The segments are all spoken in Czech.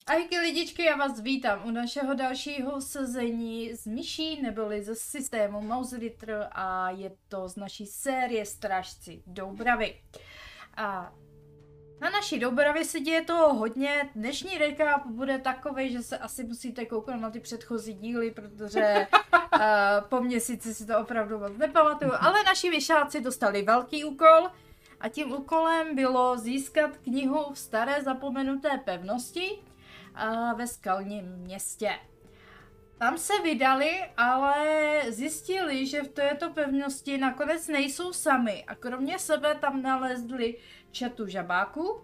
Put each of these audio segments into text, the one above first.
Ahojky lidičky, já vás vítám u našeho dalšího sezení z myší, neboli ze systému Mouse Ritter a je to z naší série Strážci Doubravy. A na naší Doubravě se děje toho hodně, dnešní recap bude takovej, že se asi musíte kouknout na ty předchozí díly, protože po měsíci si to opravdu moc nepamatuju, ale naši vyšáci dostali velký úkol a tím úkolem bylo získat knihu v staré zapomenuté pevnosti ve skalním městě. Tam se vydali, ale zjistili, že v této pevnosti nakonec nejsou sami a kromě sebe tam nalezli četu žabáků,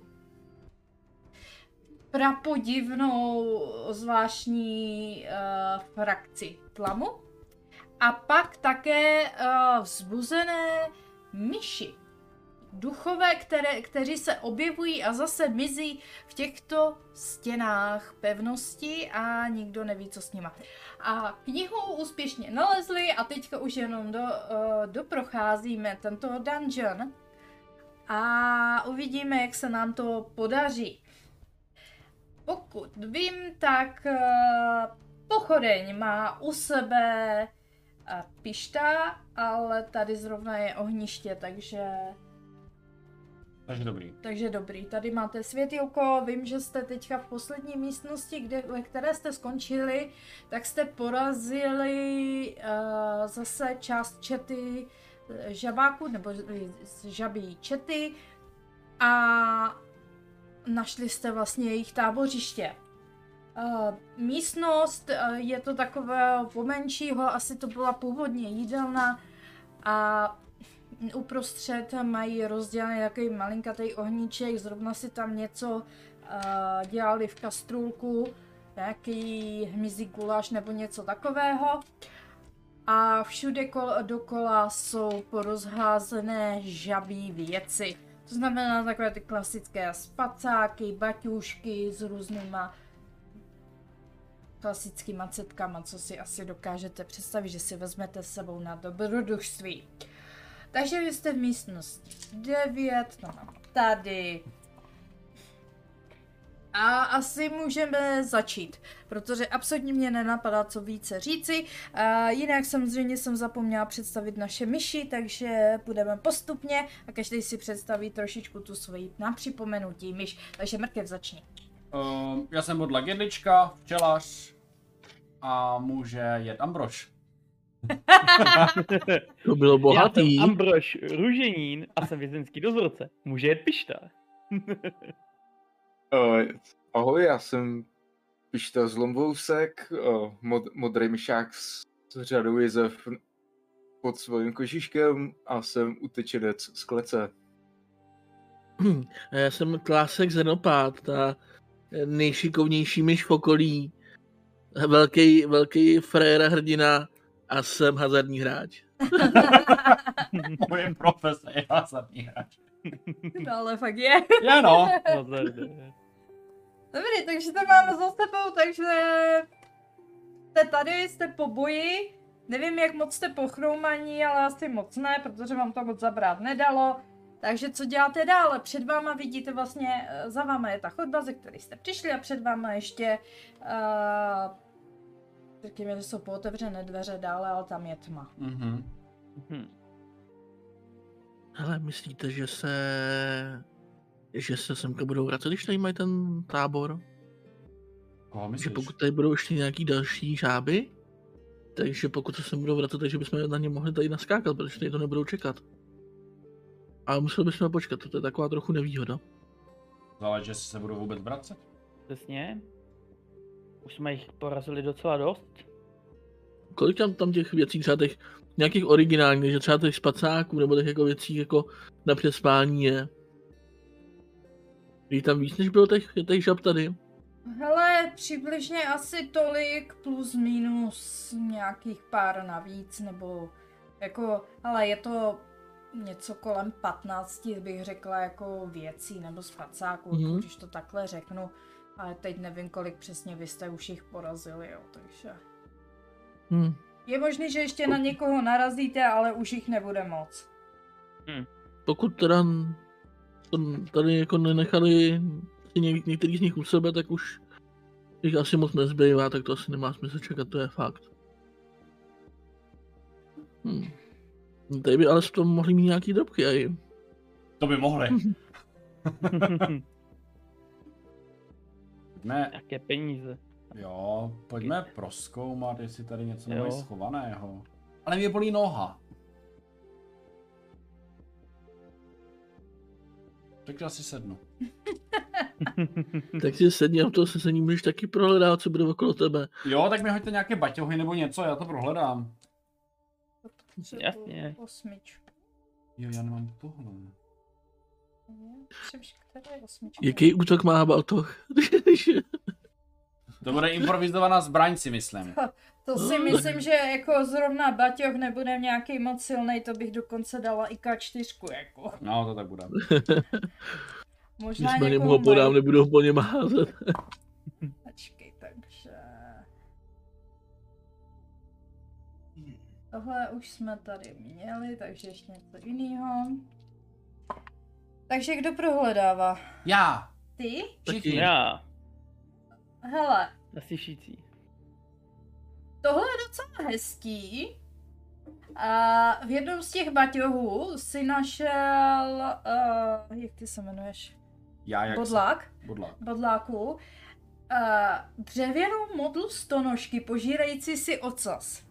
prapodivnou zvláštní frakci tlamu a pak také vzbuzené myši. Duchové, kteří se objevují a zase mizí v těchto stěnách pevnosti a nikdo neví, co s nima. A knihu úspěšně nalezli a teďka už jenom doprocházíme tento dungeon a uvidíme, jak se nám to podaří. Pokud vím, tak Pochodeň má u sebe pišta, ale tady zrovna je ohniště, takže dobrý. Takže dobrý, tady máte světýlko, vím, že jste teďka v poslední místnosti, ve které jste skončili, tak jste porazili zase část čety žabáků, nebo žabí čety a našli jste vlastně jejich tábořiště. Místnost je to takového pomenšího, asi to byla původně jídelna a uprostřed mají rozdělený takový malinkatý ohníček, zrovna si tam něco dělali v kastrůlku, nějaký hmyzí guláš nebo něco takového. A všude dokola jsou porozházené žabí věci. To znamená takové ty klasické spacáky, baťůšky s různýma klasickýma cetkama, co si asi dokážete představit, že si vezmete s sebou na dobrodružství. Takže vy jste v místnosti 9, no tady. A asi můžeme začít, protože absolutně mě nenapadá, co více říci. Jinak samozřejmě jsem zapomněla představit naše myši, takže půjdeme postupně a každý si představí trošičku tu svoji na připomenutí myš. Takže Mrkev, začni. Já jsem Bodla Gedlička, včelař a může jet Ambrož. To bylo bohatý. Já jsem Ambrož Růženín a jsem vězenský dozorce. Může jet Pišta. Ahoj, já jsem Pišta Zlomvousek, modrý myšák s řadou jezev pod svým kožiškem a jsem utečenec z klece. Já jsem Klásek Zenopát, ta nejšikovnější myš v okolí, velký fréra hrdina a jsem hazardní hráč. Moje profese je hazardní hráč. No ale fakt je. Já no. Dobrý, takže to máme za sebou, takže jste tady, jste po boji. Nevím, jak moc jste pochroumaní, ale asi moc ne, protože vám to moc zabrat nedalo. Takže co děláte dále? Před váma vidíte vlastně, za váma je ta chodba, ze které jste přišli a před váma ještě řekněme, že jsou pootevřené dveře dále, ale tam je tma. Hele, myslíte, že se semka budou vracet, když tady mají ten tábor? Že pokud tady budou ještě nějaký další žáby, takže pokud se sem budou vracet, takže bychom na ně mohli tady naskákat, protože tady to nebudou čekat. Ale museli bychom počkat, to je taková trochu nevýhoda. Záleží, že se budou vůbec vracet. Přesně. Už jsme jich porazili docela dost. Kolik tam těch věcí, třeba těch nějakých originálních, že třeba těch spacáků nebo těch jako věcí jako na přespání je? Je tam víc, než bylo těch žab tady? Hele, přibližně asi tolik plus minus nějakých pár navíc, nebo jako, ale je to něco kolem 15, bych řekla, jako věcí nebo spacáků, když to takhle řeknu. Ale teď nevím, kolik přesně vy jste už jich porazili, jo, takže... Je možný, že ještě na někoho narazíte, ale už jich nebude moc. Pokud teda tady jako nenechali některý z nich u sebe, tak už Jich asi moc nezbývá, tak to asi nemá smysl čekat, to je fakt. Tady by ale z toho mohli mít nějaký drobky aj. To by mohli. Jaké peníze. Jo, pojďme prozkoumat, jestli tady něco nemají schovaného. Ale mě bolí noha. Takže asi sednu. Tak si sedni a v toho sezení můžeš taky prohledat, co bude okolo tebe. Jo, tak mi hoďte nějaké baťohy nebo něco, já to prohledám. Jasně. 8. Jo, já nemám tohle. Která je 8? Jaký útok má batoh? To bude improvizovaná zbraň, si myslím. To si myslím, že jako zrovna baťoch nebude nějaký moc silnej, to bych dokonce dala i K4, jako. No, to tak bude. Možná Nicméně mu někomu ho podám, mají... nebudu ho po něm házet. Počkej, takže... Tohle už jsme tady měli, takže ještě něco jiného. Takže kdo prohledává? Já! Ty? Všichni. Já. Hele, Naslyšící. tohle je docela hezký. A v jednom z těch baťohů si našel, jak ty se jmenuješ? Já jak Bodlák? Bodlák. Bodláku. Dřevěnou modlu stonožky požírající si ocas.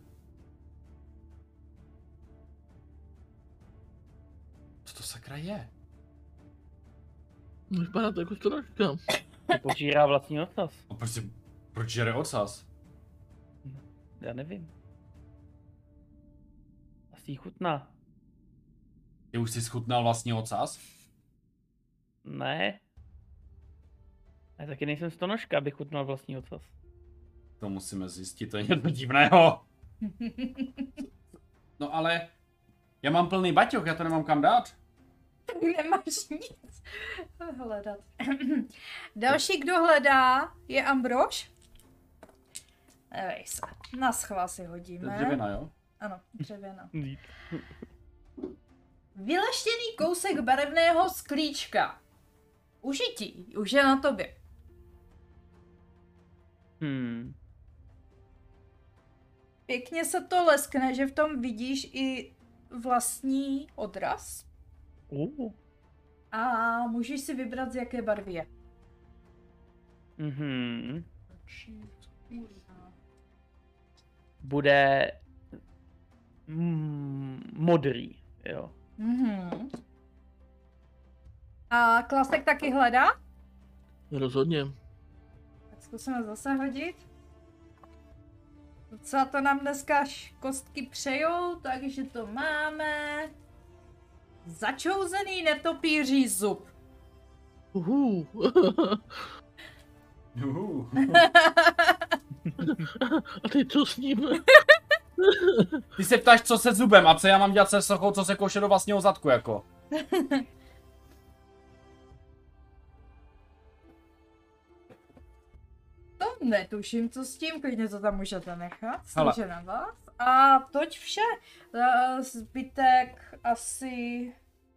Co to sakra je? Vypadá to jako stonožka. Požírá vlastní ocas. A proč žere ocas? Já nevím. Asi jí chutná. Ty už jsi schutnal vlastní ocas? Ne. Já taky nejsem stonožka, abych chutnal vlastní ocas. To musíme zjistit, to je něco divného. No ale já mám plný baťoch, já to nemám kam dát. Nemáš nic hledat. Další, kdo hledá, je Ambrož. Nevej se. Na schvál si To je hodíme. dřevěna, jo? Ano, dřevěna. Líp. Vyleštěný kousek barevného sklíčka. Užití, už je na tobě. Pěkně se to leskne, že v tom vidíš i vlastní odraz. A můžeš si vybrat, z jaké barvy je. Bude modrý, jo. A Klasek taky hledá? Rozhodně. Tak zkusíme zase hodit. Docela to nám dneska kostky přejou, takže to máme. Začouzený netopíří zub. Uhu. A ty co s ním? Ty se ptáš, co se zubem, a co já mám dělat se sochou, co se koše do vlastního zadku, jako. To netuším, co s tím, klidně to tam můžete nechat, slyže na vás. A toť vše. Zbytek asi...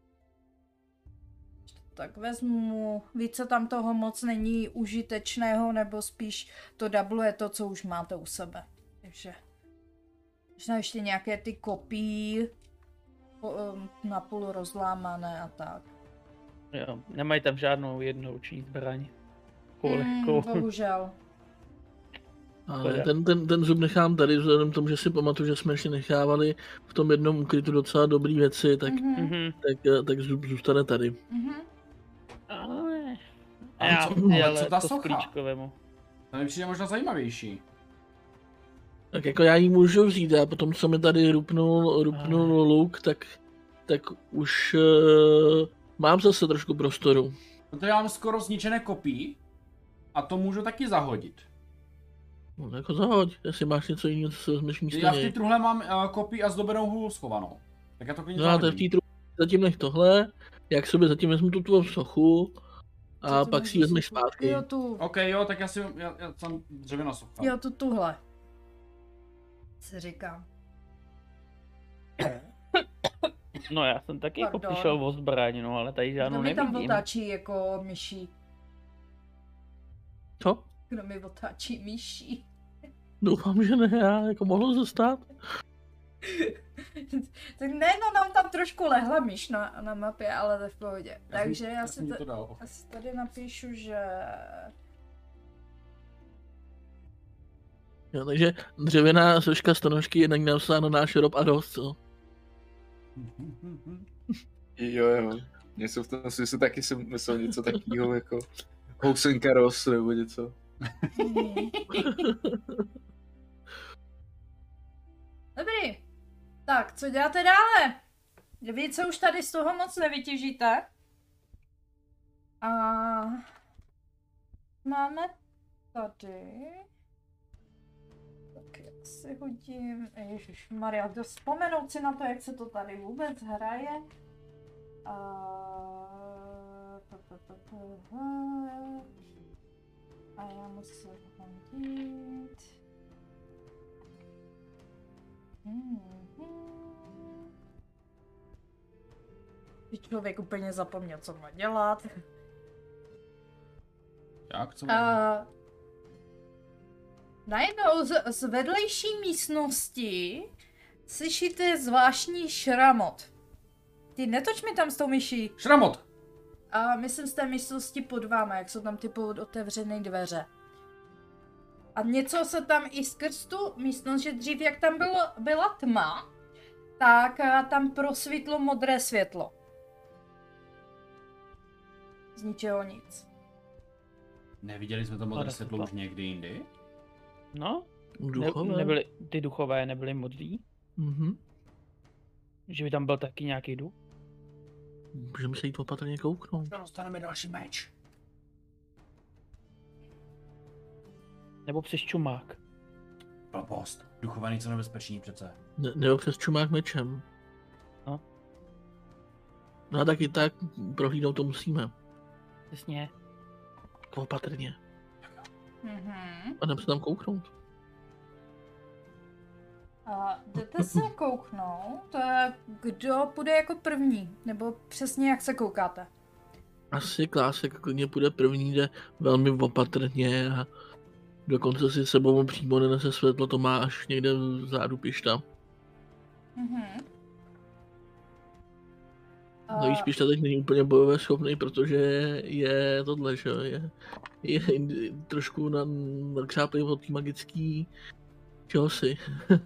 Tak vezmu, více tam toho moc není užitečného, nebo spíš to dubluje to, co už máte u sebe. Takže možná ještě nějaké ty kopí napůl rozlámané a tak. Jo, nemají tam žádnou jednouční zbraň. Bohužel. Ale ten zub nechám tady, vzhledem k tomu, že si pamatuju, že jsme ještě nechávali v tom jednom ukrytu docela dobrý věci, tak zub zůstane tady. Ale co ta to socha? sklíčkovému. To mi přijde možná zajímavější. Tak jako já ji můžu vzít, a potom co mi tady rupnul luk, tak už mám zase trošku prostoru. Protože já mám skoro zničené kopí a to můžu taky zahodit. No tak ho zahoď, jestli máš něco jiného, co se vezmeš místo Já v něj. té truhle mám kopí a zdobenou hůl schovanou. Tak já to klidně No a to je v té truhle, zatím nech tohle, jak sobě zatím vezmu tu tvou sochu a pak si ji vezmeš zpátky. Jo, tu. OK, jo, tak já jsem dřevěna socha. Jo, tuhle. Si říkám. No já jsem taky jako Pardon. přišel o zbraň, no ale tady žádnou Kdo mi tam nevidím. otáčí jako myší? Co? Kdo mi otáčí myší? Doufám, že ne, já jako mohlo zůstat. Tak ne, no nám tam trošku lehla myš na mapě, ale to je v pohodě. Takže já si tady napíšu, že... Jo, takže dřevěná soška stonožky je na ní napsána na náš Rob a Ross, co? Jo. Něco v tom smyslu taky jsem myslel něco takového jako housenka Ross nebo něco. Dobrý. Tak, co děláte dále? Vy, co už tady z toho moc nevytěžíte. A máme tady... Tak já si hodím... Ježišmarja, kdo vzpomenout si na to, jak se to tady vůbec hraje. A já musím hodit... Člověk úplně zapomněl, co má dělat. Jak? Co Najednou z vedlejší místnosti slyšíte zvláštní šramot. Ty netoč mi tam s tou myší. Šramot! A myslím z té místnosti pod váma, jak jsou tam ty otevřené dveře. A něco se tam i skrz tu místnost, že dřív jak tam byla tma, tak tam prosvítlo modré světlo. Z ničeho nic. Neviděli jsme to modré světlo už někdy jindy? No, Duchové. ty duchové nebyly modrý? Mhm. Že by tam byl taky nějaký duch? Můžeme se jít opatrně kouknout. Dostaneme další meč. Nebo přes čumák? Blbost. Duchové nejsou nebezpeční přece. Nebo přes čumák mečem. No. No a taky tak prohlídnout to musíme. Přesně. Opatrně. Mhm. A jdeme se tam kouknout. A jdete se kouknout, kdo půjde jako první, nebo přesně jak se koukáte? Asi Klásek klidně půjde první, jde velmi opatrně a dokonce si sebou přímo nenese světlo, to má až někde vzadu pišta. Mhm. No víš, pišta teď není úplně bojové schopný, protože je tohle, že je trošku nakřáplý od té magický čehosi.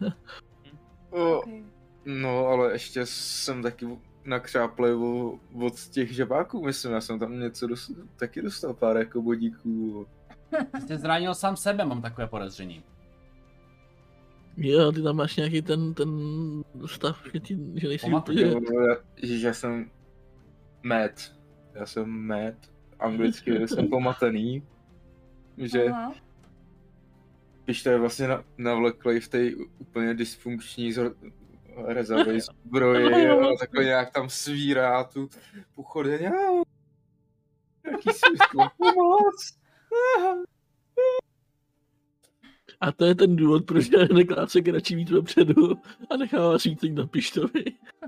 Okay. No, ale ještě jsem taky nakřáplej od těch žabáků, myslím, já jsem tam něco taky dostal pár jako bodíků. Jste zranil sám sebe, mám takové podezření. Jo, ty tam máš nějaký ten stav, že nejsi úplně... Já jsem mad. Já jsem mad. Anglicky jsem pomatený. Že když to je vlastně navleklej v té úplně dysfunkční rezavej zbroji a takhle nějak tam svírá tu pochodeň. Jaký smysl, pomoc! A to je ten důvod, proč já Klásek radši víc dopředu a nechává vás víc na pištovi.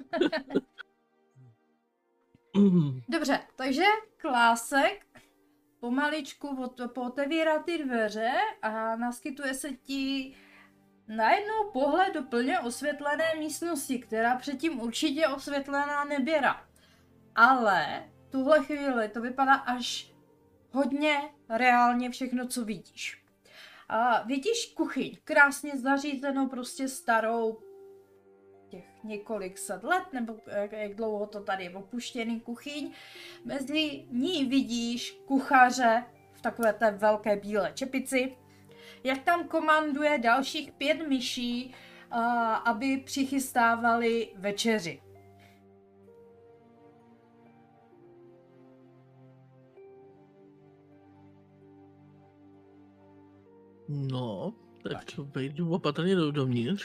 Dobře, takže Klásek pomaličku otevírá ty dveře a naskytuje se ti najednou pohled do plně osvětlené místnosti, která předtím určitě osvětlená nebyla. Ale tuhle chvíli to vypadá až hodně reálně všechno, co vidíš. A vidíš kuchyň, krásně zařízenou, prostě starou, těch několik set let, nebo jak dlouho to tady je opuštěný kuchyň. Mezi ní vidíš kuchaře v takové té velké bílé čepici, jak tam komanduje dalších 5 myší, aby přichystávali večeři. No, tak to vejdu opatrně dovnitř.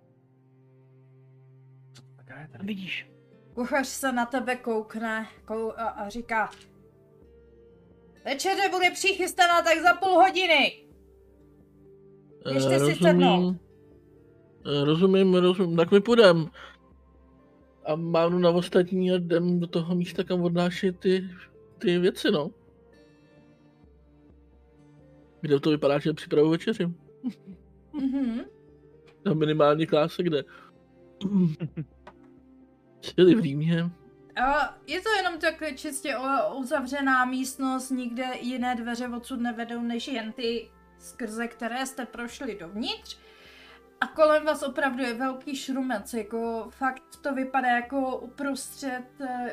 Vidíš. Kuchař se na tebe koukne a říká: večeře bude přichystaná tak za půl hodiny. Ještě si sednout. Rozumím, tak my půjdem. A mávnu na ostatní a jdem do toho místa, kam odnáší ty věci, no. Kde to vypadá, že připravuji večeři. Na minimálně kláse, kde. Jsi v Římě. Je to jenom takhle čistě uzavřená místnost, nikde jiné dveře odsud nevedou, než jen ty, skrze které jste prošli dovnitř. A kolem vás opravdu je velký šrumec, jako fakt to vypadá jako uprostřed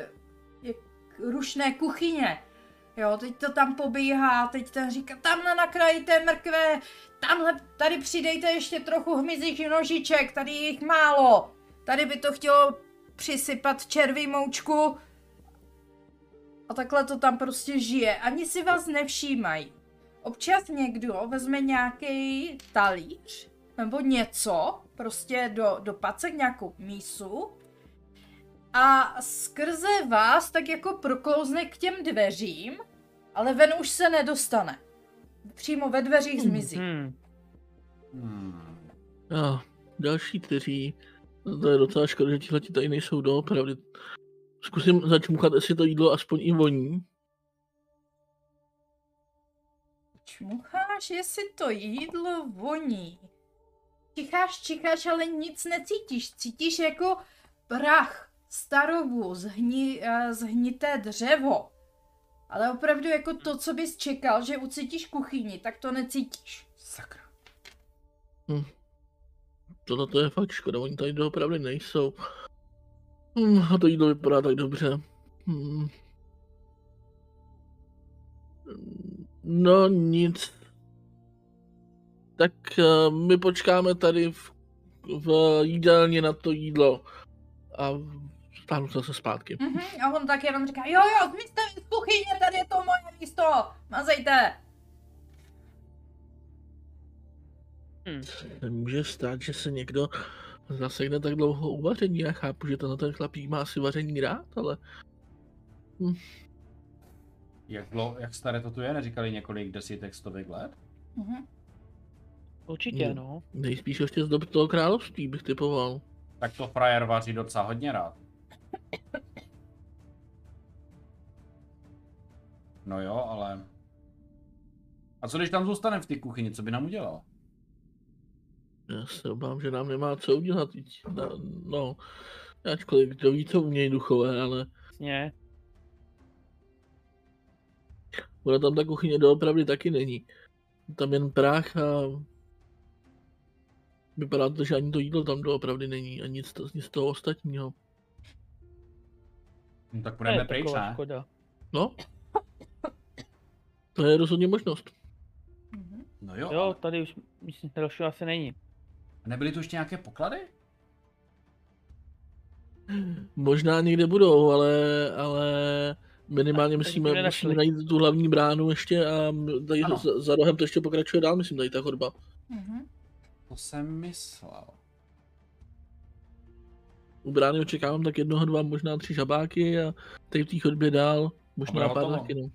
rušné kuchyně. Jo, teď to tam pobíhá, teď ten říká, tamhle nakrájíte mrkve, tamhle, tady přidejte ještě trochu hmyzích nožiček, tady je jich málo. Tady by to chtělo přisypat červí moučku. A takhle to tam prostě žije. Ani si vás nevšímají. Občas někdo vezme nějaký talíř nebo něco, prostě do pacek nějakou mísu a skrze vás tak jako proklouzne k těm dveřím, ale ven už se nedostane. Přímo ve dveřích zmizí. A další kteří, to je docela škoda, že tihleti tady nejsou doopravdy. Zkusím začmuchat, jestli to jídlo aspoň i voní. Čmucháš, jestli to jídlo voní. Čicháš, ale nic necítíš. Cítíš jako prach, starobu, zhnité dřevo. Ale opravdu jako to, co bys čekal, že ucítíš kuchyni, tak to necítíš. Sakra. Tohle je fakt škoda, oni tady doopravdy nejsou. A to jídlo vypadá tak dobře. No nic. Tak my počkáme tady v jídelně na to jídlo. A stáhnu se zpátky. A on tak jenom říká, jo, zmizte z kuchyně, tady je to moje místo, mazejte. Nemůže stát, že se někdo zasekne tak dlouho u vaření. Já chápu, že ten chlapík má asi vaření rád, ale... Jak staré to tu je? Neříkali několik desítek, stovek let? Určitě, no. Nejspíš ještě z doby toho království bych typoval. Tak to frajer vaří docela hodně rád. No jo, ale... A co když tam zůstane v té kuchyni, co by nám udělal? Já se obávám, že nám nemá co udělat. No, ačkoliv kdo ví, co umějí duchové, ale... Jasně. Ona tam ta kuchyně doopravdy taky není. Tam jen prach a... Vypadá to, že ani to jídlo tam doopravdy není a nic z toho ostatního. No tak půjdeme pryč, ne? Škoda. No. To je rozhodně možnost. No jo. Jo, tady už myslím, že dalšího asi není. A nebyly tu ještě nějaké poklady? Možná někde budou, ale minimálně musíme najít tu hlavní bránu ještě a tady za rohem to ještě pokračuje dál, myslím, tady ta chodba. To jsem myslel. U brány očekávám tak 1, 2, možná 3 žabáky a tady v té chodbě dál možná pár taky, no.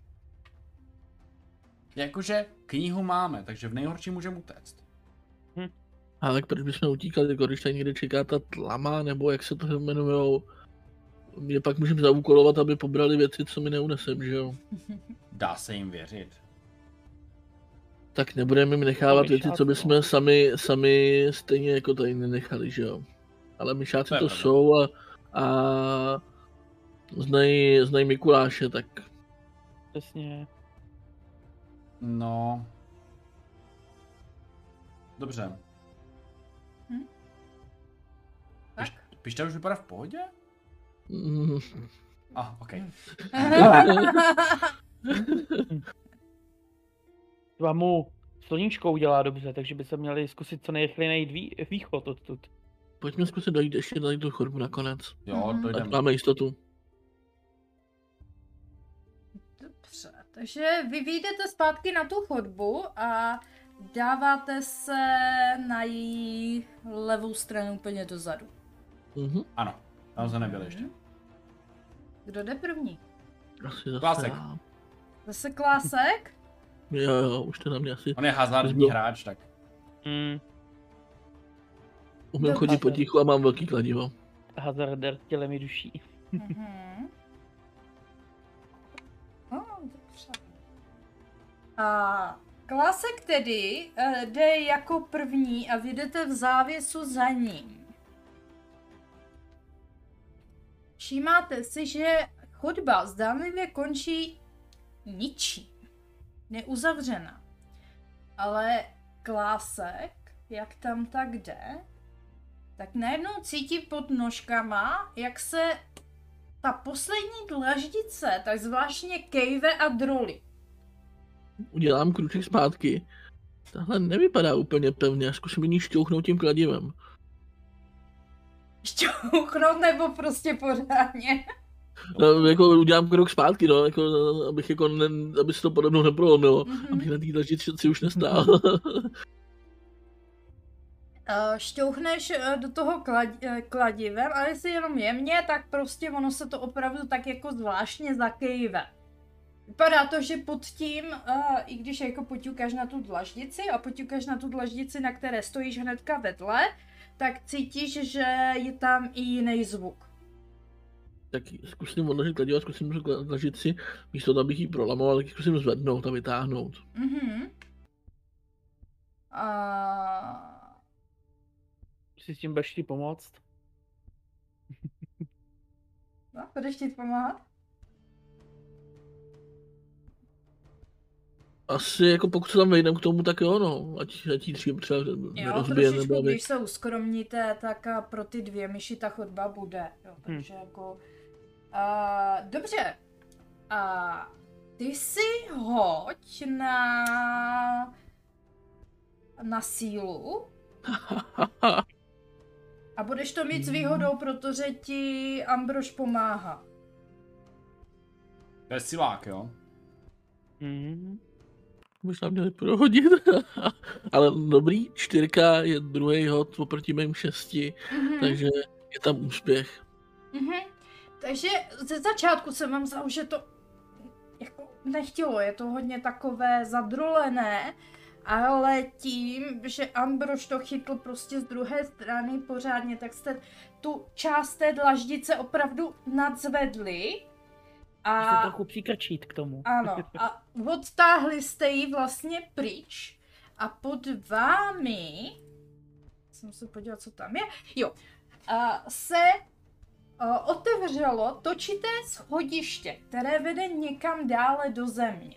Jakože knihu máme, takže v nejhorším můžeme utéct. A tak proč bychom utíkali, jako když tady někde čeká ta tlama, nebo jak se to jmenujou. Mě pak můžeme zaúkolovat, aby pobrali věci, co mi neunesem, že jo? Dá se jim věřit. Tak nebudeme jim nechávat věci, co bychom sami stejně jako tady nenechali, že jo? Ale myšáci to jsou a znají Mikuláše, tak... Přesně. No... Dobře. Pišta už vypadá v pohodě? Ok. Třeba mu sluníčko udělá dobře, takže by se měli zkusit co nejrychleji najít východ odtud. Pojďme zkusit dojít ještě na tu chodbu nakonec. Jo, to jdeme. Máme jistotu. Dobře, takže vy vyjdete zpátky na tu chodbu a dáváte se na její levou stranu úplně dozadu. Ano, tam se nebyl ještě. Kdo jde první? Asi zase Klásek. já. Zase Klásek? Jo, už to na mě asi... On je hazardní hráč, tak. Umím chodit potichu a mám velký kladivo. Hazarder tělem i duší. Dobře. A Klásek tedy jde jako první a vy jdete v závěsu za ním. Všímáte si, že chodba zdánlivě končí ničím. Neuzavřena. Ale Klásek, jak tam tak jde, tak najednou cítí pod nožkama, jak se ta poslední dlaždice tak zvláštně kejve a drolí. Udělám kruček zpátky. Tahle nevypadá úplně pevně, zkusím ní šťouchnout tím kladivem. Šťouchnout nebo prostě pořádně? No, jako udělám krok zpátky, no, jako, abych jako aby se to podobnou neprolomilo, abych na té dlaždici už nestál. Šťouchneš do toho kladivem, ale jestli jenom jemně, tak prostě ono se to opravdu tak jako zvláštně zakejve. Vypadá to, že pod tím, i když jako poťukáš na tu dlaždici a poťukáš na tu dlaždici, na které stojíš hnedka vedle, tak cítíš, že je tam i jiný zvuk. Tak zkusím odložit kladivo, zkusím dlaždici, místo toho, abych ji prolamoval, tak ji zkusím zvednout a vytáhnout. Si s tím budeš ti pomoct? No, budeš ti pomáhat? Asi jako pokud se tam vejdem k tomu, tak jo, no, ať jí třeba rozbije, trošičku, nebo když se uskromníte, tak pro ty 2 myši ta chodba bude, jo, takže jako... dobře, ty si hoď na sílu a budeš to mít s výhodou, protože ti Ambrož pomáhá. To je silák, jo? Možná měli prohodit, ale dobrý, 4 je druhý hod oproti mým 6, takže je tam úspěch. Takže ze začátku jsem vám vzal, že to jako nechtělo, je to hodně takové zadrolené, ale tím, že Ambrož to chytl prostě z druhé strany pořádně, tak jste tu část té dlaždice opravdu nadzvedli. A se trochu přikrčít k tomu. Ano, a odtáhli jste ji vlastně pryč a pod vámi, jsem se podívat, co tam je, jo, se otevřelo točité schodiště, které vede někam dále do země.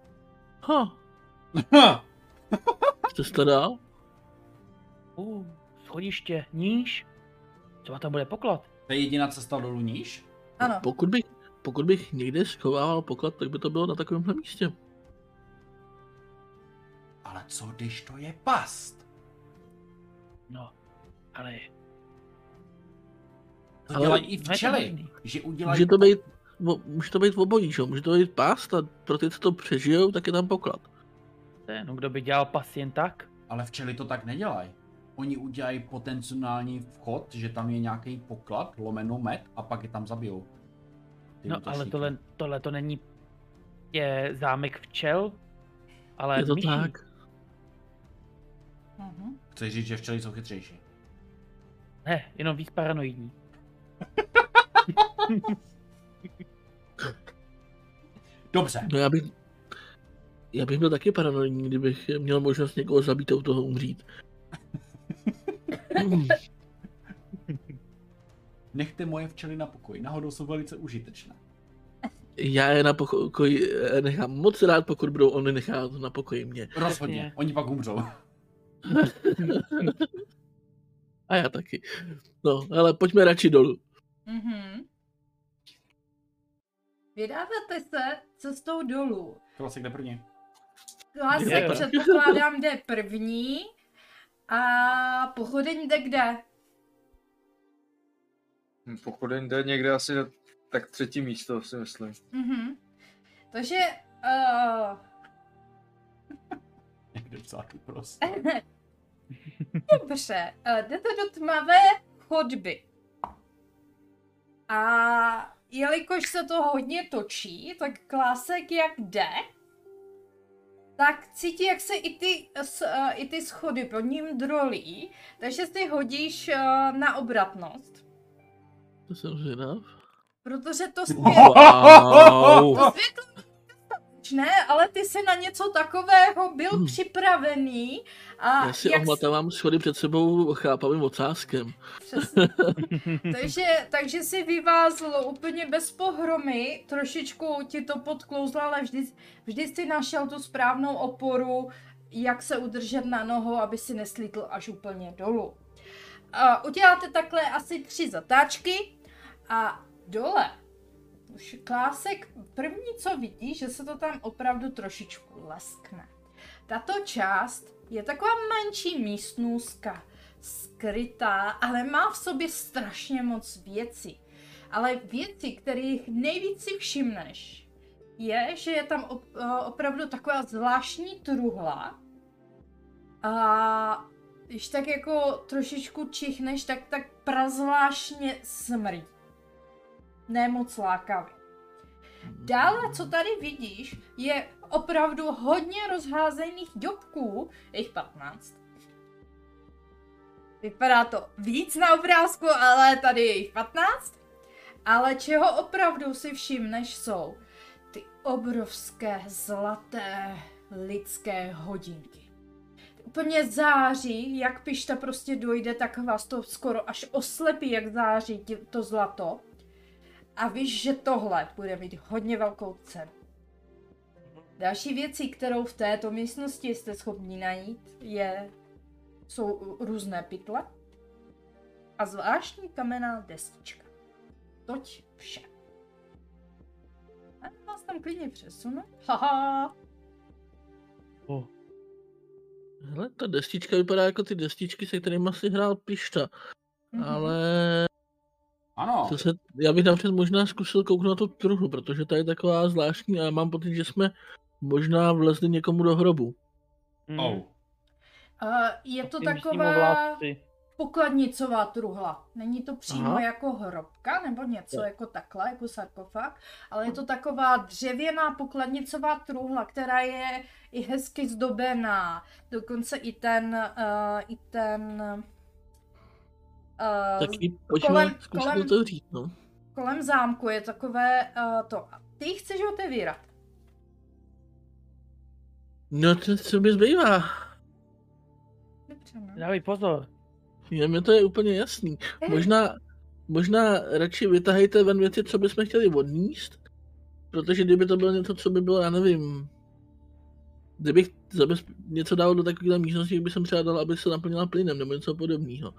Cesta dál? Schodiště níž? Třeba tam bude poklad. To je jediná cesta dolů níž? Ano. Pokud bych někde schovával poklad, tak by to bylo na takovémhle místě. Ale co když to je past? No, ale... To dělají i včely, že udělají... Může to být obojí, že? Může to být past a pro ty, co to přežijou, tak je tam poklad. No, kdo by dělal pas jen tak? Ale včely to tak nedělají. Oni udělají potenciální vchod, že tam je nějaký poklad, lomeno med, a pak je tam zabijou. No ale tohle to není zámek včel, ale je to myší. Tak. Chceš říct, že včely jsou chytřejší? Ne, jenom víc paranoidní. Dobře. No já bych byl taky paranoidní, kdybych měl možnost někoho zabít a u toho umřít. Nechte moje včely na pokoji, náhodou jsou velice užitečné. Já je na pokoji nechám moc rád, pokud budou oni nechat na pokoji mě. Rozhodně, oni pak umřou. A já taky. No, ale pojďme radši dolů. Vydáváte se cestou dolů. Klásek jde první. Klásek předpokládám jde první a Pochodeň jde kde? Pochodeň jde někde asi tak 3. místo, si myslím. Takže... Někde vzáky prostě. Dobře, jdete do tmavé chodby. A jelikož se to hodně točí, tak Klásek jak jde, tak cítí, jak se i ty schody pod ním drolí, takže si hodíš na obratnost. To jsem zvědav. Protože to Wow. světlo Ne, ale ty jsi na něco takového byl připravený. A já si ohmatávám schody před sebou chápavým ocáskem. Přesně. takže si vyvázl úplně bez pohromy, trošičku ti to podklouzlo, ale vždy si našel tu správnou oporu, jak se udržet na nohou, aby si neslítl až úplně dolů. Uděláte takhle asi 3 zatáčky a dole už klásek první, co vidí, že se to tam opravdu trošičku leskne. Tato část je taková menší místnůzka, skrytá, ale má v sobě strašně moc věcí. Ale věci, kterých nejvíc si všimneš, je, že je tam opravdu taková zvláštní truhla. A když tak jako trošičku čichneš, tak prazvláštně smrdí. Nemoc lákavý. Dále, co tady vidíš, je opravdu hodně rozházených ďobků, jich 15. Vypadá to víc na obrázku, ale tady je jich 15. Ale čeho opravdu si všimneš jsou ty obrovské zlaté lidské hodinky. Úplně září, jak Pišta prostě dojde, tak vás to skoro až oslepí, jak září to zlato. A víš, že tohle bude mít hodně velkou cenu. Další věcí, kterou v této místnosti jste schopni najít, jsou různé pytle a zvláštní kamenná destička. Toť vše. A vás tam klidně přesunu. Haha. Hele, ta destička vypadá jako ty destičky, se kterými si hrál Pišta. Ale... Ano. Já bych napřed možná zkusil kouknout na tu truhlu, protože ta je taková zvláštní a mám pocit, že jsme možná vlezli někomu do hrobu. Je to taková pokladnicová truhla. Není to přímo jako hrobka nebo něco jako takhle, jako sarkofag, ale je to taková dřevěná pokladnicová truhla, která je i hezky zdobená. Dokonce i ten taky pojďme zkusit to říct, no. Kolem zámku je takové to. Ty ji chceš otevírat? No to co mi zbývá? Dobře, no. Dávej pozor. Mně to je úplně jasný. Možná radši vytahejte ven věci, co bychom chtěli odníst, protože kdyby to bylo něco, co by bylo, já nevím, kdybych něco dal do takové místnosti, bych jsem třeba dal, aby se naplnila plynem nebo něco podobného.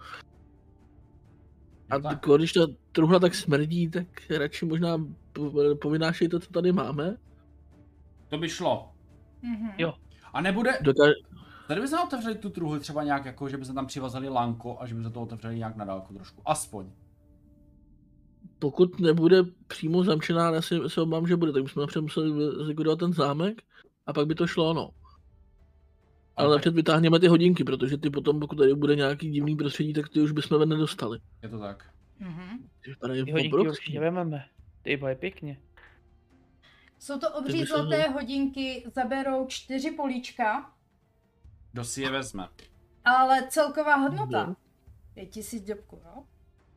A když ta truhla tak smrdí, tak radši možná povynášejte, co tady máme. To by šlo. Jo. A nebude... Tady bychom otevřeli tu truhlu třeba nějak jako, že bychom tam přivazali lanko a že bychom to otevřeli nějak na dálku trošku. Aspoň. Pokud nebude přímo zamčená, já se obávám, že bude, tak bychom napřed museli zlikvidovat ten zámek a pak by to šlo, no. Ale napřed vytáhneme ty hodinky, protože ty potom, pokud tady bude nějaký divný prostředí, tak ty už bychom ven nedostali. Je to tak. Ty hodinky určitě vememe. Ty je pěkně. Jsou to obří zlaté hodinky, zaberou 4 políčka. Kdo si je vezme? Ale celková hodnota je 1000 ďobků, no?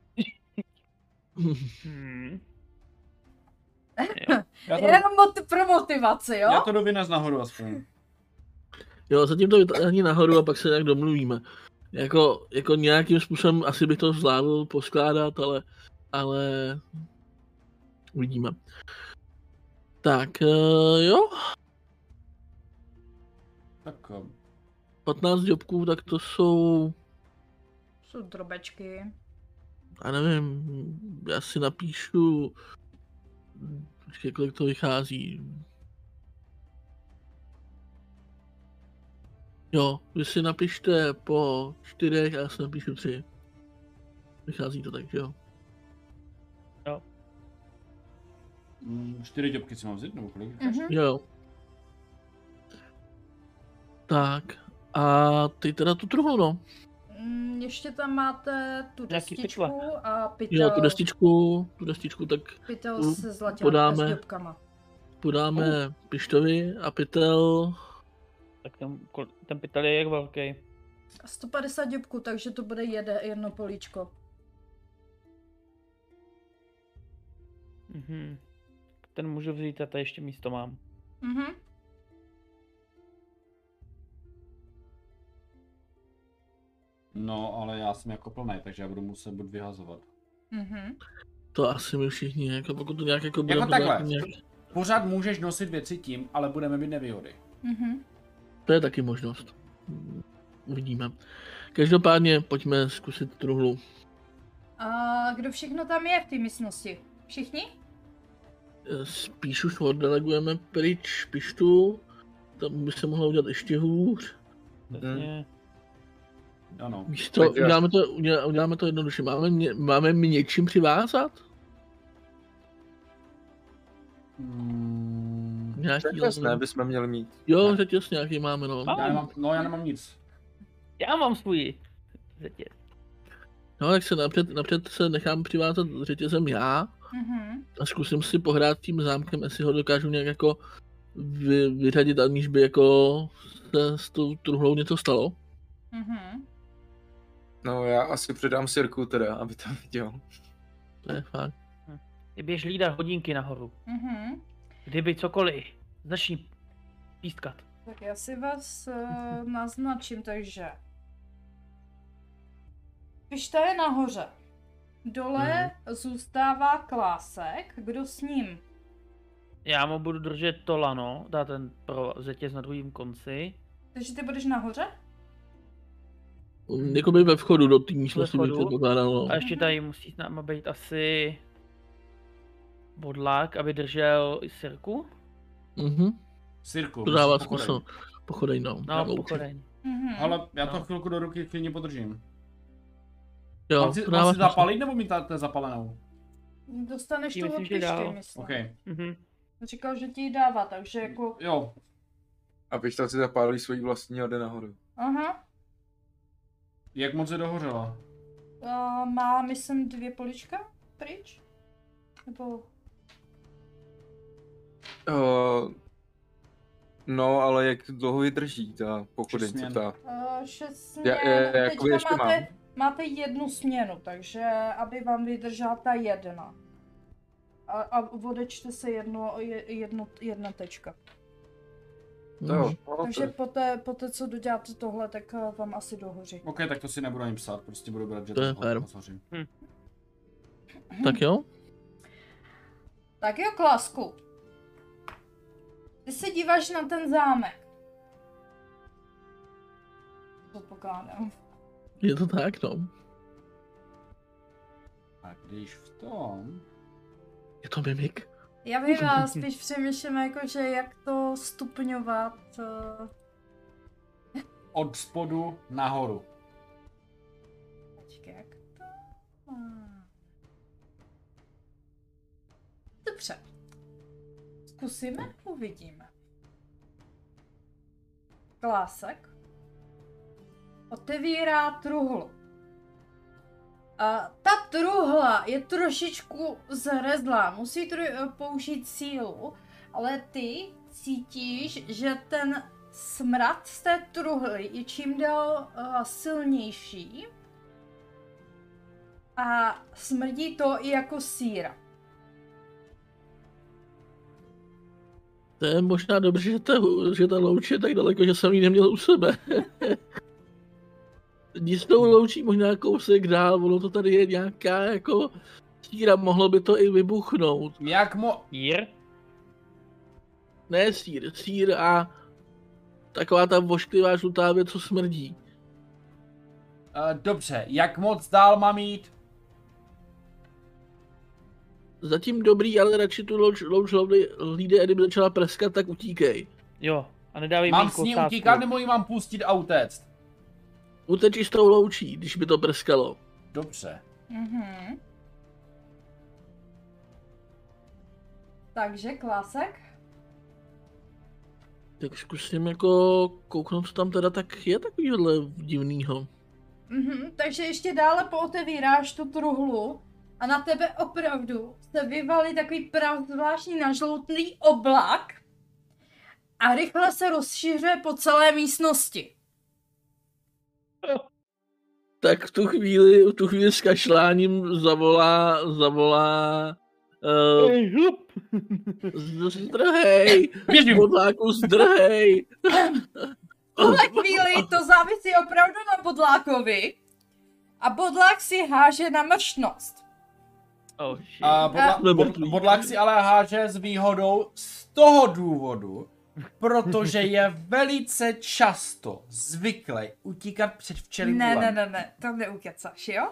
Jenom pro motivaci, jo? Já to jdu vynes nahoru aspoň. Jo, zatím to vytáhni nahoru a pak se nějak domluvíme. Jako nějakým způsobem asi bych to zvládl poskládat, ale uvidíme. Tak, jo. Tak 15 ďobků, tak to jsou... Jsou drobečky. Já nevím, já si napíšu... Počkej, kolik to vychází. Jo, vy si napište po 4 a já si napíšu 3. Vychází to tak, jo? Jo. 4 ďobky si mám vzít, nebo kolik? Jo. Tak, a ty teda tu truhlu, no. Ještě tam máte tu destičku a pytel. Jo, tu destičku, tak pytel se zlatěnými s ďobkama. Podáme Pištovi a pytel... Tak ten pytel je jak velký? 150 ďobků, takže to bude jedno políčko. Ten můžu vzít a tady ještě místo mám. Mhm. No, ale já jsem jako plný, takže já budu muset buď vyhazovat. Mhm. To asi my všichni, jako pokud to nějak jako Jako takhle, nějak... pořád můžeš nosit věci tím, ale budeme mít nevýhody. Mhm. To je taky možnost. Uvidíme. Každopádně pojďme zkusit truhlu. A kdo všechno tam je v té místnosti? Všichni? Spíš už oddelegujeme pryč pištu. Tam by se mohlo udělat ještě hůř. Přesně. Ano. Místo, uděláme to jednoduše. Máme mě něčím přivázat? Nějaký Přesně, bychom měli mít. Jo, řetěz nějaký máme, no. Já nemám nic. Já mám svůj řetěz. No, tak se napřed se nechám přivázat řetězem já Mhm. a zkusím si pohrát tím zámkem, jestli ho dokážu nějak jako vyřadit, aniž by jako se s tou truhlou něco stalo. Mhm. No, já asi předám Sirku teda, aby tam viděl. To je fakt. Ty běž hlídat hodinky nahoru. Mhm. Kdyby cokoliv, začni pískat. Tak já si vás naznačím, takže Pišta je nahoře. Dole zůstává Klásek. Kdo s ním? Já mu budu držet to lano, dá ten pro řetěz na druhém konci. Takže ty budeš nahoře? Jakoby ve vchodu do té místnosti Ve bych vchodu. předpokládal, no. A ještě tady musí s náma být asi bodlák, aby držel i Sirku. Mhm. Sirku, To dává pochodej. smysl. Pochodej, no. Já No, loučím. pochodeň. Mhm. Ale já to No. chvilku do ruky klidně podržím. Jo, Mám si to dává smysl. zapalit nebo mít to zapalenou? Dostaneš Tím tu od myslím, že Pišty, dál. myslím. OK. Mhm. Říkal, že ti ji dává, takže jako... Jo, A Pišta si zapálí svoji vlastní a jde nahoru. Aha. jak moc je dohořela? Má, myslím, 2 polička pryč? Nebo... No, ale jak dlouho vydrží ta pochodeň, Šest co směn. ta? 6 Já- směn, jakoby ještě teďka mám. máte 1 směnu, takže aby vám vydržela ta 1. A odečte se jedna tečka. To jo, Mhm. no, Takže poté, co doděláte tohle, tak vám asi dohoří. OK, tak to si nebudu ani psát, prostě budu brát, že To je to fér. hořím. Tak jo? Tak jo, Klásku. Ty se díváš na ten zámek. Předpokládám. Je to tak, no. A když v tom... Je to mimik. Já vím, ale spíš přemýšlím, jakože jak to stupňovat. Od spodu nahoru. Počkej, jak to má. Dobře. Zkusíme, uvidíme. Klásek otevírá truhlu. A ta truhla je trošičku zrezlá, musí použít sílu, ale ty cítíš, že ten smrad z té truhly je čím dál silnější a smrdí to i jako síra. To je možná dobře, že ta louč je tak daleko, že jsem ji neměl u sebe. Jdi s tou loučí možná kousek dál, ono to tady je nějaká jako síra, mohlo by to i vybuchnout. Jak Jír? Ne sír a taková ta vošklivá žlutá věc, co smrdí. Dobře, jak moc dál mám jít? Zatím dobrý, ale radši tu louč hlídej, kdyby začala preskat, tak utíkej. Jo, a nedávej Mám mi s ní kosátku. utíkat nebo ji mám pustit a utéct? Utečí s tou loučí, když by to prskalo. Dobře. Mhm. Takže Klásek? Tak zkusím jako kouknout, co tam teda tak je takovýhle divnýho. Takže ještě dále pootevíráš tu truhlu a na tebe opravdu se vyvalí takový zvláštní nažloutný oblak a rychle se rozšiřuje po celé místnosti. Tak v tu chvíli s kašláním zavolá Zdrhej! Běžím! Bodláku, zdrhej! V tuhle chvíli to závisí opravdu na bodlákovi. A bodlák si háže na mrštnost. Oh shit. A bodlák si ale háže s výhodou z toho důvodu, protože je velice často zvyklý utíkat před včelím úlem. Ne, to neukecáš, jo?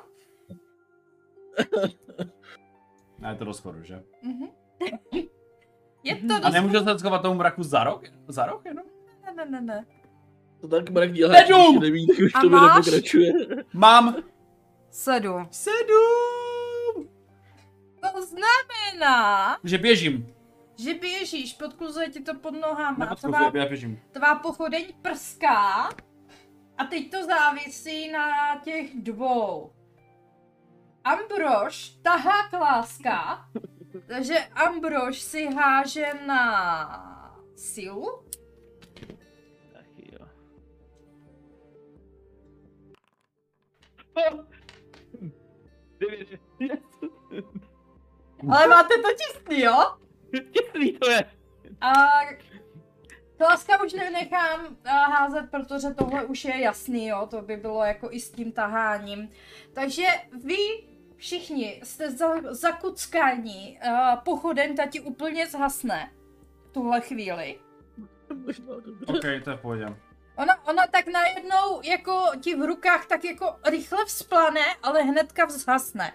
Ne, je to do schodu, že? Mhm. Je to A dost... nemůžu se schovat tomu mraku za rok? Za rok jenom? Ne. To tak mrak dělá, Sedm! když neví, tak už A to máš? nepokračuje. Mám 7. 7! To znamená, Že běžím. že běžíš, podkluzuje ti to pod nohama. Nepodkluzuje, já běžím. Tvá pochodeň prská. A teď to závisí na těch dvou. Ambrož tahá kláska, takže Ambrož si háže na sílu. Tak jo. Ale máte to čistý, jo? Těsný to je. A kláska už nenechám házet, protože tohle už je jasný, jo? To by bylo jako i s tím taháním. Takže vy všichni jste zakuckáni, pochodem ta ti úplně zhasne v tuhle chvíli. OK, to je v pohodě. Ona tak najednou jako ti v rukách tak jako rychle vzplane, ale hnedka zhasne.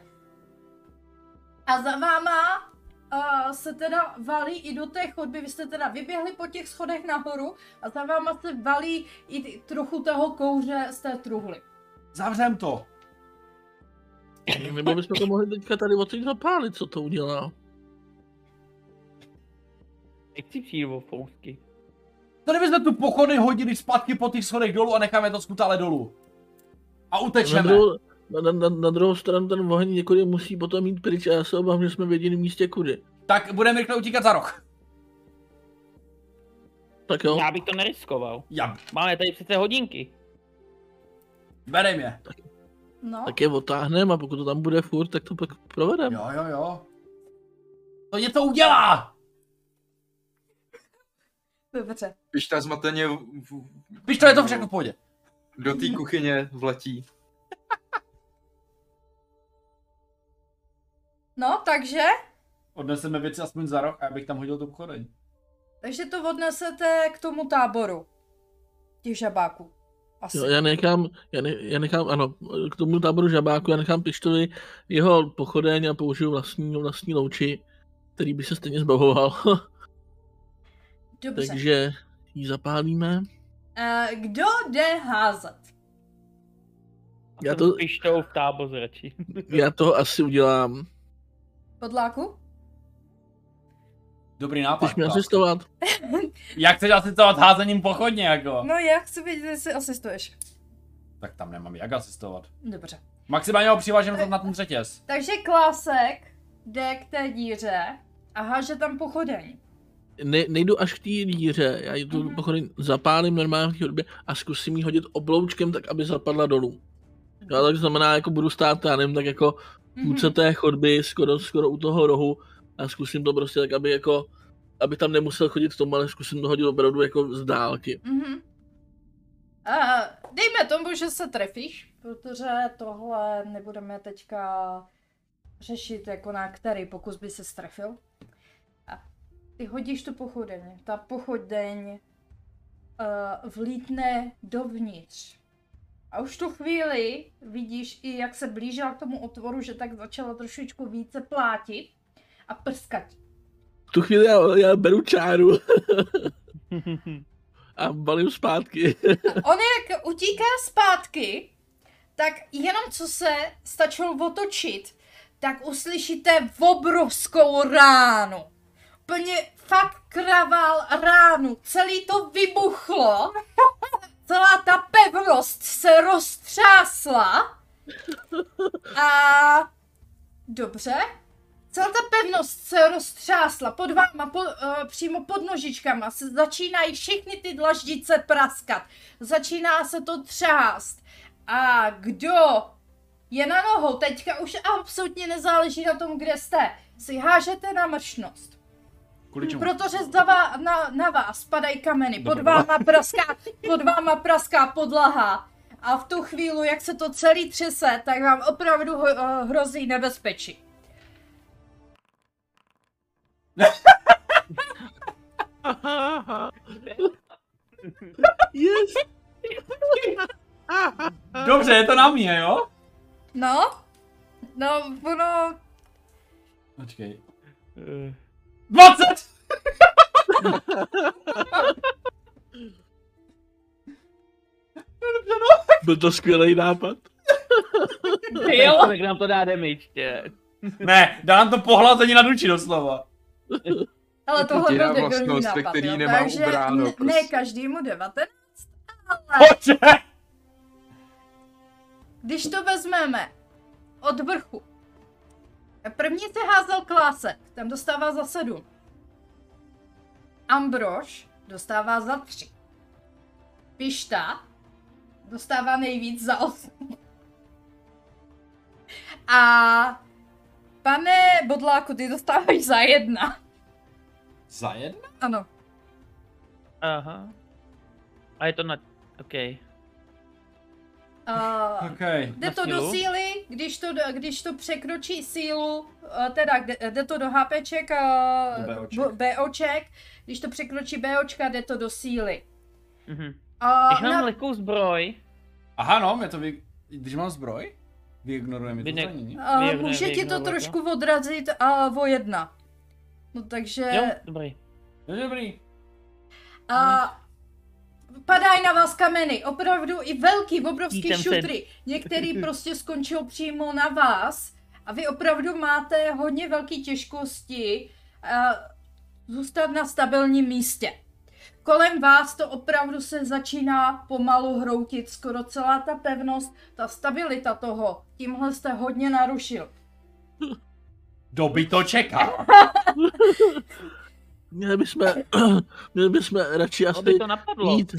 A za váma se teda valí i do té chodby, vy jste teda vyběhli po těch schodech nahoru a za váma se valí i trochu toho kouře z té truhly. Zavřem to. Nebo bychom to mohli teďka tady odsud zapálit, co to udělá. Nechci přijít o fousky. To kdybychom tu pochody hodili zpátky po těch schodech dolů a necháme to skutále dolů. A utečeme. Na druhou stranu ten oheň někudy musí potom jít pryč a já se obávám, že jsme v jediném místě kudy. Tak budeme rychle utíkat za roh. Tak jo. Já bych to neriskoval. Já. Máme tady přece hodinky. Berem je. No. Tak je otáhneme a pokud to tam bude furt, tak to pak provedeme. Jo. To něco udělá. Dobře. Pišta zmateně Víš, to je to všechno v pohodě. do té kuchyně vletí. No, takže? Odneseme věci aspoň za roh a já bych tam hodil tu pochodeň. Takže to odnesete k tomu táboru. Těch žabáků. Asi. Jo, já nechám, ano, k tomu táboru žabáku, já nechám Pištovi jeho pochodeň a použiju vlastní louči, který by se stejně zbavoval. Dobře. Takže ji zapálíme. Kdo jde házet? Já to- Pištou v táboře radši. Já to asi udělám. Podláku? Dobrý nápad. Chceš mi tak. asistovat? Jak chceš asistovat házením pochodně, jako? No já chci vědět, jestli asistuješ. Tak tam nemám jak asistovat. Dobře. Maximálně ho přivážím na ten řetěz. Takže Klásek jde k té díře a háže tam pochodeň. Nejdu až k té díře, já ji tu pochodeň zapálím normálně v chodbě a zkusím ji hodit obloučkem tak, aby zapadla dolů. Jo, tak znamená, jako budu stát, já nevím, tak jako půlce té chodby, skoro u toho rohu a zkusím to prostě tak, aby tam nemusel chodit v tom, ale zkusím to hodit opravdu jako z dálky. Dejme tomu, že se trefíš, protože tohle nebudeme teďka řešit jako na který pokus by se strefil. A ty hodíš tu pochodeň. Ta pochodeň vlítne dovnitř. A už tu chvíli vidíš i jak se blížila k tomu otvoru, že tak začala trošičku více plátit a prskat. V tu chvíli já beru čáru a balím zpátky. On jak utíká zpátky, tak jenom co se stačil otočit, tak uslyšíte obrovskou ránu. Plně fakt kravál ránu. Celý to vybuchlo. Celá ta pevnost se roztřásla. A dobře. Celá ta pevnost se roztřásla pod váma, přímo pod nožičkama se začínají všechny ty dlaždice praskat. Začíná se to třást. A kdo je na nohou, teďka už absolutně nezáleží na tom, kde jste. si hážete na mršnost. Kvůli čemu? Protože na vás padají kameny, pod váma praská podlaha a v tu chvíli, jak se to celý třese, tak vám opravdu hrozí nebezpečí. Yes. Dobře, je to na mě, jo? No, ono... Počkej. 20! Byl to skvělý nápad. Jo, tak nám to dá damage. Ne, dá nám to pohlazení na duči doslova. Ale tohle byl debilní vlastnost, nápad, který jo, nemá takže ubráno, ne prostě. každému 19, ale Pojď! když to vezmeme od vrchu, první se házel Klásek, ten dostává za 7. Ambrož dostává za 3. Pišta dostává nejvíc za 8. A pane Bodláku, ty dostáváš za 1. Za 1? Ano. Aha. A je to na... OK. Okay. Jde to do sílu? síly, když to překročí sílu, teda jde to do HPček, BOček, když to překročí BOčka, jde to do síly. Mhm. Když mám Na, lehkou zbroj, Aha, no, mě to když mám zbroj, vyignoruje mi to Vy ne- zranění. může ti to vyignorovat, trošku odrazit o 1. No takže... jo, dobrý. To je dobrý. Padají na vás kameny, opravdu i velký, obrovský Jítem se. šutry. Některý prostě skončil přímo na vás a vy opravdu máte hodně velký těžkosti zůstat na stabilním místě. Kolem vás to opravdu se začíná pomalu hroutit, skoro celá ta pevnost, ta stabilita toho, tímhle jste hodně narušil. Doby to čeká. Měli bychom radši To by asi to napadlo. jít.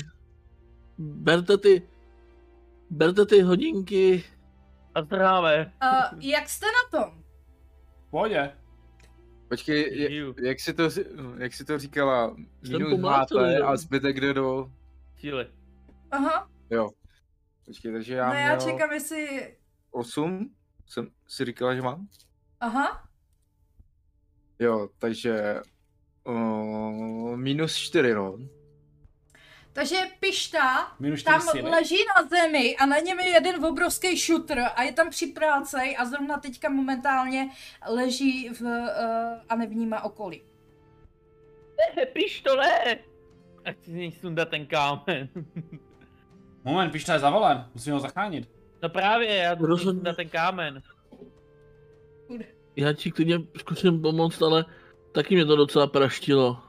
Berte ty hodinky. A zdráve. Jak jste na tom? V pohodě. Počkej, Žiju. jak jsi to říkala, Jsem minus pomlácený, HP jo. a zbytek jde do... Síly. Aha, Jo. Počkej, takže já no měl já čekám, jestli... 8, jsem si říkala, že mám? Aha. Jo, takže... minus 4, no. Takže Pišta Minus 4 tam síly. leží na zemi a na něm je jeden obrovský šutr a je tam při práci a zrovna teďka momentálně leží a nevnímá okolí. Pištole! Ať si z něj sundat ten kámen. Moment, Pišta je zavalen, musím ho zachránit. No právě, já jdu Rozhodně. sundat ten kámen. Já ti klidně zkusím pomoct, ale taky mě to docela praštilo.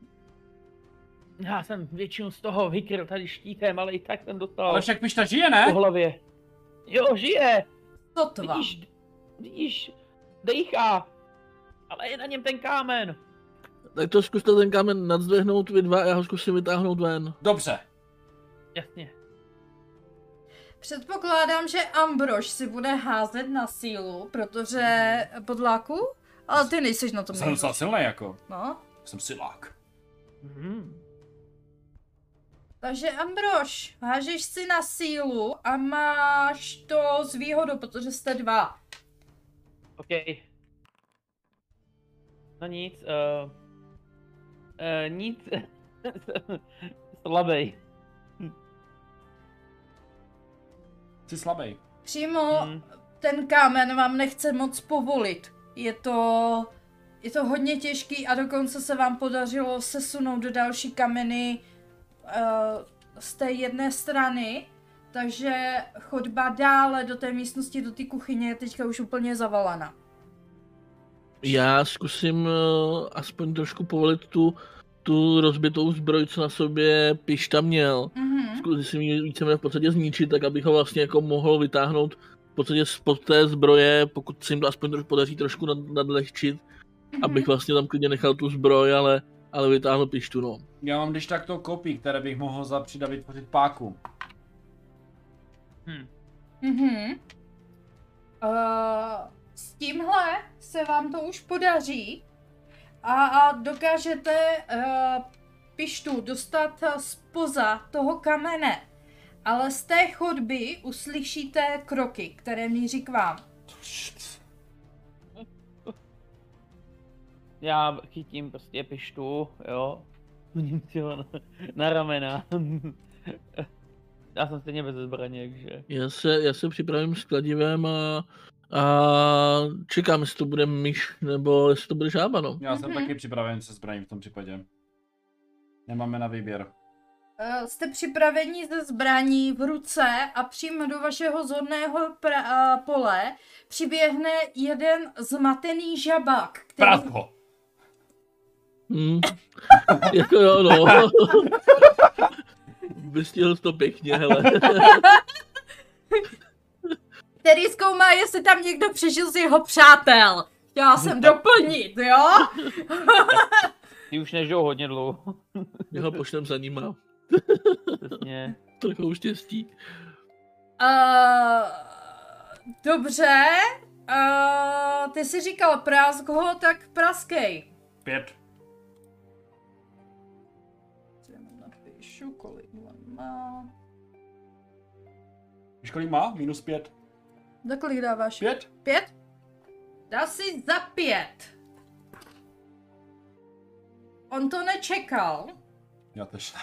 Já jsem většinu z toho vykryl tady štítem, ale i tak jsem dostal Ale však Pišta žije, po ne? hlavě. Jo, žije! Sotva. Vidíš, dejchá. Ale je na něm ten kámen. Tak to zkuste ten kámen nadzvihnout vy dva a já ho zkusím vytáhnout ven. Dobře. Jasně. Předpokládám, že Ambrož si bude házet na sílu, protože Bodláku? Ale ty nejseš na tom Jsem docela silný jako. No. Jsem silák. Mhm. Takže Ambrož, hážeš si na sílu a máš to s výhodou, protože jste 2. OK. No nic, nic. Slabej. Jsi slabý. Přímo ten kámen vám nechce moc povolit. Je to hodně těžký a dokonce se vám podařilo sesunout do další kameny z té jedné strany, takže chodba dále do té místnosti, do té kuchyně je teďka už úplně zavalena. Já zkusím aspoň trošku povolit tu rozbitou zbroj, co na sobě Pišta měl. Zkusím ji víceméně v podstatě zničit, tak abych ho vlastně jako mohl vytáhnout v podstatě spod té zbroje, pokud se jim to aspoň podaří trošku nadlehčit, abych vlastně tam klidně nechal tu zbroj, ale vytáhl Pištu, no. Já mám když tak to kopí, které bych mohl zapřít a vytvořit páku. S se vám to už podaří a dokážete pištu dostat spoza toho kamene. Ale z té chodby uslyšíte kroky, které míří k vám. Já chytím prostě pištu, jo. Hodím si ho na ramena. Já jsem stejně bez zbraně, takže... Já se připravím s kladivem a čekám, jestli to bude myš, nebo jestli to bude žába, no. Já jsem taky připraven se zbraní v tom případě. Nemáme na výběr. Jste připraveni ze zbraní v ruce a přímo do vašeho zorného pole přiběhne jeden zmatený žabák, který... Prátko! Jako jo, no. Vystihl to pěkně, hele. Který zkoumá, jestli tam někdo přežil z jeho přátel. Já jsem doplnit, jo? Ty už nežijou hodně dlouho. My ho pošlem za nima. Přesně. Trochu štěstí. Dobře. Ty jsi říkal prásk ho, tak praskej. 5. Napíšu, kolik má. Víš, kolik má? -5. Za kolik dáváš? 5? 5? Dá si za 5. On to nečekal. Já tež ne.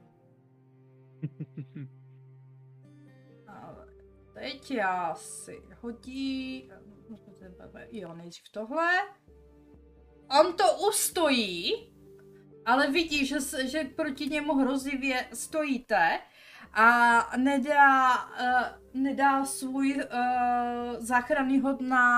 Ale teď já si hodí... Jo, nejdřív tohle. On to ustojí, ale vidí, že proti němu hrozivě stojíte a nedá svůj záchranný hod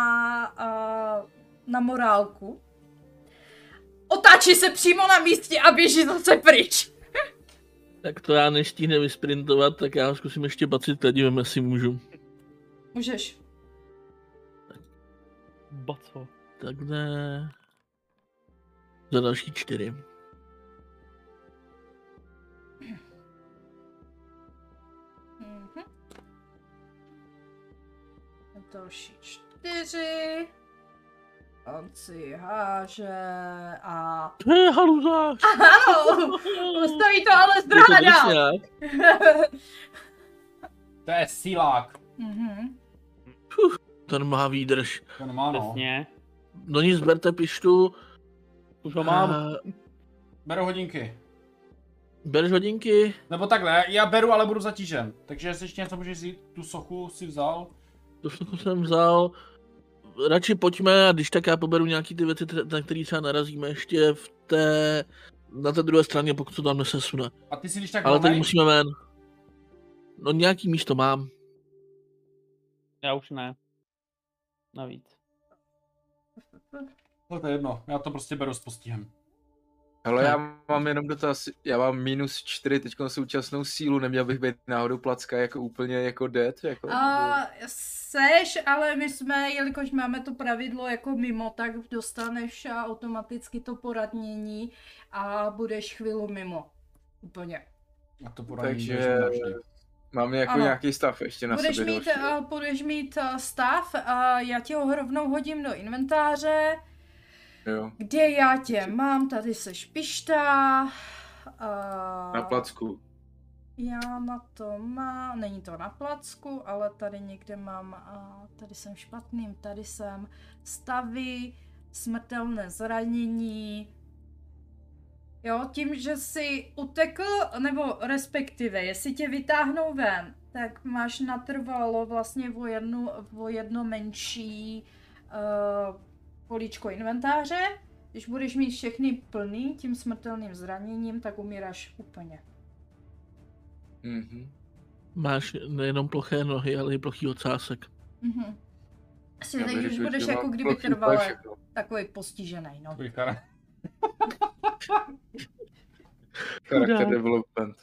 na morálku. Otáčí se přímo na místě a běží zase pryč. Tak to já nestihne vysprintovat, tak já zkusím ještě bacit kladivem, jestli můžu. Můžeš. Baco. Takhle... Za další 4. Další 4. On si háže a... Haluzář! Ano, stojí to ale zdráda dál. To je sílák. Ten má výdrž. Ten má, no. Přesně. No nic, berte pištu. Už ho mám. Beru hodinky. Bereš hodinky? Nebo takhle, já beru, ale budu zatížen. Takže jestli ještě něco můžeš říct, tu sochu si vzal. Tu sochu jsem vzal. Radši pojďme a když tak já poberu nějaký ty věci, na které třeba narazíme ještě na té druhé straně, pokud to tam nesesune. A ty si když tak ale volnej? teď musíme ven. No nějaký místo mám. Já už ne. Navíc. No to je jedno, já to prostě beru s postihem. Hele, já mám jenom dotaz, já mám -4 teď na současnou sílu, neměl bych být náhodou placka jako úplně jako dead? Jako, seš, ale my jsme, jelikož máme to pravidlo jako mimo, tak dostaneš automaticky to poradnění a budeš chvíli mimo. Úplně. A to poradnění. Takže mám jako nějaký stav ještě na sobě. Budeš mít stav a já tě ho rovnou hodím do inventáře. Jo. Kde já tě mám? Tady seš pišta. Na placku. Já na to mám, není to na placku, ale tady někde mám, tady jsem špatným, tady jsem stavy, smrtelné zranění. Jo, tím, že jsi utekl, nebo respektive, jestli tě vytáhnou ven, tak máš natrvalo vlastně o jedno menší políčko inventáře. Když budeš mít všechny plný tím smrtelným zraněním, tak umíráš úplně. Mhm. Máš nejenom ploché nohy, ale i plochý ocásek. Mhm. Asi teď už budeš jako kdyby trvale takový postižený, no. Charakter development.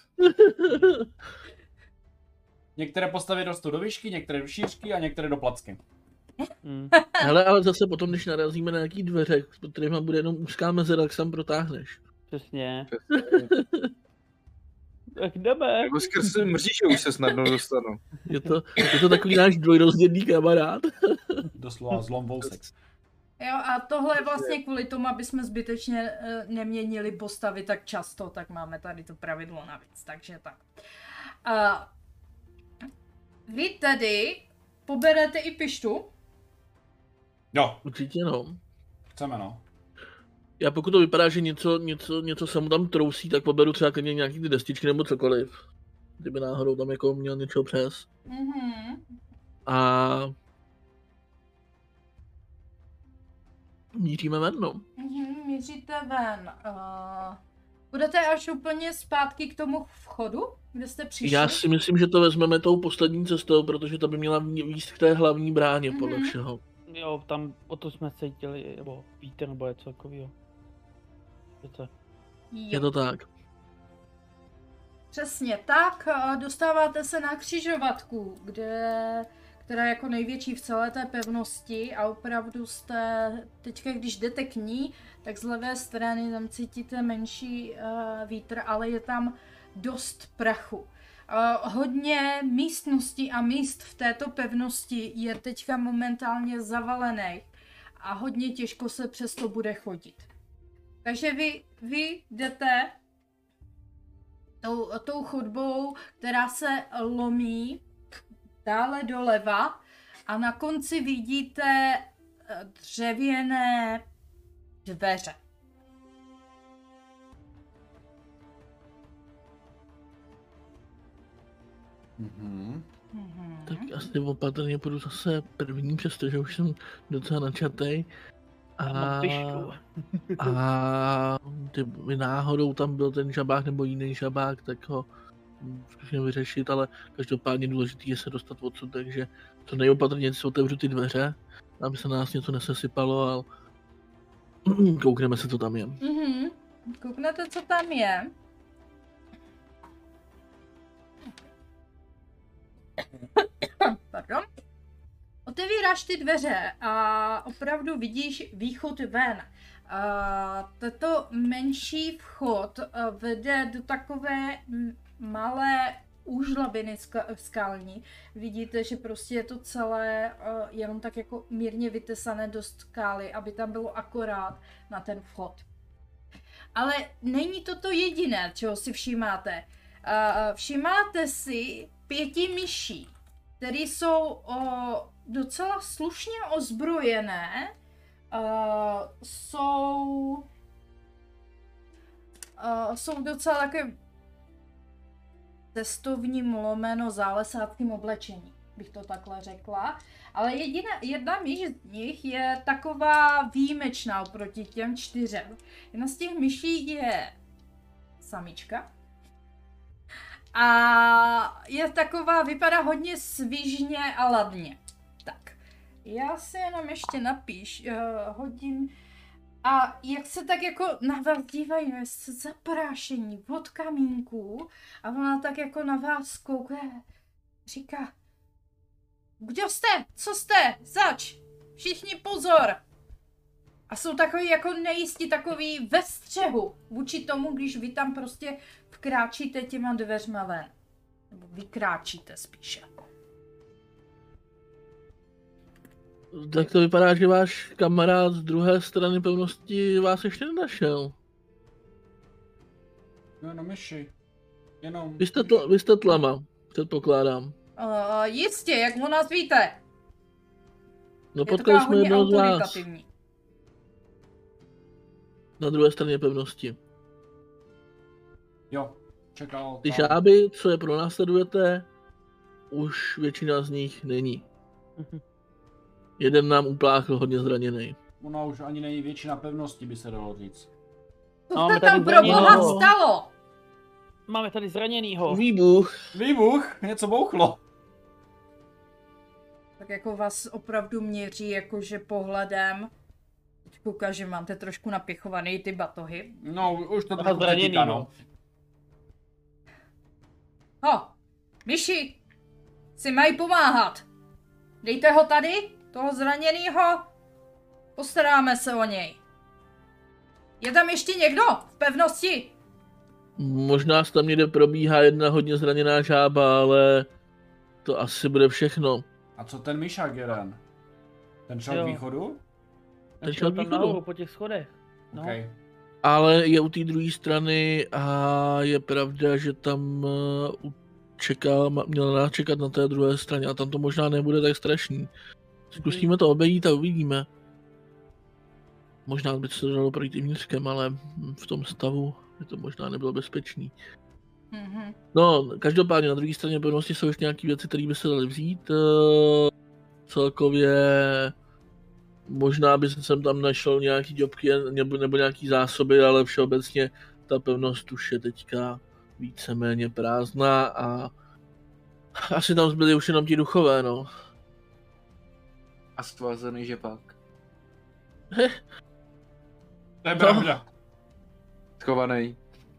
Některé postavy rostou do výšky, některé do šířky a některé do placky. Hele, ale zase potom, když narazíme na nějaký dveře, kterýma bude jenom úzká mezera, tak se tam protáhneš. Přesně. Tak jdeme. Jako skrz mříže už se snadno dostanu. Je to takový náš dvojrozdělný kamarád. Doslova zlom vousek. Jo, a tohle je vlastně kvůli tomu, aby jsme zbytečně neměnili postavy tak často, tak máme tady to pravidlo navíc, takže tak. Vy tedy poberete i pištu? Jo. Určitě no. Chceme no. Já pokud to vypadá, že něco se mu tam trousí, tak poberu třeba klidně nějaký ty destičky nebo cokoliv. Kdyby náhodou tam jako měl něco přes. Mhm. A míříme ven, no. Míříte ven. Budete až úplně zpátky k tomu vchodu, kde jste přišli? Já si myslím, že to vezmeme tou poslední cestou, protože ta by měla výjít k té hlavní bráně, podle všeho. Jo, tam o to jsme cítili, nebo vítr, nebo něco takového. Je to tak. Přesně tak, dostáváte se na křižovatku, která je jako největší v celé té pevnosti a opravdu jste, teďka když jdete k ní, tak z levé strany tam cítíte menší vítr, ale je tam dost prachu. Hodně místností a míst v této pevnosti je teďka momentálně zavalených a hodně těžko se přesto bude chodit. Takže vy jdete tou chodbou, která se lomí dále doleva a na konci vidíte dřevěné dveře. Tak asi opatrně půjdu zase první, přestože už jsem docela načatej. A kdyby náhodou tam byl ten žabák nebo jiný žabák, tak ho zkusím vyřešit, ale každopádně důležitý je se dostat odsud, takže to nejopatrně si otevřu ty dveře, aby se na nás něco nesesypalo a koukneme se, co tam je. Kouknete, co tam je. Pardon. Otevíráš ty dveře a opravdu vidíš východ ven. Tento menší vchod vede do takové malé úžlabiny skalní. Vidíte, že prostě je to celé jenom tak jako mírně vytesané do skály, aby tam bylo akorát na ten vchod. Ale není to jediné, čeho si všímáte. Všímáte si 5 myší, které jsou docela slušně ozbrojené, jsou docela také cestovním lomeno zálesáckým oblečení, bych to takhle řekla. Ale jedna myš z nich je taková výjimečná oproti těm 4. Jedna z těch myší je samička. A je taková, vypadá hodně svižně a ladně. Tak, já si jenom ještě hodím. A jak se tak jako na vás dívají, se zaprášení od kamínku a ona tak jako na vás kouká, říká: Kdo jste? Co jste? Zač! Všichni pozor! A jsou takový jako nejistí, takový ve střehu vůči tomu, když vy tam prostě vkráčíte těma dveřma ven. Nebo vykráčíte spíše. Tak to vypadá, že váš kamarád z druhé strany pevnosti vás ještě nenašel. No myši. Jenom... Vy jste tlama, předpokládám. Jistě, jak o nás víte. No potkali jsme jednoho z vás. autoritativní. Na druhé straně pevnosti. Jo, čekal. Ty žáby, co je pronásledujete, už většina z nich není. Jeden nám upláchl hodně zraněný. Ona už ani není většina pevnosti, by se dalo říct. Co se tam pro boha stalo? Máme tady zraněnýho. Výbuch, něco bouchlo. Tak jako vás opravdu měří jakože pohledem. Teď kouká, že máte trošku napěchovaný ty batohy. No, už to trošku přetíká, no. Myši, si mají pomáhat. Dejte ho tady, toho zraněnýho. Postaráme se o něj. Je tam ještě někdo v pevnosti? Možná tam někde probíhá jedna hodně zraněná žába, ale to asi bude všechno. A co ten myšák jeden? Ten šel k východu? Ten šel tam nahoru po těch schodech. No. Okay. Ale je u té druhé strany a je pravda, že tam měl nás čekat na té druhé straně a tam to možná nebude tak strašný. Zkusíme to obejít a uvidíme. Možná by se to dalo projít i vnitřkem, ale v tom stavu by to možná nebylo bezpečný. Mhm. No, každopádně na druhé straně pevnosti jsou ještě nějaké věci, které by se daly vzít. Celkově možná by se sem tam našel nějaký děbky nebo nějaký zásoby, ale všeobecně ta pevnost už je teďka víceméně prázdná a asi tam zbyli už jenom ti duchové, no. A svázaný žepák. To je pravda. Schovaný.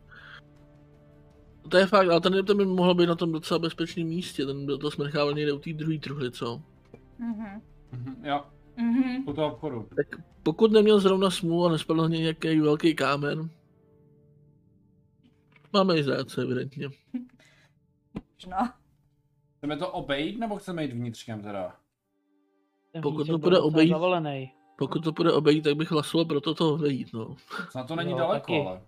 To je fakt, ale ten by mohl být na tom docela bezpečném místě, to jsme nechávali někde u té druhé truhly, co? Mhm. Jo. Mhm. U toho obchodu. Tak pokud neměl zrovna smůlu a nespadl nějaký velký kámen, máme i zrádce, evidentně. No. Chceme to obejít, nebo chceme jít vnitřkem teda? Pokud to bude obejít, zavolený. pokud to bude obejít, tak bych hlasoval pro to obejít, no. Na to není Jo, daleko, taky. ale.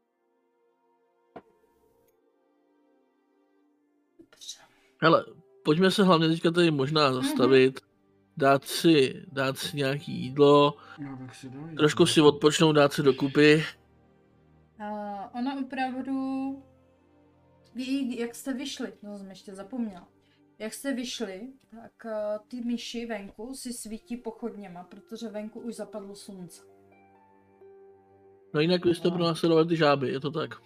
Hele, pojďme se hlavně teďka tady možná zastavit, dát si nějaký jídlo, trošku si odpočnout, dát si dokupy. Ona opravdu ví, jak jste vyšli, no jsem ještě zapomněla. Jak jste vyšli, tak ty myši venku si svítí pochodněma, protože venku už zapadlo slunce. No jinak vy jste pronásledovali ty žáby, je to tak?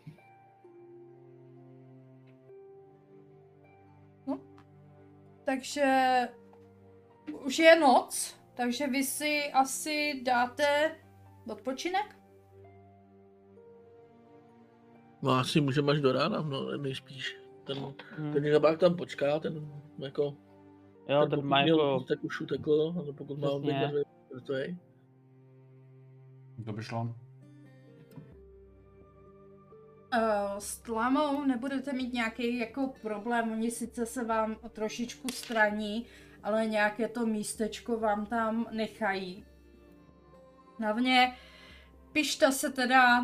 No. Takže už je noc, takže vy si asi dáte odpočinek? No asi můžeme až do rána, no nejspíš. Ten žabák tam počká, ten jako... Jo, ten pokud má měl jako... jít, tak už utekl, ale pokud má Přesně. obět mrtvej. To by šlo. S tlamou nebudete mít nějaký jako problém, oni sice se vám trošičku straní, ale nějaké to místečko vám tam nechají. Hlavně Pišta se teda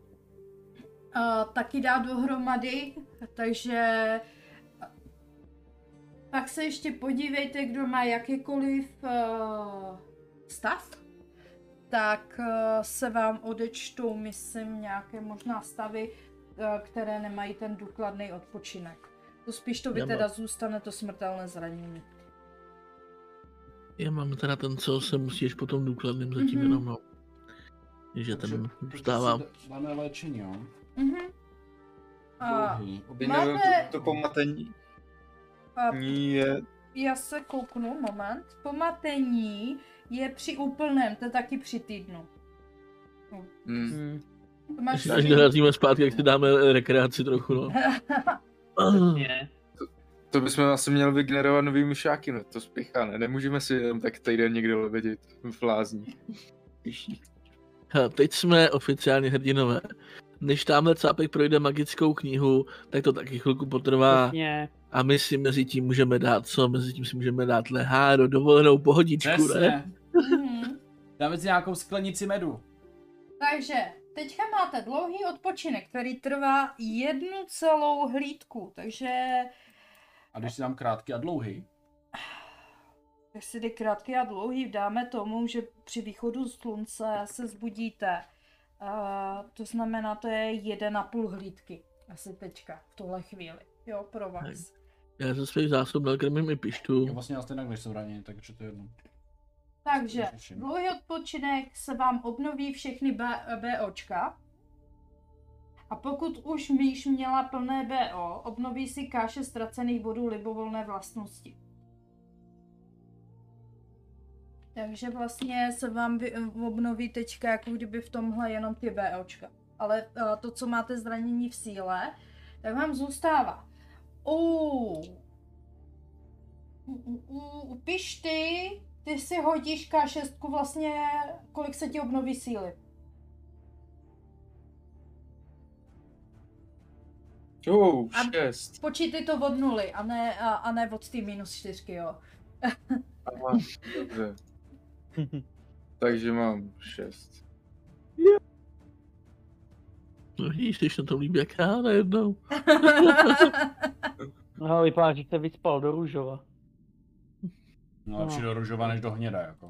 taky dá dohromady, takže pak se ještě podívejte, kdo má jakýkoliv stav, tak se vám odečtou, myslím, nějaké možná stavy, které nemají ten důkladný odpočinek. To spíš to vy teda zůstane to smrtelné zranění. Já mám teda ten, co se musíš potom důkladným zatím jenom, no. Že ten vstává. Dáme léčení, jo? Máte... To pomatení je... Já se kouknu, moment. Pomatení je při úplném, to je taky při týdnu. Až dorazíme zpátky, jak si dáme rekreaci trochu, no. To bychom asi měli vygenerovat nový myšáky, no to spěchá, ne? Nemůžeme si jenom tak týden někde levědět v lázních. Teď jsme oficiálně hrdinové. Než tamhle cápek projde magickou knihu, tak to taky chvilku potrvá. Přesně. A my si mezi tím můžeme dát co? Mezi tím si můžeme dát leháro, dovolenou pohodičku, ne? Dáme si nějakou sklenici medu. Takže teďka máte dlouhý odpočinek, který trvá 1 celou hlídku, takže... A když si dám krátký a dlouhý? Když si jde krátký a dlouhý, dáme tomu, že při východu slunce se zbudíte. To znamená, to je 1,5 hlídky. Asi teďka, v tuhle chvíli. Jo, pro vás. Já ze svých zásob nakrmím i Pištu. Jo, vlastně já stejně nejsem raněný, takže to je jedno. Takže, dlouhý odpočinek se vám obnoví všechny BOčka. A pokud už myš měla plné BO, obnoví si K6 ztracených bodů libovolné vlastnosti. Takže vlastně se vám obnoví teďka jako kdyby v tomhle jenom ty BOčka. Ale to, co máte zranění v síle, tak vám zůstává. U Pišty, ty si hodíš K6 vlastně, kolik se ti obnoví síly? Jo, 6. Počítej to od 0 a ne od ty -4, jo. Aha, dobře. takže mám 6. No víš, když na to líbí jak já najednou. No, vypadá, že se vyspal do růžova. No lepší do růžova než do hněda, jako.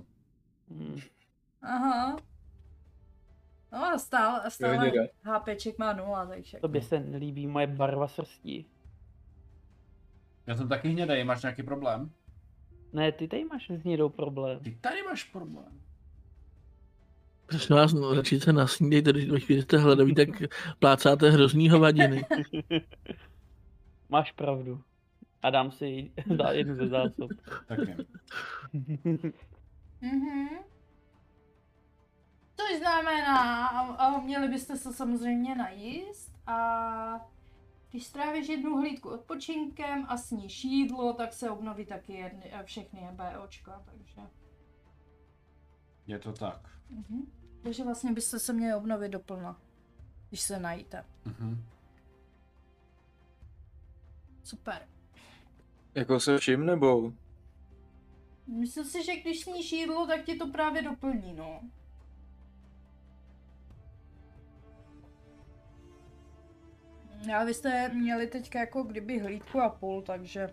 Aha. No a stále HPček má 0, takže... Tobě se nelíbí moje barva srsti. Já jsem taky hnědej, máš nějaký problém? Ne, ty tady máš s hnědou problém. Ty tady máš problém. Prosím vás, no, radši se nasnídejte, když jste hledaví, tak plácáte hrozný hovadiny. Máš pravdu. A dám si jednu ze zásob. Taky. Což znamená, a měli byste se samozřejmě najíst a když strávíš jednu hlídku odpočinkem a sníš jídlo, tak se obnoví taky všechny BOčka, takže... Je to tak. Takže vlastně byste se měli obnovit doplno, když se najíte. Super. Jako se vším, nebo? Myslím si, že když sníš jídlo, tak ti to právě doplní, no. A vy jste měli teďka jako kdyby hlídku a půl, takže...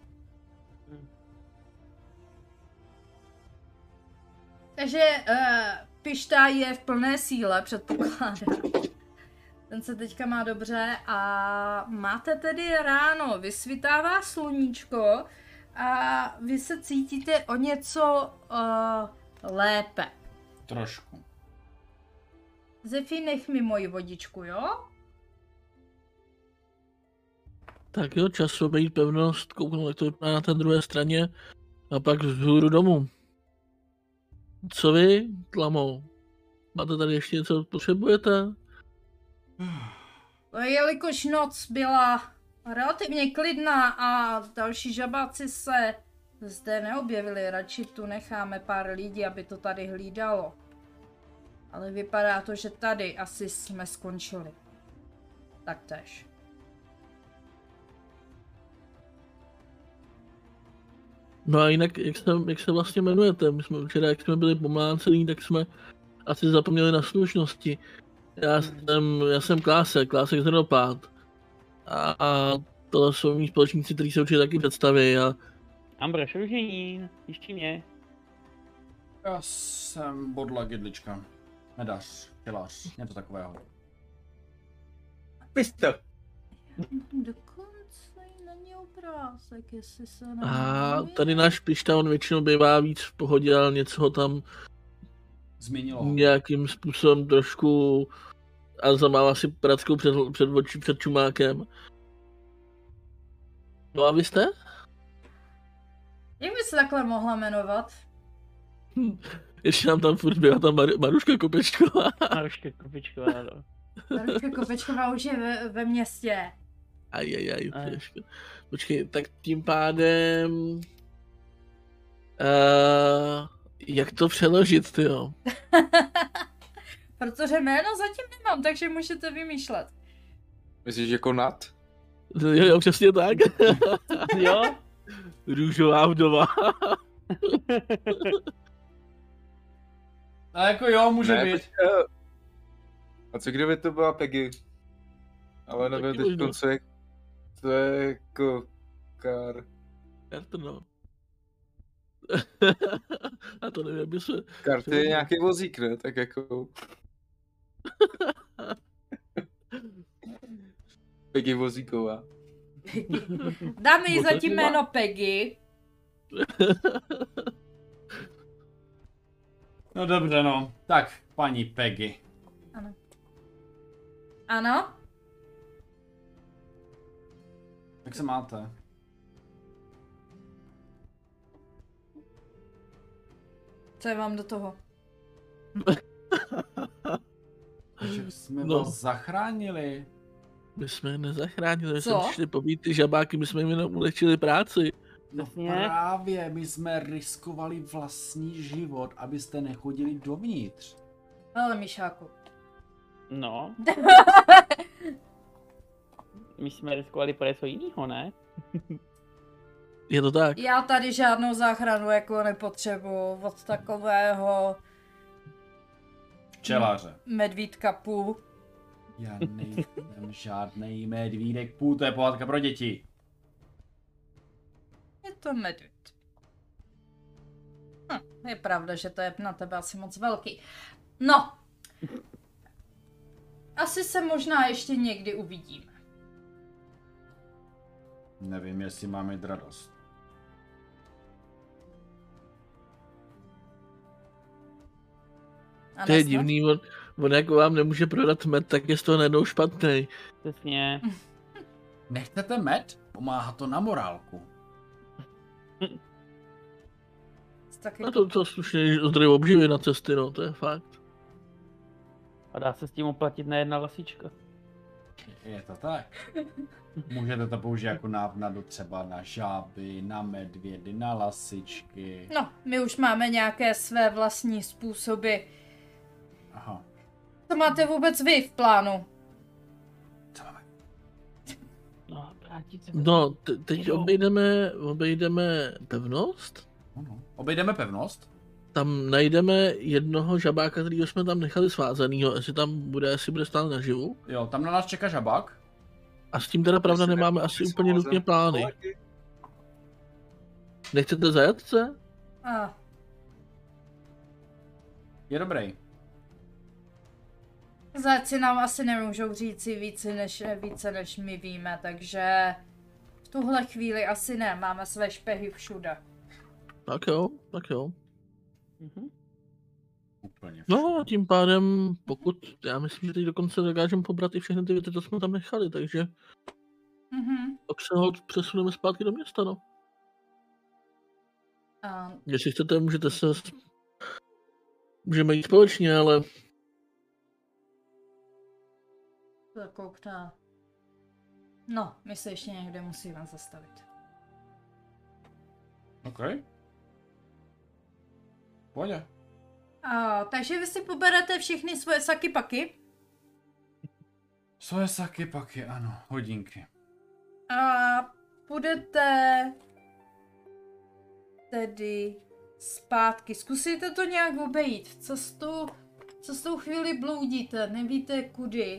Takže Pišta je v plné síle, předpokládám. Ten se teďka má dobře a máte tedy ráno, vysvítává sluníčko a vy se cítíte o něco lépe. Trošku. Zefi, nech mi moji vodičku, jo? Tak jo, čas obejít pevnost, kouknout, jak to vypadá na té druhé straně a pak vzhůru domů. Co vy, Tlamo? Máte tady ještě něco, potřebujete? Jelikož noc byla relativně klidná a další žabáci se zde neobjevili, radši tu necháme pár lidí, aby to tady hlídalo. Ale vypadá to, že tady asi jsme skončili. Taktéž. No a jinak, jak se vlastně jmenujete? My jsme včera, jak jsme byli pomlácení, tak jsme asi zapomněli na slušnosti. Já jsem Klásek Zrnopát. A tohle jsou mý společníci, kteří se určitě taky představí. Ambrož Ruženín, ještě mě. Já jsem Bodla Gidlička. Medař, včelař, něco takového. Pisto. Dokonce není obrázek, jestli se A tady náš Pišta, on většinou bývá víc v pohodě, ale něco ho tam změnilo. Nějakým způsobem trošku a zamává si prackou před očí, před čumákem. No a vy jste? Jak by se takhle mohla jmenovat? Ještě nám tam furt byla ta Maruška Kopečková. Maruška Kopečková, no. Maruška Kopečková už je ve městě. Počkej, tak tím pádem... jak to přeložit, tyjo? Protože jméno zatím nemám, takže můžete vymýšlet. Myslíš jako Nat? Jo, přesně tak. Jo? Růžová vdova. A jako jo, může být. A co kdyby to byla Peggy? Ale nevím teď, co je... To je jako... No. A to nevím, aby se... Karty je nějaký vozík, ne? Tak jako... Peggy Vozíková. Dáme jí zatím jméno Peggy. No dobře, no. Tak, paní Peggy. Ano. Ano? Jak se máte? Co je vám do toho? Takže jsme vás zachránili. My jsme je nezachránili, my Co? jsme přišli pobít ty žabáky, my jsme jim jenom ulehčili práci. No právě, my jsme riskovali vlastní život, abyste nechodili dovnitř. Ale Mišáku. No. My jsme riskovali pro něco jinýho, ne? Je to tak? Já tady žádnou záchranu jako nepotřebuji od takového včelaře. Medvídka půl. Já nejsem žádnej medvídek půl, to je pohádka pro děti. Je to medvěd. Je pravda, že to je na tebe asi moc velký. No. Asi se možná ještě někdy uvidíme. Nevím, jestli mám mít radost. To je divný, on jako vám nemůže prodat med, tak je z toho najednou špatný. Přesně. Nechcete med? Pomáhá to na morálku. A to slušně zdroj obživy na cesty, no, to je fakt. A dá se s tím oplatit na jedna lasička. Je to tak. Můžete to použít jako návnadu třeba na žáby, na medvědy, na lasičky. No, my už máme nějaké své vlastní způsoby. Aha. Co máte vůbec vy v plánu? Co máme? No, vrátit se. No, teď obejdeme pevnost. Obejdeme pevnost? Tam najdeme jednoho žabáka, kterýho jsme tam nechali svázanýho, jestli bude stát naživu. Jo, tam na nás čeká žabák. A s tím teda pravda nemáme asi úplně nutně plány. Nechcete zajatce? Je dobrý. Zajci nám asi nemůžou říci více než my víme, takže v tuhle chvíli asi ne, máme své špehy všude. Tak jo. Úplně. No a tím pádem, já myslím, že teď dokonce dokážeme pobrat i všechny ty věci, co jsme tam nechali, takže tak se ho přesuneme zpátky do města, no. Jestli chcete, můžeme jít společně, ale... Koukne. No, my se ještě někde musíme zastavit. OK. Pojď. Takže vy si poberete všechny svoje saky paky? Svoje saky paky, ano, hodinky. A půjdete tedy zpátky. Zkusíte to nějak obejít. Cestou chvíli bloudíte, nevíte kudy.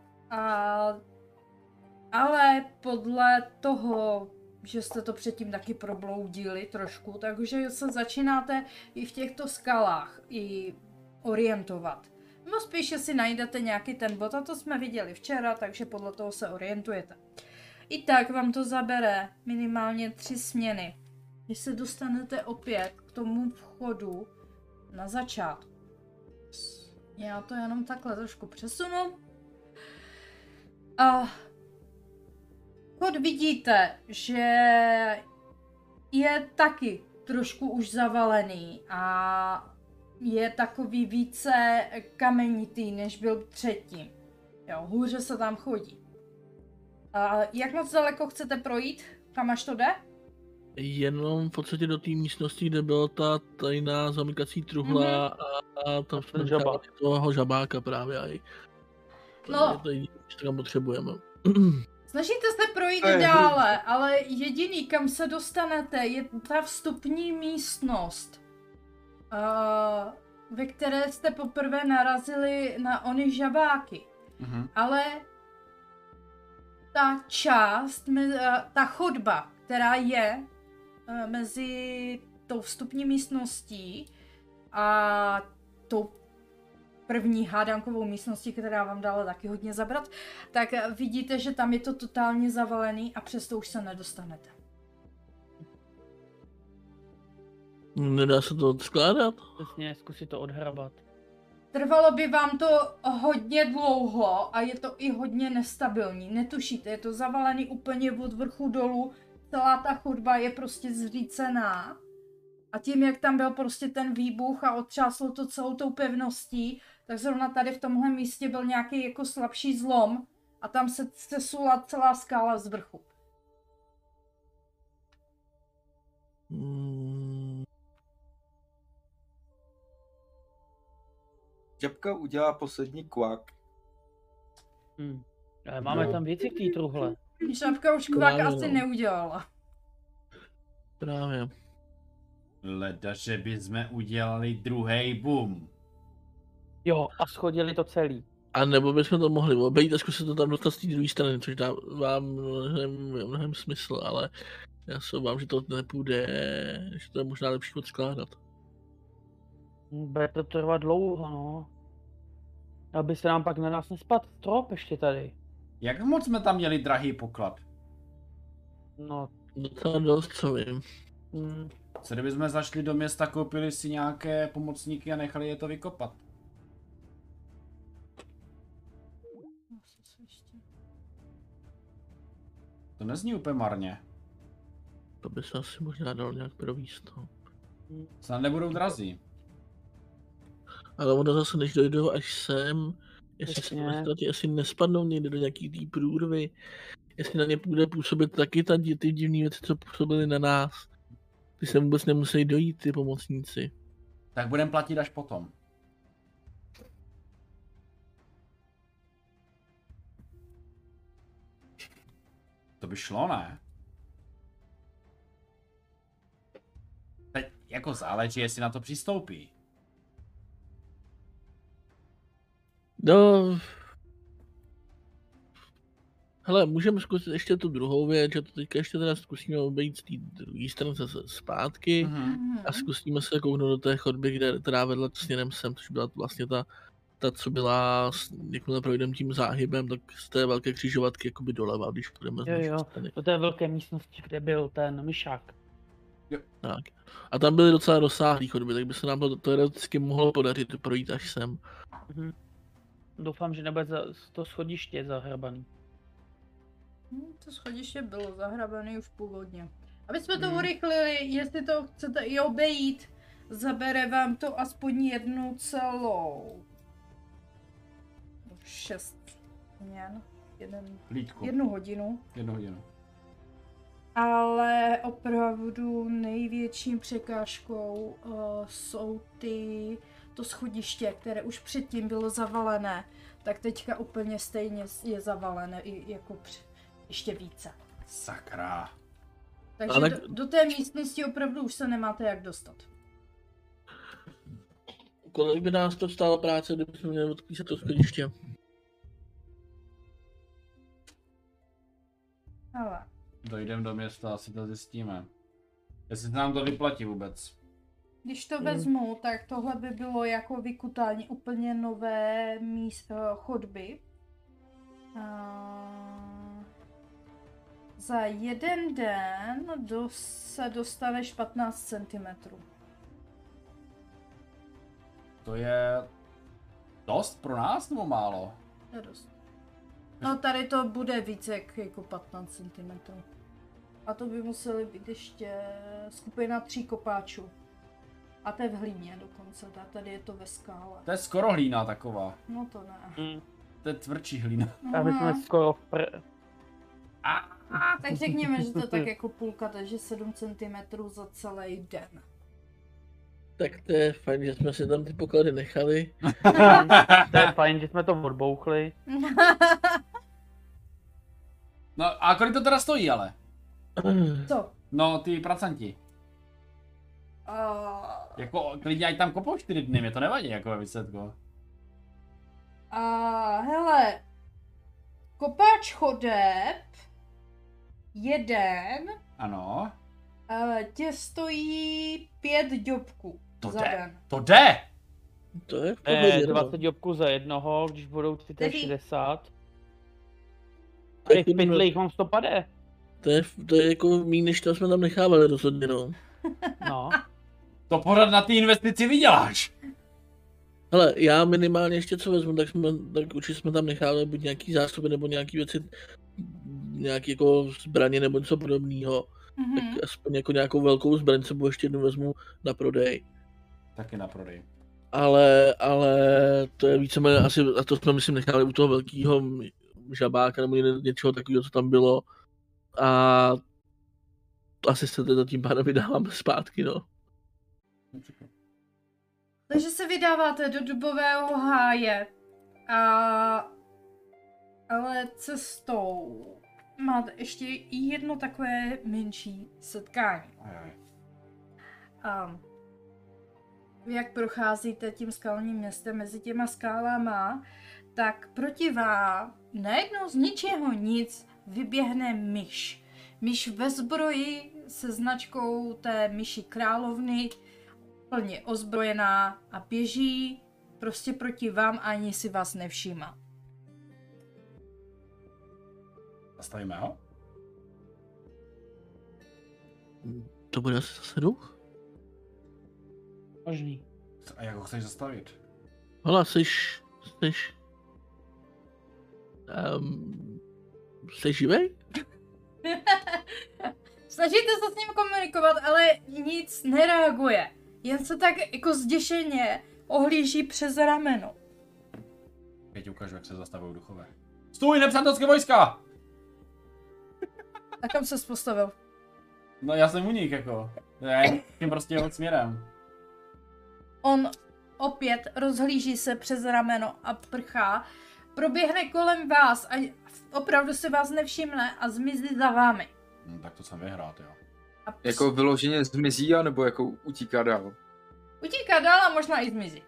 Ale podle toho, že jste to předtím taky probloudili trošku, takže se začínáte i v těchto skalách i orientovat. No spíše si najdete nějaký ten bod, a to jsme viděli včera, takže podle toho se orientujete. I tak vám to zabere minimálně 3 směny, když se dostanete opět k tomu vchodu na začátku. Já to jenom takhle trošku přesunu. Vchod vidíte, že je taky trošku už zavalený a je takový více kamenitý, než byl předtím. Jo, hůře se tam chodí. Jak moc daleko chcete projít? Kam až to jde? Jenom v podstatě do té místnosti, kde byla ta tajná zamykací truhla a tam jsme nechali toho žabáka právě. No. To je co tam potřebujeme. Snažíte se projít dále, ale jediný, kam se dostanete, je ta vstupní místnost, ve které jste poprvé narazili na ony žabáky. Ale ta část, ta chodba, která je mezi tou vstupní místností a tou první hádankovou místností, která vám dala taky hodně zabrat, tak vidíte, že tam je to totálně zavalený a přesto už se nedostanete. Nedá se to odskládat? Přesně, zkusit to odhrabat. Trvalo by vám to hodně dlouho a je to i hodně nestabilní. Netušíte, je to zavalený úplně od vrchu dolů, celá ta chodba je prostě zřícená. A tím, jak tam byl prostě ten výbuch a otřáslo to celou tou pevností, tak zrovna tady v tomhle místě byl nějaký jako slabší zlom a tam se sesula celá skála z vrchu. Žabka udělá poslední kvak. Ale máme tam věci k té truhle. Žabka už kvak asi neudělala. Právě. Leda, že bychom udělali druhý boom. Jo, a schodili to celý. A nebo bychom to mohli obejít a zkusit to tam dostat z té druhé strany, což dává mnohem smysl, ale já se obávám, že to nepůjde, že to je možná lepší odskládat. Bude to trvat dlouho, no. Aby se nám pak na nás nespadl strop ještě tady. Jak moc jsme tam měli drahý poklad? No. Docela dost, co vím. Co kdybychom zašli do města, koupili si nějaké pomocníky a nechali je to vykopat? To nezní úplně marně. To by se asi možná dalo nějak províst, no. Snad nebudou drazí. Ale ono zase, než dojdou až sem, jestli nespadnou někde do nějaký té průrvy, jestli na ně bude působit taky ty divné věci, co působily na nás. Ty se vůbec nemusí dojít, ty pomocníci. Tak budeme platit až potom. To by šlo, ne? Teď jako záleží, jestli na to přistoupí. No... Hele, můžeme zkusit ještě tu druhou věc, že to teďka ještě teda zkusíme obejít z té druhé strany zpátky a zkusíme se kouknout do té chodby, která vedla směrem sem, což byla vlastně ta co byla, jakmile projdeme tím záhybem, tak z té velké křižovatky jakoby doleva, když půjdeme z naší strany. Do té velké místnosti, kde byl ten myšák. Jo. Tak. A tam byly docela rozsáhlé chodby, tak by se nám to teoreticky mohlo podařit projít až sem. Doufám, že nebude to schodiště zahrabaný. To schodiště bylo zahrabané už původně. Aby jsme to urychlili, jestli to chcete i obejít, zabere vám to aspoň jednu celou 6 měn, 1 hodinu. 1 hodinu. Ale opravdu největší překážkou jsou to schodiště, které už předtím bylo zavalené, tak teďka úplně stejně je zavalené i jako ještě více. Sakra. Takže ale... do té místnosti opravdu už se nemáte jak dostat. Kolik by nás to stálo práce, kdybychom měli odklízet to schodiště? Ale. Dojdeme do města, asi to zjistíme. Jestli nám to vyplatí vůbec. Když to vezmu, tak tohle by bylo jako vykutání úplně nové chodby. Za jeden den se dostaneš 15 cm. To je dost pro nás nebo málo? To je dost. No tady to bude více jako 15 cm. A to by museli být ještě skupina 3 kopáčů. A to je v hlíně dokonce, tady je to ve skále. To je skoro hlína taková. No to ne. To je tvrdší hlína. A my jsme skoro tak řekněme, že to tak jako půlka, takže 7 cm za celý den. Tak to je fajn, že jsme si tam ty poklady nechali. To je fajn, že jsme to odbouchli. No a kolik to teda stojí ale? Co? No ty pracanti. Jako klidně ať tam kopou 4 dny, mě to nevadí jako ve výsledku. Hele, kopáč chodeb, jeden. Ano. Tě stojí 5 děbků za den. To jde! To je 20 děbků za jednoho, když budou 60. A těch pytlích mám 150. To je jako méně, než to jsme tam nechávali rozhodně, no. No. To pořád na ty investici vyděláš. Hele, já minimálně ještě co vezmu, tak určitě jsme tam nechali buď nějaký zásoby nebo nějaký věci, nějaký jako zbraně nebo něco podobného. Tak aspoň jako nějakou velkou zbraň sebou ještě jednu vezmu na prodej. Taky na prodej. Ale to je víceméně asi, a to jsme myslím nechali u toho velkého žabáka nebo něčeho takového, co tam bylo. A asi se teda tím pádem vydáváme zpátky, no. Takže se vydáváte do dubového háje. Ale cestou máte ještě jedno takové menší setkání. Vy jak procházíte tím skalním městem mezi těma skálama, tak proti vám najednou z ničeho nic vyběhne myš. Myš ve zbroji se značkou té myši královny, plně ozbrojená a běží prostě proti vám a ani si vás nevšímá. Zastavíme ho? To bude asi zase duch? Možný. A jak ho chceš zastavit? Hele, jsi živej? Snažíte se s ním komunikovat, ale nic nereaguje. Jen se tak jako zděšeně ohlíží přes rameno. Já ti ukážu, jak se zastavují duchové. Stůj, nepřátelské vojska! A kam se postavil? No já jsem unik, jako. Ne, tím prostě jeho směrem. On opět rozhlíží se přes rameno a prchá. Proběhne kolem vás a opravdu se vás nevšimne a zmizí za vámi. No, tak to jsem vyhrál, jo. Jako vyloženě zmizí, anebo jako utíká dál? Utíká dál a možná i zmizí.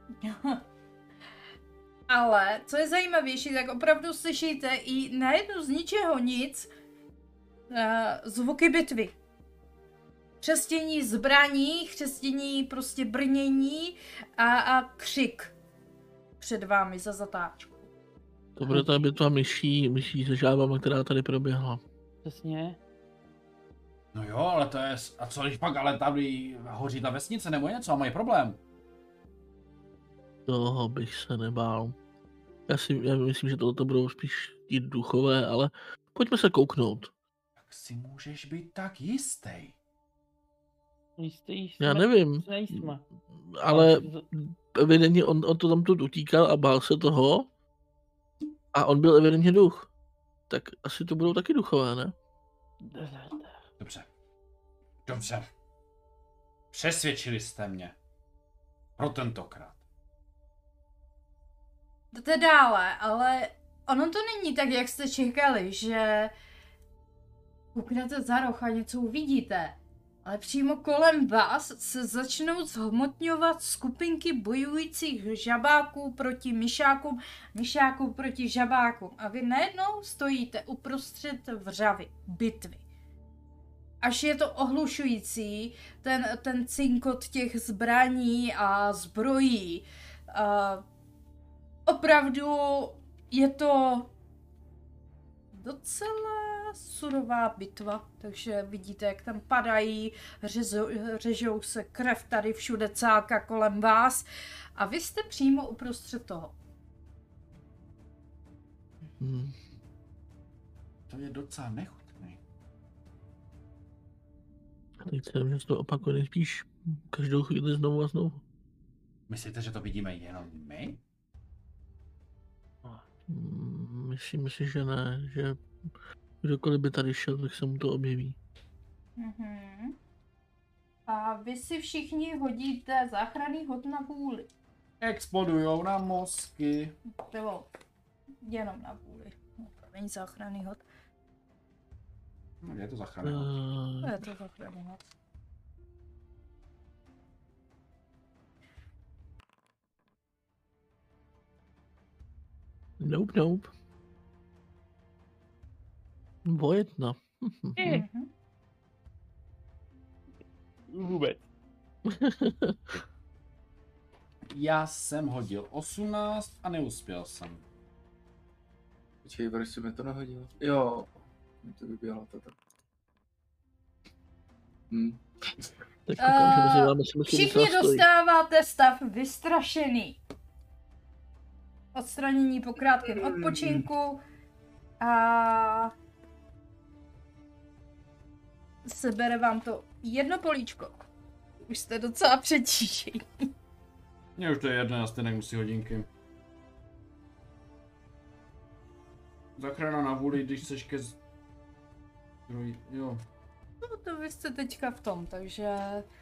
Ale, co je zajímavější, tak opravdu slyšíte i najednou z ničeho nic zvuky bitvy. Chřestění zbraní, chřestění prostě brnění a křik před vámi za zatáčku. To bude ta bitva myší se žábama, která tady proběhla. Přesně. No jo, ale to je... A co když pak ale tady hoří ta vesnice nebo něco a mají problém? Toho bych se nebál. Já myslím, že tohle budou spíš ti duchové, ale pojďme se kouknout. Jak si můžeš být tak jistý? Jistý Já nevím, nejsme. ale evidentně on to tam utíkal a bál se toho a on byl evidentně duch. Tak asi to budou taky duchové, ne? Dobře. Dobře. Přesvědčili jste mě. Pro tentokrát. Jdete dále, ale ono to není tak, jak jste čekali, že kouknete za roh a něco uvidíte. Ale přímo kolem vás se začnou zhmotňovat skupinky bojujících žabáků proti myšákům, myšáků proti žabákům. A vy najednou stojíte uprostřed vřavy, bitvy. Až je to ohlušující, ten cinkot těch zbraní a zbrojí. Opravdu je to docela surová bitva, takže vidíte, jak tam padají, řežou se krev tady všude cáka kolem vás a vy jste přímo uprostřed toho. To je docela nechutný. Teď jsem, že se to opakuje nejspíš každou chvíli znovu a znovu. Myslíte, že to vidíme jenom my? Myslím si, že ne, že kdokoliv by tady šel, tak se mu to objeví. A vy si všichni hodíte záchranný hod na vůli. Explodujou na mozky. Bylo jenom na vůli. No, to není záchranný hod. No, je to záchranný hod. Je to záchranný hod. Nope. Vojetna. Vůbec. Já jsem hodil 18 a neuspěl jsem. Počkej, proč jsi mi to nahodil? Jo, to vyběhla to tak. Tak koukám, že máme všichni dostáváte stav vystrašený. Odstranění po krátkém odpočinku a sebere vám to jedno políčko. Už jste docela přetížení. Mně už to je jedno, já stejně musí hodinky. Zachrana na vůli, když seš ke zdroji, jo. No to vy jste teďka v tom, takže...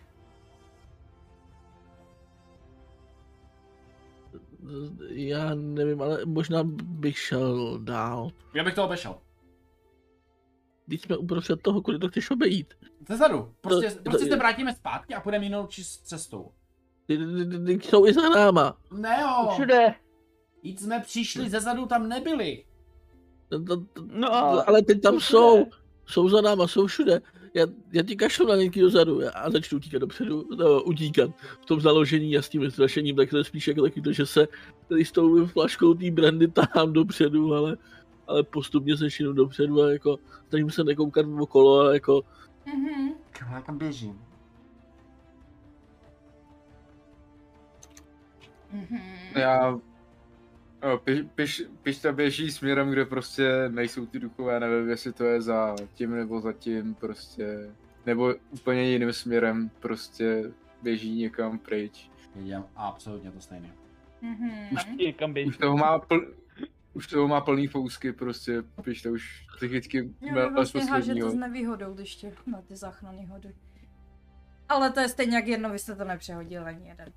Já nevím, ale možná bych šel dál. Já bych to obešel. Když jsme uprostřed toho, kudy to chceš obejít. Zezadu. Prostě se vrátíme zpátky a půjdeme jinou cestou. Ty jsou i za náma. Neo! Všude. Jít jsme přišli, zezadu tam nebyli. No, Ale teď tam jsou. Jsou za náma, jsou všude. Já ti kašlu na něký dozadu a začnu utíkat dopředu, utíkat. V tom založení a s tím vystrašením, tak to je spíš jako taky to, že se tady s tou flaškou té brandy tahám dopředu, ale postupně se šinu dopředu a jako snažím se nekoukat okolo, ale jako... Já tam běžím. Já... Pišta běží směrem, kde prostě nejsou ty duchové, nevím, jestli to je za tím nebo za tím, prostě... Nebo úplně jiným směrem, prostě běží někam pryč. Vidím, absolutně to stejné. už někam běží. Už toho má plný fousky, prostě Pišta už psychicky vlastně hážete s nevýhodou, když tě na ty záchranné hody. Ale to je stejně jak jedno, vy jste to nepřehodil ani jeden.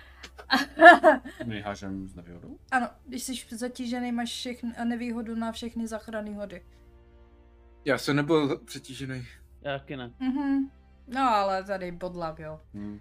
My hážem s nevýhodou? Ano, když jsi zatížený, máš nevýhodu na všechny záchranné hody. Já jsem nebyl přetížený. Já taky ne. No ale tady bodlak, jo.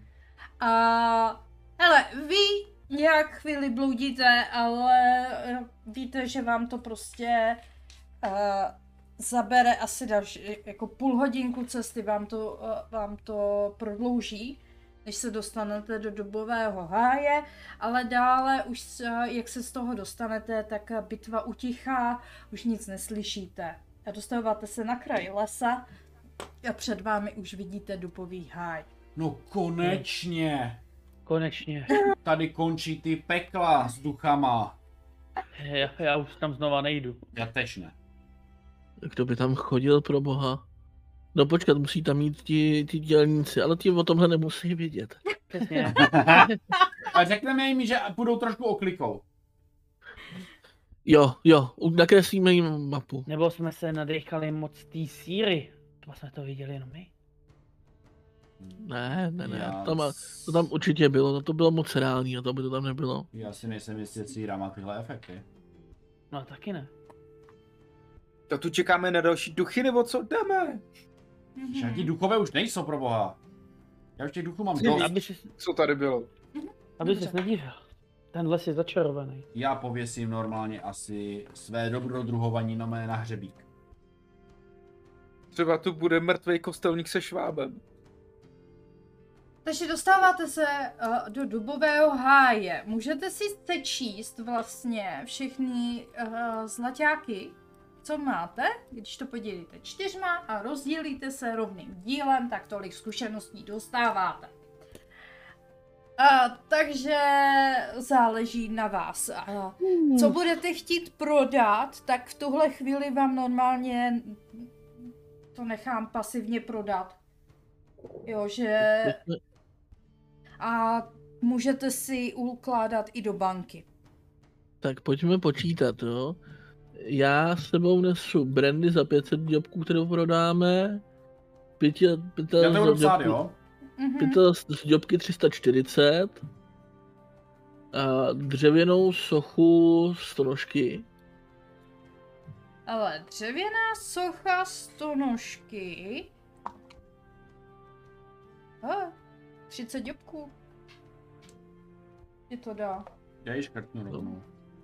Hele, vy nějak chvíli bloudíte, ale víte, že vám to prostě zabere asi další, jako půl hodinku cesty vám to prodlouží, než se dostanete do Dubového háje, ale dále už, jak se z toho dostanete, tak bitva utichá, už nic neslyšíte. A dostáváte se na kraj lesa a před vámi už vidíte Dubový háj. No konečně! Konečně. Tady končí ty pekla s duchama. Já už tam znova nejdu. Já tež ne. Kdo by tam chodil, pro boha? No počkat, musí tam mít ti dělníci, ale ti o tomhle nemusí vědět. Přesně. A řekneme jim, že půjdou trošku oklikou. Jo, nakreslíme jim mapu. Nebo jsme se nadechali moc té síry. To jsme to viděli jenom my. Ne, to tam určitě bylo, to bylo moc reálný a to by to tam nebylo. Já si nejsem jistý, jestli síra má tyhle efekty. No taky ne. To tu čekáme na další duchy, nebo co? Jdeme! Žádní duchové už nejsou, pro boha. Já už těch duchů mám dost. Co tady bylo? Aby ses nedivil. Ten les je začarovaný. Já pověsím normálně asi své dobrodruhovaní na mé hřebík. Třeba tu bude mrtvej kostelník se švábem. Takže dostáváte se do Dubového háje. Můžete si přečíst vlastně všechny zlaťáky, co máte, když to podělíte 4 a rozdělíte se rovným dílem, tak tolik zkušeností dostáváte. Takže záleží na vás. Co budete chtít prodat, tak v tuhle chvíli vám normálně to nechám pasivně prodat. Jo, že... A můžete si ukládat i do banky. Tak pojďme počítat, jo. Já s sebou nesu brandy za 500 děbků, kterou prodáme. Já to budu psát, jo? Z děbky 340. A dřevěnou sochu stonožky. Ale dřevěná socha stonožky... 30 děbků. Ti to dá. Já ji škrtnu rovnou.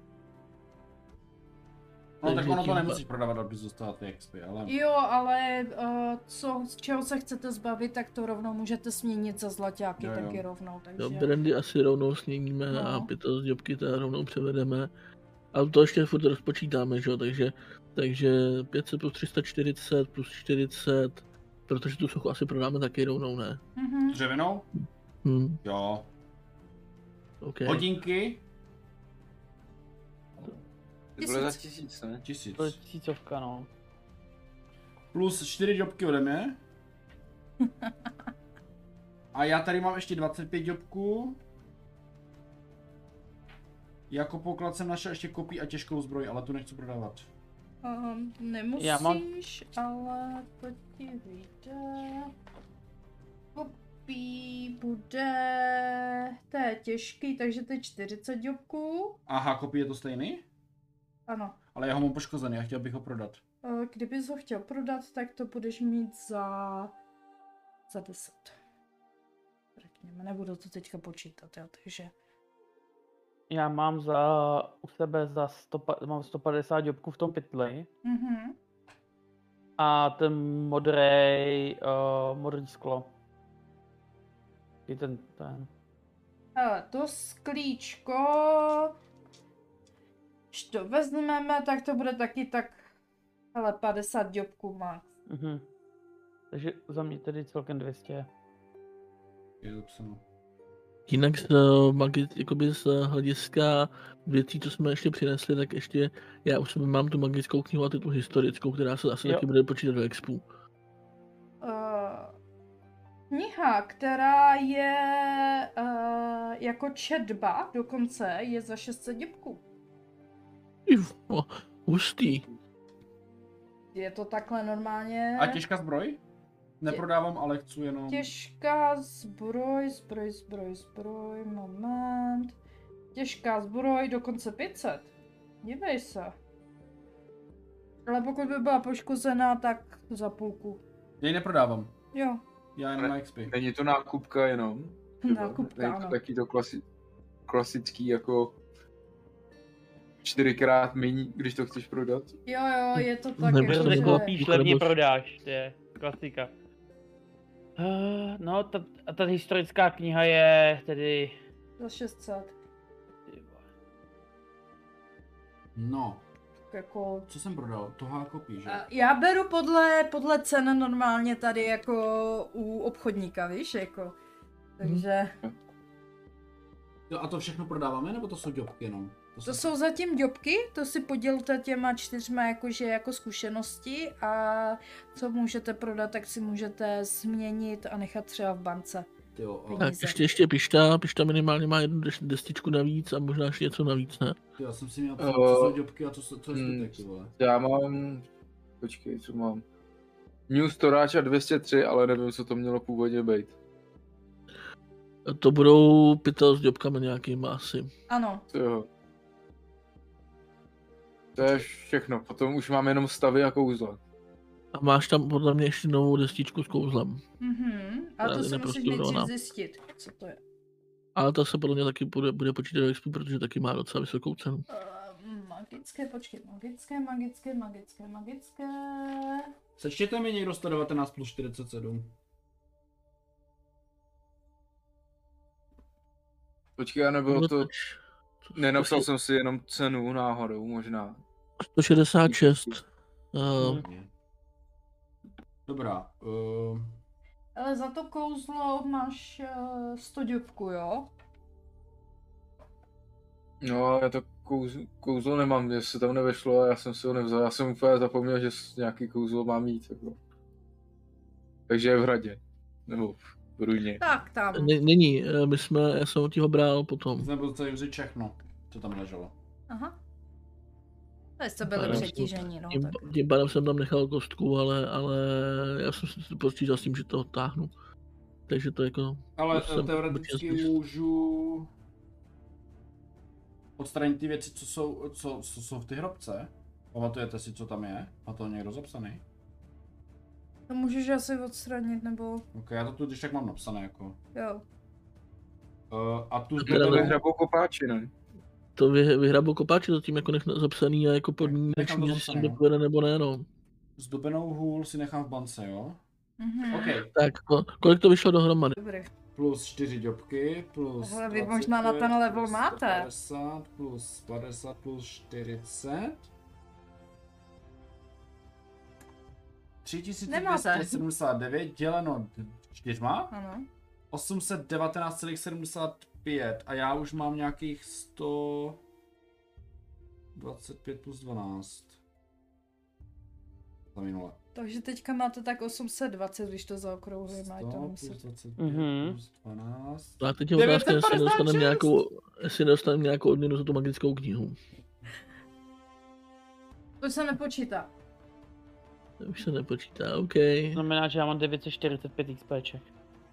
No tak ono to nemusíš prodávat, aby zůstala ty XP, ale... Jo, ale z čeho se chcete zbavit, tak to rovnou můžete směnit za zlaťáky, taky rovnou, takže... Brandy asi rovnou směníme a 5 z děbky teda rovnou převedeme. Ale to ještě furt rozpočítáme, že jo, takže 500 plus 340 plus 40, protože tu sochu asi prodáme taky rovnou, ne? Dřevěnou? Jo. Okay. Hodinky? To bylo za 1000, ne? 1000. To je 1000, no. Plus 4 děbky ode mě. A já tady mám ještě 25 děbků. Jako poklad jsem našel ještě kopí a těžkou zbroj, ale tu nechci prodávat. Nemusíš, ale to ti vyjde. Kopí bude... To je těžký, takže to je 40 děbků. Aha, kopí je to stejný? Ano. Ale já ho mám poškozený a chtěl bych ho prodat. Kdybys ho chtěl prodat, tak to budeš mít za 10. řekněme. Nebudu to teďka počítat, jo, takže... Já mám u sebe mám 150 jobků v tom pytli. Mhm. A ten modrý sklo. I ten. Hele, to sklíčko... Když to vezmeme, tak to bude taky tak... Hele, 50 jobků max. Mhm. Takže za mě tedy celkem 200. Je zapsáno. Jinak jakoby z hlediska věcí, co jsme ještě přinesli, tak ještě já už mám tu magickou knihu a tu historickou, která se asi taky bude počítat do expu. Kniha, která je jako četba dokonce, je za 600 děbků. Hustý. Je to takhle normálně. A těžká zbroj? Neprodávám, ale chci jenom... Těžká zbroj, moment. Těžká zbroj, dokonce 500. Dívej se. Ale pokud by byla poškozená, tak za půlku. Já ji neprodávám. Jo. Já jenom na XP. Není to nákupka jenom? Nákupka, Není to ano. taky to klasický jako 4x míň, když to chceš prodat? Jo, je to tak, Nebo jako, to že... nebylo- Koupíš, levně prodáš, to je klasika. No, ta historická kniha je tedy... Za 600. No, Jako... co jsem prodal? Tohle kopí, že? Já beru podle cen normálně tady jako u obchodníka, víš, jako. Takže... Jo, a to všechno prodáváme, nebo to jsou děbky jenom? To jsou zatím děbky, to si podělte těma 4 jakože jako zkušenosti a co můžete prodat, tak si můžete změnit a nechat třeba v bance. Jo, Tak ještě pišta minimálně má jednu destičku navíc a možná ještě něco navíc, ne? já jsem si měl co jsou děbky a co je zbytek, ty vole. Já mám... Počkej, co mám? New Storage 203, ale nevím, co to mělo původně být. To budou pytel s děbkami nějakýma asi. Ano. Jo. To je všechno, potom už mám jenom stavy a kouzla. A máš tam podle mě ještě novou destičku s kouzlem. A to si musíš nejdřív zjistit, co to je. Ale to se podle mě taky bude počítat do expu, protože taky má docela vysokou cenu. Magické, počkej, magické. Sečtěte mi někdo 119 plus 47. Počkej, nebo to... Nenapsal jsem si jenom cenu náhodou, možná. 166. Dobrá. Ale za to kouzlo máš 100 děbků, jo? No, ale to kouzlo nemám, jestli tam nevešlo a já jsem si ho nevzal. Já jsem úplně zapomněl, že nějaký kouzlo mám mít. Jako. Takže je v hradě. Nebo v ruině. Tak tam. Není, já jsem od těho bral potom. Jsem byl celý vzít všechno, co tam leželo. Aha. To jste byli přetížení, no. Tím pádem jsem tam nechal kostku, ale já jsem si počítal s tím, že to odtáhnu. Takže to jako... Ale teoreticky můžu odstranit ty věci, co jsou v ty hrobce. Pamatujete si, co tam je? A to někdo zapsaný? To můžeš asi odstranit, nebo... Ok, já to tu když tak mám napsané, jako. Jo. A tu To vyhrabou kopáči, ne? To vyhrabou kopáči, to tím jako nech zapsaný a jako podmínečně, že si to povede nebo ne, no. Zdobenou hůl si nechám v bance, jo? Okay. Tak, kolik to vyšlo dohromady? Dobrý. Plus 4 děbky, plus Hele, vy možná na ten level máte. 50 plus 50 plus 40. 3279 děleno 4. Ano. 819,75 a já už mám nějakých 125 plus 12. Za minule. Takže teďka máte tak 820, když to zaokrouhlíme, ať to nemusíte. 25 plus 12. A teď je otázka, jestli dostaneme nějakou odměnu za tu magickou knihu. To se nepočítá. To už se nepočítá, OK. Znamená, že já mám 945 XPček.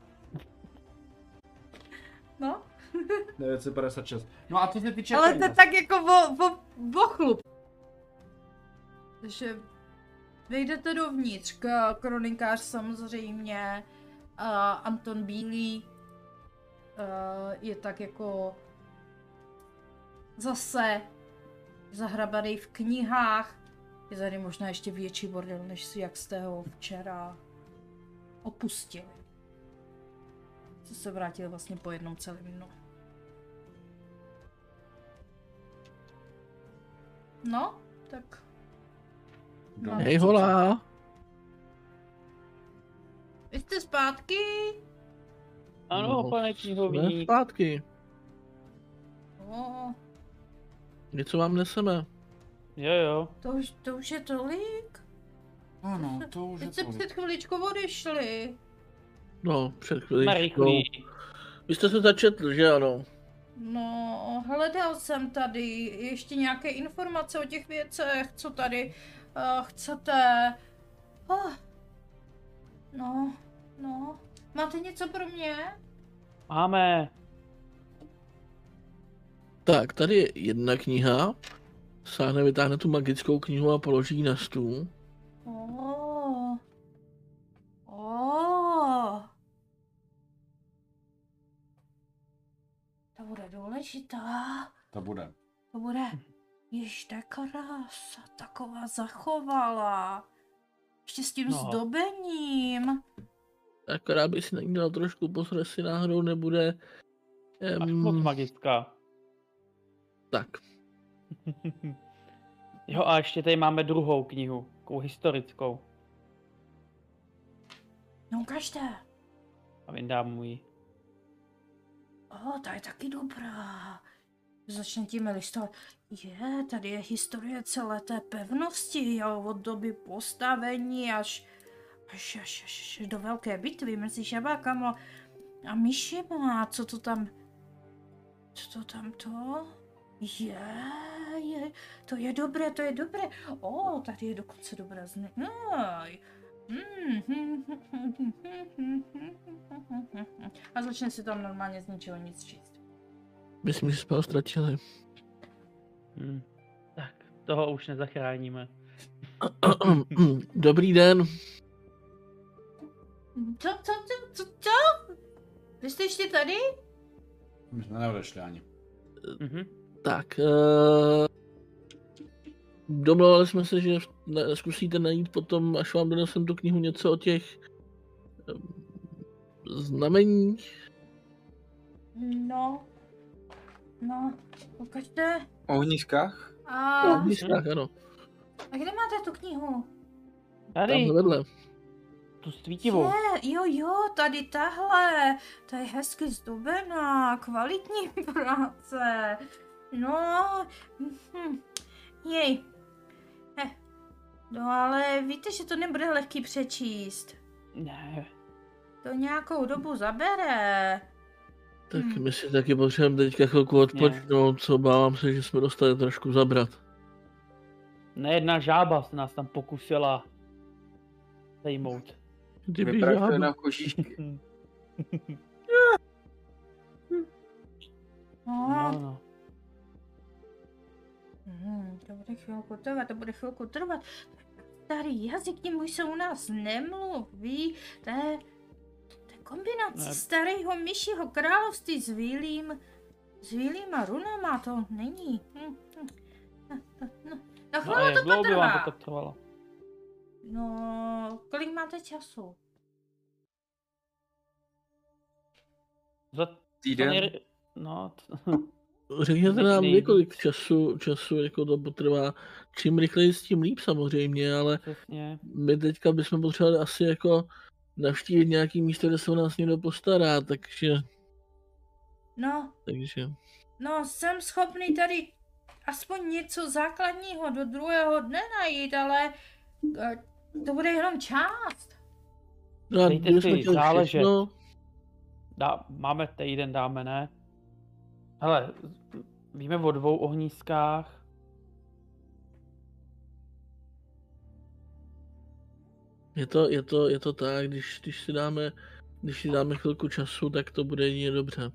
No. 956. No a co se týče Ale to je tak jako bochlup. Takže vejdete dovnitř, kronikář samozřejmě, Anton Bílý, je tak jako zase zahrabaný v knihách. Je tady možná ještě větší bordel, než si jak jste ho včera opustili. Co se vrátil vlastně po jednom celém dnu. No, tak... Hej hola! Vy jste zpátky? Ano, pane Jsme knihovník. zpátky. No, Něco vám neseme. Jo. to už je tolik? Ano, to už je Teď jste to. před chviličkou odešli. No, před Jsme chvíličkou. rychlí. Vy jste se začetl, že ano? No, hledal jsem tady ještě nějaké informace o těch věcech, co tady chcete. No. Máte něco pro mě? Máme. Tak, tady je jedna kniha. Sáhne, vytáhne tu magickou knihu a položí ji na stůl. To bude důležitá. To bude. To bude. Jež, ta krása taková zachovala. Ještě s tím zdobením. Akorát by si na ní dal trošku pozor, jestli náhodou nebude... Až moc magická. Tak. Jo, a ještě tady máme druhou knihu, takovou historickou. No ukažte. A vyndám mu ji. Ta je taky dobrá. Začne tím listovat. Tady je historie celé té pevnosti, jo, od doby postavení až do velké bitvy mezi žabákama a myšima. Co to tam je, to je dobré. Tady je dokonce dobrá a začne si tam normálně z ničeho nic číst. Myslím, že jsme ho ztratili. Tak, toho už nezachráníme. Dobrý den. Co? Vy jste ještě tady? My jsme neodešli ani. Tak, domluvili jsme se, že zkusíte najít potom, až vám donesem tu knihu, něco o těch znameních. No, ukažte. O ohniskách? O místách, ano. A kde máte tu knihu? Tady, Tam vedle. tu svítivou. Jo, tady tahle. Ta je hezky zdobená, kvalitní práce. No, jej. No ale víte, že to nebude lehký přečíst. Ne. To nějakou dobu zabere. Tak my si taky potřebujeme teďka chvilku odpočnout, co obávám se, že jsme dostali trošku zabrat. Nejedna žába se nás tam pokusila zajmout. Vypravte na kožíšky. No. To bude chvilku trvat. Starý jazyky můj se u nás nemluví. To je kombinace starého myšího království s výlýma runama, to není. No chvíli to dlouho by potrvá. vám to trvalo. No, kolik máte času? Za týden? No, Řekněte nám, několik času jako to potrvá. Čím rychleji s tím líp samozřejmě, ale přesně. my teďka bychom potřebovali asi jako navštívit nějaký místo, kde se o nás někdo postará, takže... No, jsem schopný tady aspoň něco základního do druhého dne najít, ale to bude jenom část. No, dejte si záležet. Máme týden, dáme, ne? Hele, víme o 2 ohniskách. Je to tak, když si dáme chvilku času, tak to bude jedině dobře.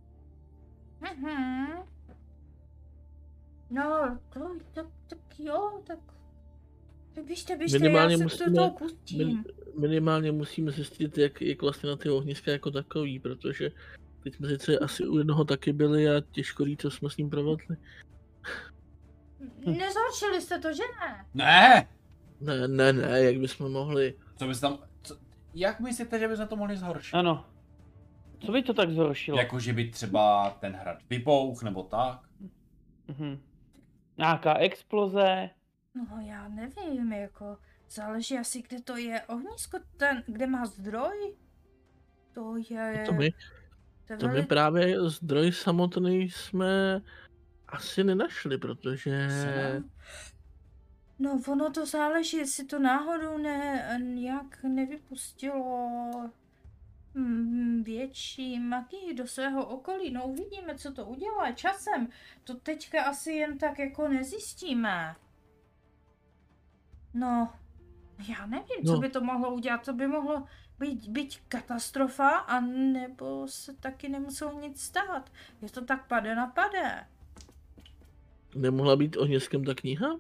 No, tak jo, tak běžte, já se do toho pustím. Minimálně musíme zjistit, jak vlastně na ty ohniska jako takový, protože Teď jsme sice asi u jednoho taky byli a těžko říct, co jsme s ním provedli. Nezhoršili jste to, že ne? Ne! Ne, jak bychom mohli. Co bys tam... Jak myslíte, že bychom to mohli zhoršit? Ano. Co by to tak zhoršilo? Jako, že by třeba ten hrad vypouch, nebo tak? Nějaká exploze? No já nevím, jako záleží asi, kde to je ohnisko, kde má zdroj? To je... To my právě zdroj samotný jsme asi nenašli, protože... No ono to záleží, jestli to náhodou nějak nevypustilo větší magii do svého okolí. No uvidíme, co to udělá časem. To teďka asi jen tak jako nezjistíme. No, já nevím, co by to mohlo udělat. To by mohlo být katastrofa, a nebo se taky nemuselo nic stát. Je to tak pade na pade. Nemohla být ohniskem ta kniha?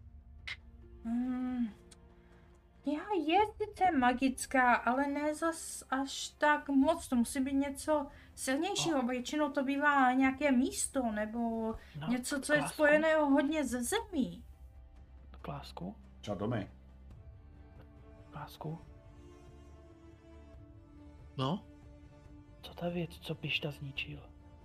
Je sice magická, ale ne zas až tak moc. To musí být něco silnějšího. Většinou to bývá nějaké místo, nebo něco, co je spojeného hodně ze zemí. Klásku? Třeba domy. Klásku? No? Co ta věc, co Pišta zničil?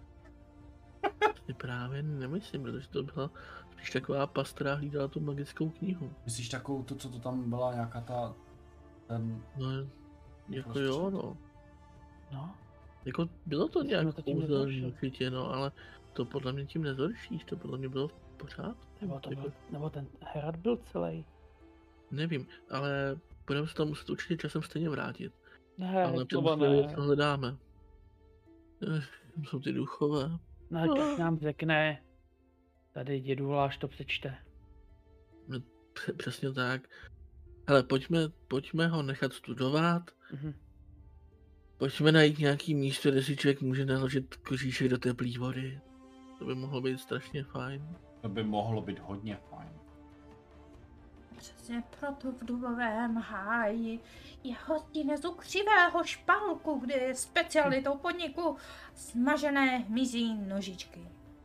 Si právě nemyslím, protože to byla spíš taková past, která hlídala tu magickou knihu. Myslíš takovou to, co to tam byla, nějaká ten... No, jako jo, no. No? Jako bylo to nějak kouzelný určitě, no, ale to podle mě tím nezhoršíš, to podle mě bylo v pořádku. Nebo ten hrad byl celý. Nevím, ale budeme se tam muset určitě časem stejně vrátit. Ne, ale třeba to hledáme. Jsou ty duchové. No, tak nám řekne, tady dědu Vláš to přečte. No, přesně tak. Hele, pojďme ho nechat studovat. Pojďme najít nějaký místo, kde si člověk může naložit kožíšek do teplé vody. To by mohlo být strašně fajn. To by mohlo být hodně fajn. Přesně proto v Dubovém háji je hostinec u křivého špalku, kde je specialitou podniku smažené mizí nožičky.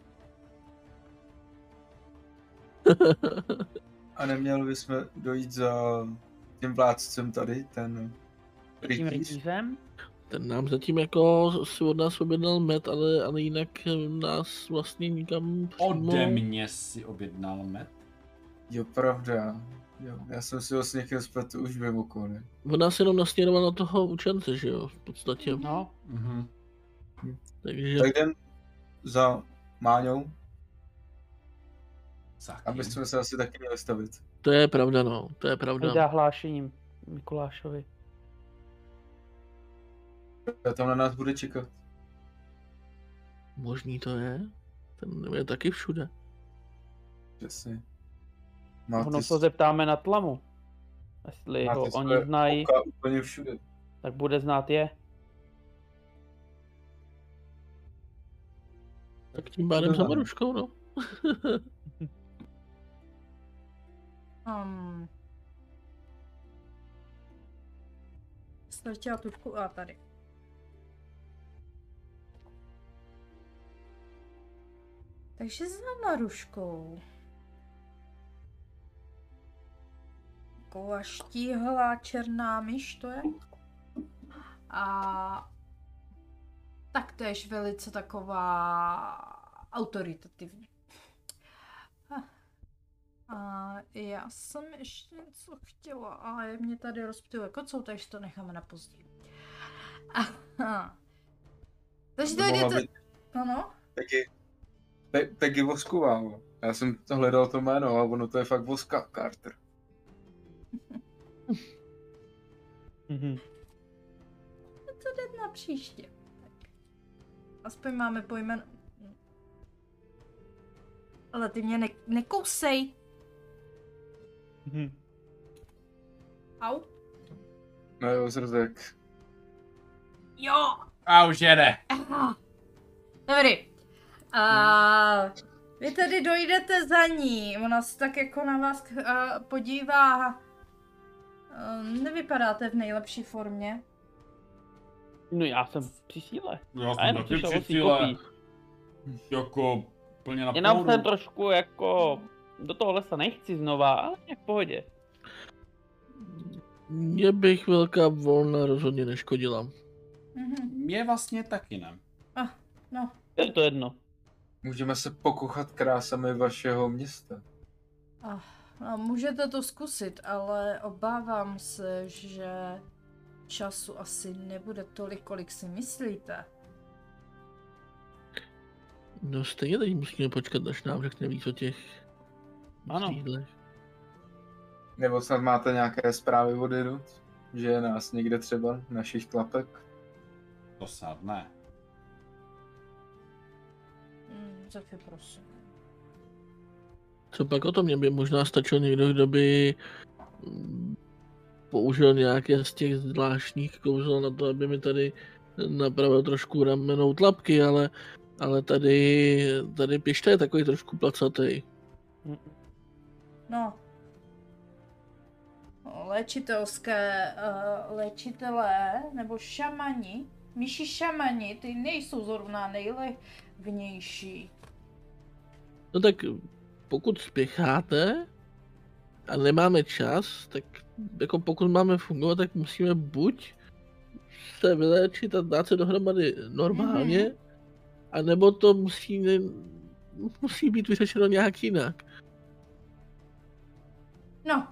A neměli bychom dojít za tím vládcem tady, ten rytíř? Ten nám zatím jako si od nás objednal med, ale jinak nás vlastně nikam přímo... Ode mě si objednal med? Jo, pravda. Jo, já jsem si ho s někým spletu už vím oko, ne? On nás jenom nasměroval na toho učence, že jo, v podstatě. No. Takže... Tak jdem za Máňou. Aby jsme se asi taky měli stavit. To je pravda, no, to je pravda. Dá hlášením Mikulášovi. A tam na nás bude čekat. Možný to je. Ten je taky všude. Přesně. Ono se zeptáme na tlamu. Jestli ho oni znají, úplně všude. Tak bude znát je. Tak tím pádem za Maruškou, no. Ztratila tušku a tady. Takže za Maruškou. Taková štíhlá černá myš to je. A taktéž velice taková autoritativní. A já jsem ještě něco chtěla, ale mě tady rozptyluje kocou, takže to necháme na později. Takže to jdete... Ano? Peggy Vosková. Já jsem to hledal to jméno, a ono to je fakt Voska Carter. To jde na příště. Aspoň máme pojmen... Ale ty mě nekousej. Au. No jo, zrzek. Jo. A už jede. Dobrý. Vy tedy dojdete za ní. Ona se tak jako na vás podívá. Nevypadáte v nejlepší formě. No já jsem při síle. Já A jsem jenom taky přišel při o svý cíle. kopí. Jako plně na Jenom pohodu. jsem trošku jako do toho lesa nechci znova, ale nějak v pohodě. Mně bych velká volna rozhodně neškodila. Mě vlastně taky ne. No, Je to jedno. Můžeme se pokuchat krásami vašeho města. no, můžete to zkusit, ale obávám se, že času asi nebude tolik, kolik si myslíte. No stejně teď musíme počkat, až nám řekne víc o těch Ano. sídlech. Nebo snad máte nějaké zprávy odjedut? Že je nás někde třeba, našich tlapek? To snad ne. Zofie, prosím. Co pak o tom? Mě by možná stačil někdo, kdo by použil nějaké z těch zvláštních kouzel na to, aby mi tady napravil trošku ramenou tlapky, ale tady Pišta je takový trošku placatej. No. Léčitelé nebo šamani, myši šamani, ty nejsou zrovna nejlevnější. No tak pokud spěcháte a nemáme čas, tak jako pokud máme fungovat, tak musíme buď se vyléčit a dát se dohromady normálně, a nebo to musí být vyřešeno nějak jinak. No.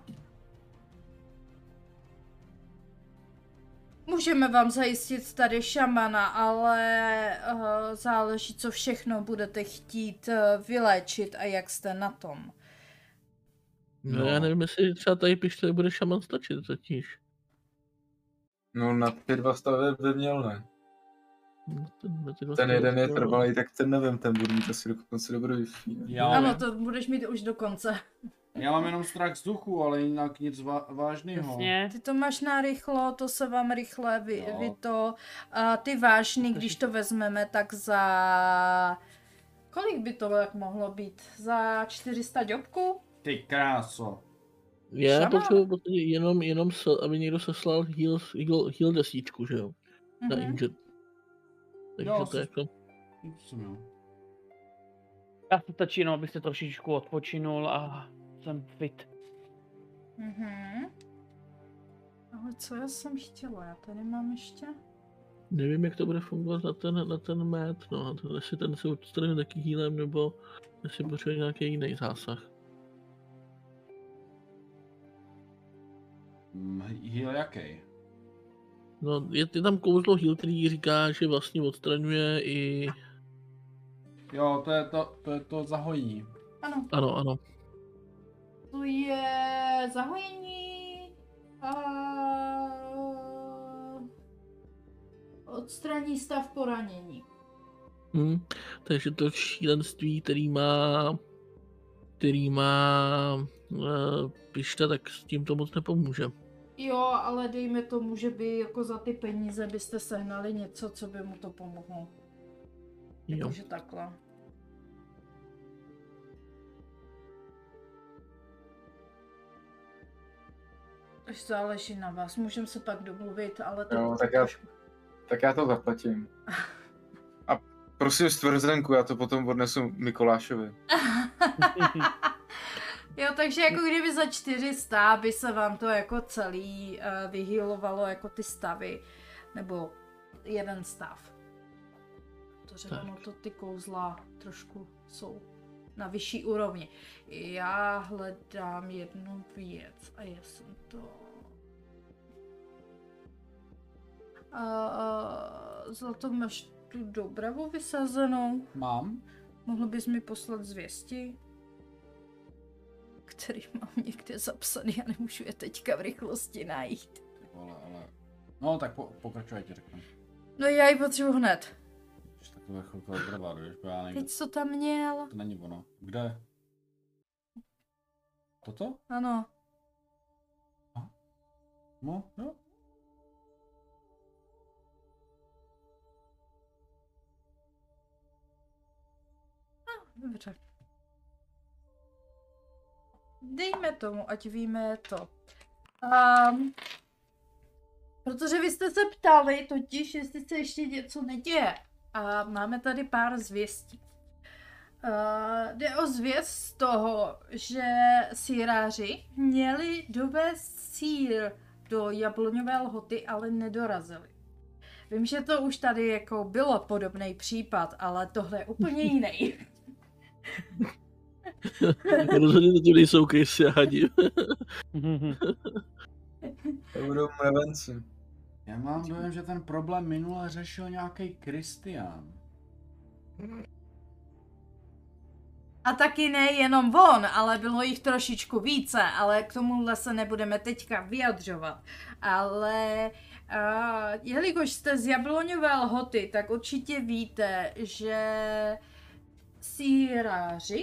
Můžeme vám zajistit tady šamana, ale záleží, co všechno budete chtít vyléčit a jak jste na tom. No já nevím, jestli třeba tady Pištovi bude šaman stačit totiž. No na ty 2 stavy by měl, ne? No, Ten jeden je trvalý, tak ten nevím, ten budu mít asi dokonce dobrý Wi-Fi. Ano, to budeš mít už do konce. Já mám jenom strach z duchu, ale jinak nic vážného. Jasně. Ty to máš na rychlo, to se vám rychle No. ty vážný, když to vezmeme, tak za... Kolik by to tak mohlo být? Za 400 děbků? Ty kráso. Já Šaman? potřebuji protože jenom aby někdo seslal heal desíčku, že jo? Na injured. Takže Jo, to je jako... Já se stačí jenom, abych se trošičku odpočinul a jsem fit. Ale co já jsem chtěla? Já tady mám ještě... Nevím, jak to bude fungovat na ten med, no. Jestli ten se odstane taky healem, nebo jestli potřebuje nějaký jiný zásah. Heal jaký? No, je tam kouzlo heal, který říká, že vlastně odstraňuje i... Jo, to je to zahojení. Ano, Ano. to je zahojení a odstraní stav poranění. Takže to šílenství, který má Pišta, tak s tím to moc nepomůže. Jo, ale dejme tomu, že by jako za ty peníze byste sehnali něco, co by mu to pomohlo. Jo. Jakože takhle. Až záleží na vás, můžeme se pak domluvit, ale to Jo, trošku... tak já to zaplatím. A prosím stvrzenku, já to potom odnesu Mikolášovi. Jo, takže jako kdyby za 400 by se vám to jako celý vyhýlovalo jako ty stavy, nebo jeden stav. Protože ono to ty kouzla trošku jsou na vyšší úrovni. Já hledám jednu věc a já jsem to... Zlato, máš tu Dobravu vysazenou? Mám? Mohl bys mi poslat zvěsti? Který mám někde zapsaný a nemůžu je teďka v rychlosti najít. Ale... No tak pokračuj, ti řeknu. No já ji potřebuji hned. Už takové chvilku trvá, víš, já nevím. Teď co tam měl? To není ono. Kde? Toto? Ano. No, jo. Dobře. Dejme tomu, ať víme to. Protože vy jste se ptali totiž, jestli se ještě něco neděje. A máme tady pár zvěstí. Jde o zvěst z toho, že síráři měli dovést sýr do Jabloňové Lhoty, ale nedorazili. Vím, že to už tady jako bylo podobný případ, ale tohle je úplně jiný. Rozhodně to tím nejsou krysy a hadi. To budou mravenci. Já mám dojem, že ten problém minule řešil nějaký Kristián. A taky nejenom on, ale bylo jich trošičku více, ale k tomuhle se nebudeme teďka vyjadřovat. Ale jelikož jste z Jabloňové Lhoty, tak určitě víte, že síráři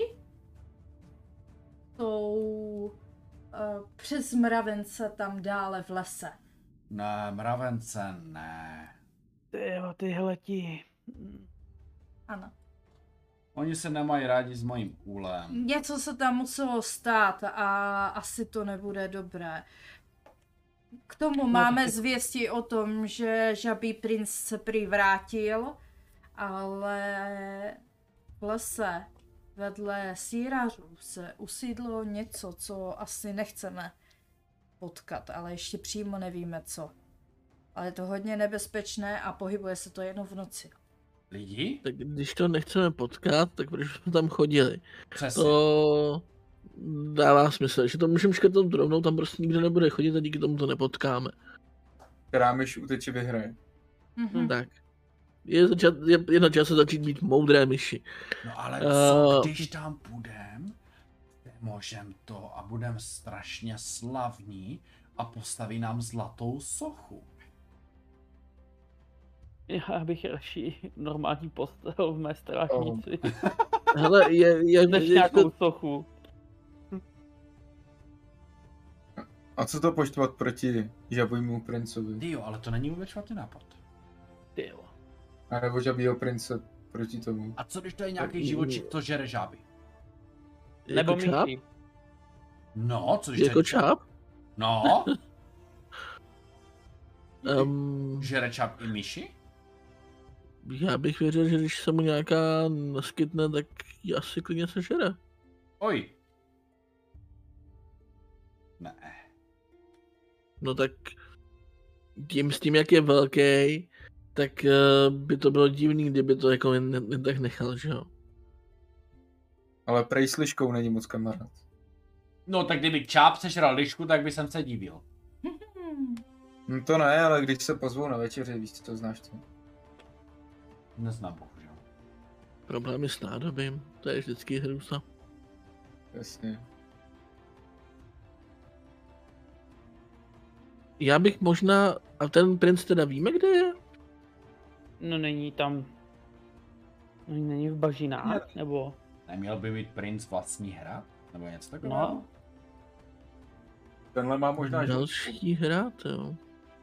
jsou přes mravence tam dále v lese. Ne, mravence ne. Tyhleti. Ano. Oni se nemají rádi s mojím úlem. Něco se tam muselo stát a asi to nebude dobré. K tomu máme zvěsti o tom, že žabý princ se prý vrátil, ale v lese vedle sírařů se usídlo něco, co asi nechceme potkat, ale ještě přímo nevíme co. Ale je to hodně nebezpečné a pohybuje se to jenom v noci. Lidi? Tak když to nechceme potkat, tak proč jsme tam chodili? Přesně. To dává smysl, že to můžeme škrtnout rovnou, tam prostě nikdo nebude chodit a díky tomu to nepotkáme. Která myš uteče vyhraje. Tak. Je na čase začít být moudré myši. No ale co když tam půjdem, můžem to a budem strašně slavní a postaví nám zlatou sochu. Já bych radši normální postel v mé strážnici. Hele, než nějakou sochu. A co to poštvat proti žabojmu princovi? Ty jo, ale to není vůbec špatný nápad. Tyjo. A nebo žabýho prince proti tomu. A co když to je nějaký živočich, co žere žáby? Nebo čáp? myši. No, co když Jako to je čáp? No. Žere čáp i myši? Já bych věřil, že když se mu nějaká naskytne, tak ji asi klidně sežere. Oj. Ne. No tak s tím, jak je velký, tak by to bylo divný, kdyby to jako jen tak nechal, že jo? Ale prej s liškou není moc kamarád. No tak kdyby čáp sežral lišku, tak by jsem se divil. No to ne, ale když se pozvou na večeři, víš, co to znáš to? Neznám, bohužel. Problémy s nádobím, to je vždycky hrůza. Jasně. Já bych možná, a ten princ teda víme, kde je? No není tam... Není v bažinách, Ne. nebo... Neměl by mít princ vlastní hrad? Nebo něco takového? No. Tenhle má možná Další hrát, jo.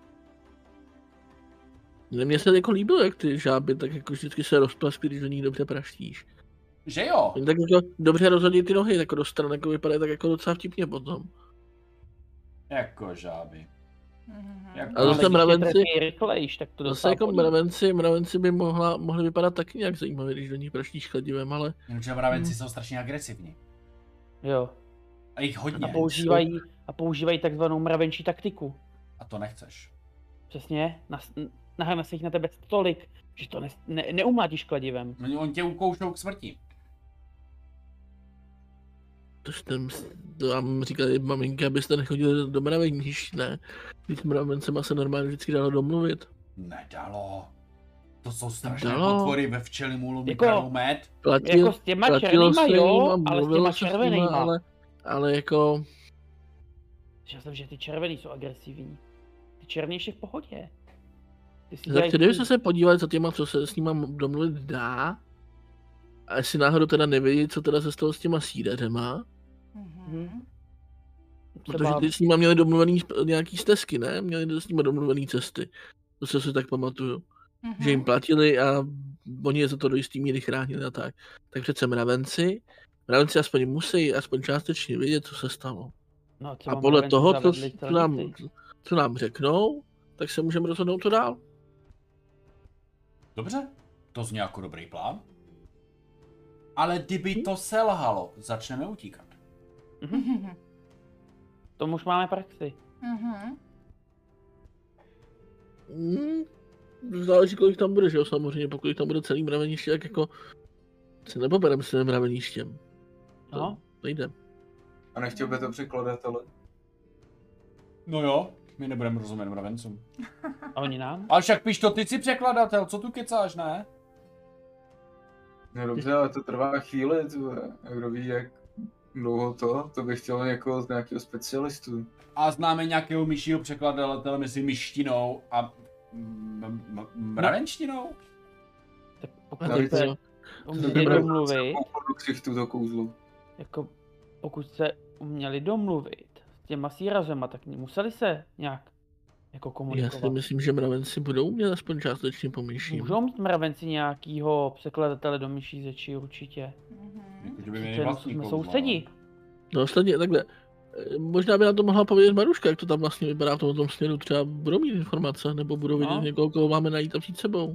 Mně se jako líbilo, jak ty žáby tak jako vždycky se rozplaskly, když do nich dobře praštíš. Že jo? Oni tak jako dobře rozhodí ty nohy, jako do stran, jako vypadají tak jako docela vtipně potom. Jako žáby. Jako Ale zase mravenci, rychlejš, tak to zase jako mravenci by mohli vypadat taky nějak zajímavě, když do nich praštíš chladivem, ale... Jenomže mravenci jsou strašně agresivní. Jo. A jich hodně. A používají takzvanou mravenčí taktiku. A to nechceš. Přesně. Nahrne se jich na tebe tolik, že to neumlátíš kladivem. On tě ukoušou k smrti. To vám říkali maminky, abyste nechodili do mravenišť, ne? Když s mravencema se normálně vždycky dalo domluvit. Nedalo. To jsou strašné Dalo. potvory ve včeli můlu Jako- jako, med. Jako s těma černýma jo, ale s mluvilo těma se s červenýma. nima, ale jako... Slyšel jsem, že ty červený jsou agresivní. Ty černý ještě v pohodě. Ty si Tak dělají- kdybyste se podívali za těma, co se s nima domluvit dá, a jestli náhodou teda nevědí, co teda se stalo s těma sídařema, protože Třeba- ty s nima měli domluvený nějaký stezky, ne? Měli s nima domluvený cesty. To se si tak pamatuju. Že jim platili a oni je za to do jistý míry chránili a tak. Tak přece mravenci aspoň musí aspoň částečně vědět, co se stalo. No, třeba A podle mravenci toho, zavedli co nám silnici. řeknou, tak se můžeme rozhodnout to dál. Dobře, to zní jako dobrý plán. Ale kdyby to selhalo, začneme utíkat. Tomu už máme praxi. Záleží, kolik tam bude, že jo, samozřejmě, pokud tam bude celý mraveniště, tak jako se nepobereme s tím mraveništěm. To nejde. A nechtěl by to překladatele? No jo, my nebudeme rozumět mravencům. A oni nám? Ale však píš to, ty jsi překladatel, co tu kecáš, ne? No dobře, ale to trvá chvíli, a kdo ví, jak dlouho to bych chtěl někoho z nějakého specialistu. A známe nějakého myšího překladatele mezi myštinou a mravenštinou? Tak pokud se uměli domluvit, to kouzlu. jako pokud se uměli domluvit s těma sírařema, tak museli se nějak jako komunikovat. Já si myslím, že mravenci budou mít aspoň částečně po myším. Můžou mít mravenci nějakýho překladatele do myší řeči určitě. Že by měli vlastní jsme kouzlo. sousedí. No ostatně takhle, možná by nám to mohla povědět Maruška, jak to tam vlastně vypadá v tom směru. Třeba budou mít informace, nebo budou vidět někoho, koho máme najít a vzít sebou.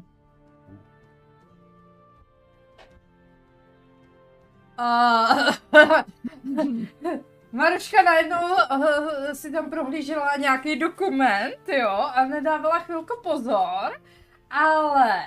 Maruška najednou si tam prohlížela nějaký dokument, jo, a nedávala chvilku pozor, ale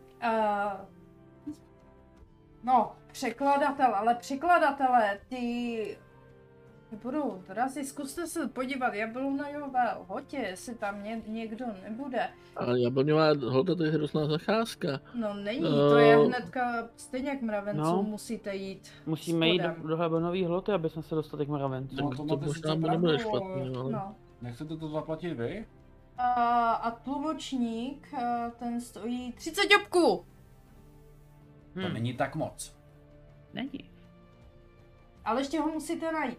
no, překladatelé, ty budou dorazit, zkuste se podívat, Jablonové lhotě, jestli tam někdo nebude. Ale Jabloňová lhota, to je hrozná zacházka. No není, to je hnedka, stejně jak mravenců musíte jít. Musíme jít do Jablonové hloty, aby jsme se dostali k mravencům. No, to možná nebude špatný, ale... No. Nechcete to zaplatit vy? A tlumočník, ten stojí 30 děbků. To není tak moc. Není. Ale ještě ho musíte najít.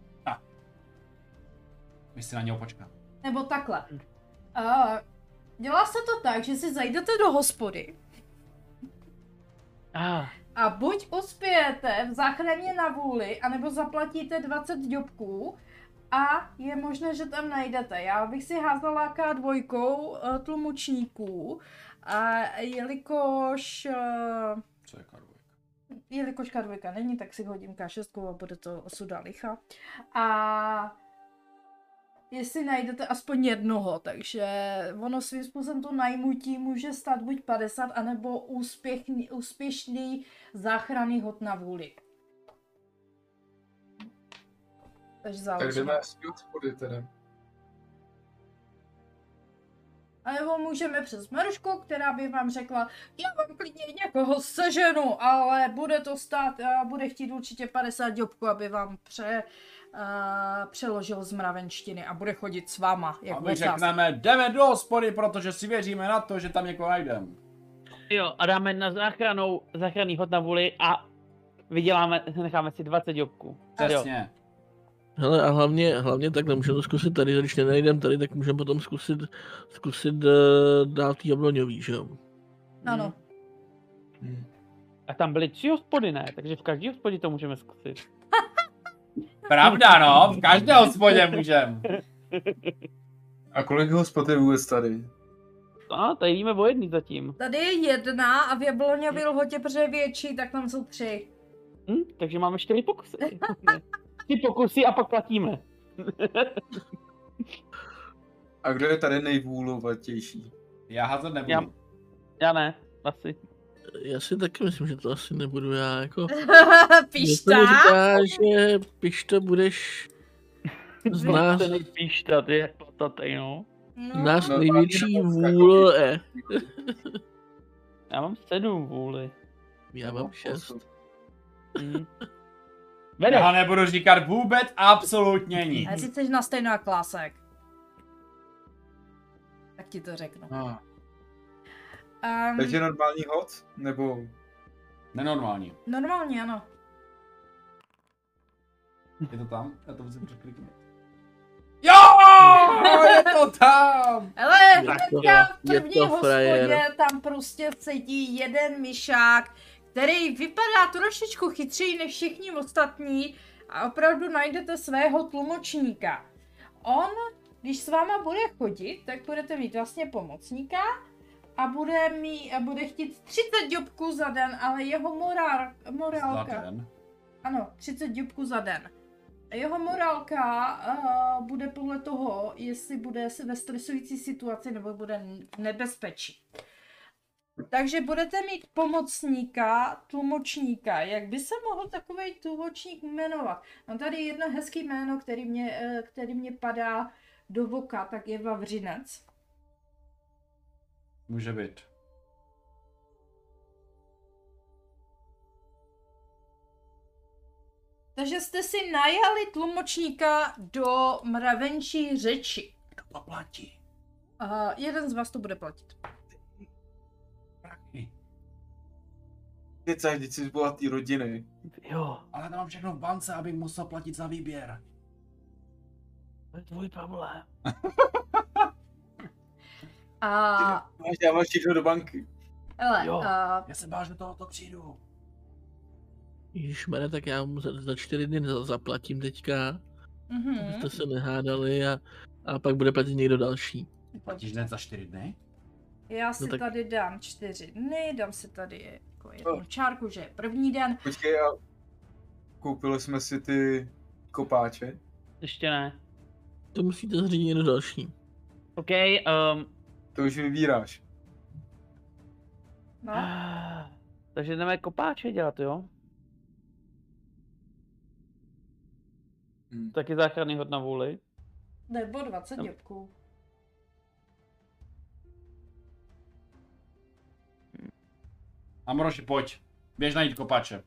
My si na něho počkáme. Nebo takhle. Dělá se to tak, že si zajdete do hospody. A buď uspějete v záchraně na vůli, anebo zaplatíte 20 děbků a je možné, že tam najdete. Já bych si házala K2 tlumočníků a jelikož... Co je K2? Jelikož K2 není, tak si hodím K6 a bude to osuda licha. A jestli najdete aspoň jednoho, takže ono svým způsobem to najmutí může stát buď 50, anebo úspěšný záchranný hod na vůli. Takže záleží. Takže jdeme z hospody teda. A nebo můžeme přes Marušku, která by vám řekla, já vám klidně někoho seženu, ale bude to stát, bude chtít určitě 50 děbků, aby vám přeložil z mravenštiny a bude chodit s váma. A my řekneme, jdeme do hospody, protože si věříme na to, že tam někoho najdeme. Jo, a dáme na záchranný hod na vůli a necháme si 20 děbků. Přesně. Hele, a hlavně tak nemůžeme to zkusit tady, když nenajdeme tady, tak můžeme potom zkusit dát Jabloňový, že jo? Ano. A tam byly 3 hospody, ne? Takže v každé hospodě to můžeme zkusit. Pravda, no, v každé hospodě můžeme. A kolik hospod je vůbec tady? Tady víme o jedný zatím. Tady je 1 a v Jabloňové lhotě, protože je větší, tak tam jsou 3. Takže máme 4 pokusy. 3 pokusy a pak platíme. A kdo je tady nejvůlovatější? Já házet nebudu. Já ne, asi. Já si taky myslím, že to asi nebudu já, jako... Pišta? Mě to říká, že Pišta budeš z nás... Pišta, ty je patatej, no. Náš největší vůle. Já mám 7 vůli. Já mám 6. Já nebudu říkat vůbec absolutně nic. A jestli jsi na stejnou jak Klásek, tak ti to řeknu. Takže normální hod? Nebo... Nenormální. Normální, ano. Je to tam? Já to musím překliknout. Jo, je to tam! Ale hnedka v první hospodě tam prostě sedí jeden myšák, který vypadá trošičku chytřeji než všichni ostatní a opravdu najdete svého tlumočníka. On když s váma bude chodit, tak budete mít vlastně pomocníka a bude chtít 30 děbků za den, ale jeho morálka... Za den? Ano, 30 děbků za den. A jeho morálka bude podle toho, jestli bude ve stresující situaci nebo bude v nebezpečí. Takže budete mít pomocníka, tlumočníka. Jak by se mohl takovej tlumočník jmenovat? Mám tady jedno hezký jméno, který mě padá do voka, tak je Vavřinec. Může být. Takže jste si najali tlumočníka do mravenčí řeči. Kdo to platí? Jeden z vás to bude platit. Prachy. Kecáš, vždyť jsi z bohatý rodiny. Jo, Ale tam mám všechno v bance, abych musel platit za výběr. to je tvůj problém. Dáváš všechno do banky. Hele, Jo. Já se bál, že do tohoto přijdu. Ježišmarja, tak já mu za 4 dny zaplatím teďka, mhm. abyste se nehádali a pak bude platit někdo další. Platíš hned za 4 dny? Já si tak- tady dám 4 dny, dám si tady jako jednu čárku, že je první den. Počkej, a koupili jsme si ty kopáče. Ještě ne. To musíte zřídit někdo další. OK, To už vybíráš. No, takže jdeme kopáče dělat, jo? Taky záchranný hod na vůli. nebo 20 děbků. Amroši, pojď. Běž najít kopáče.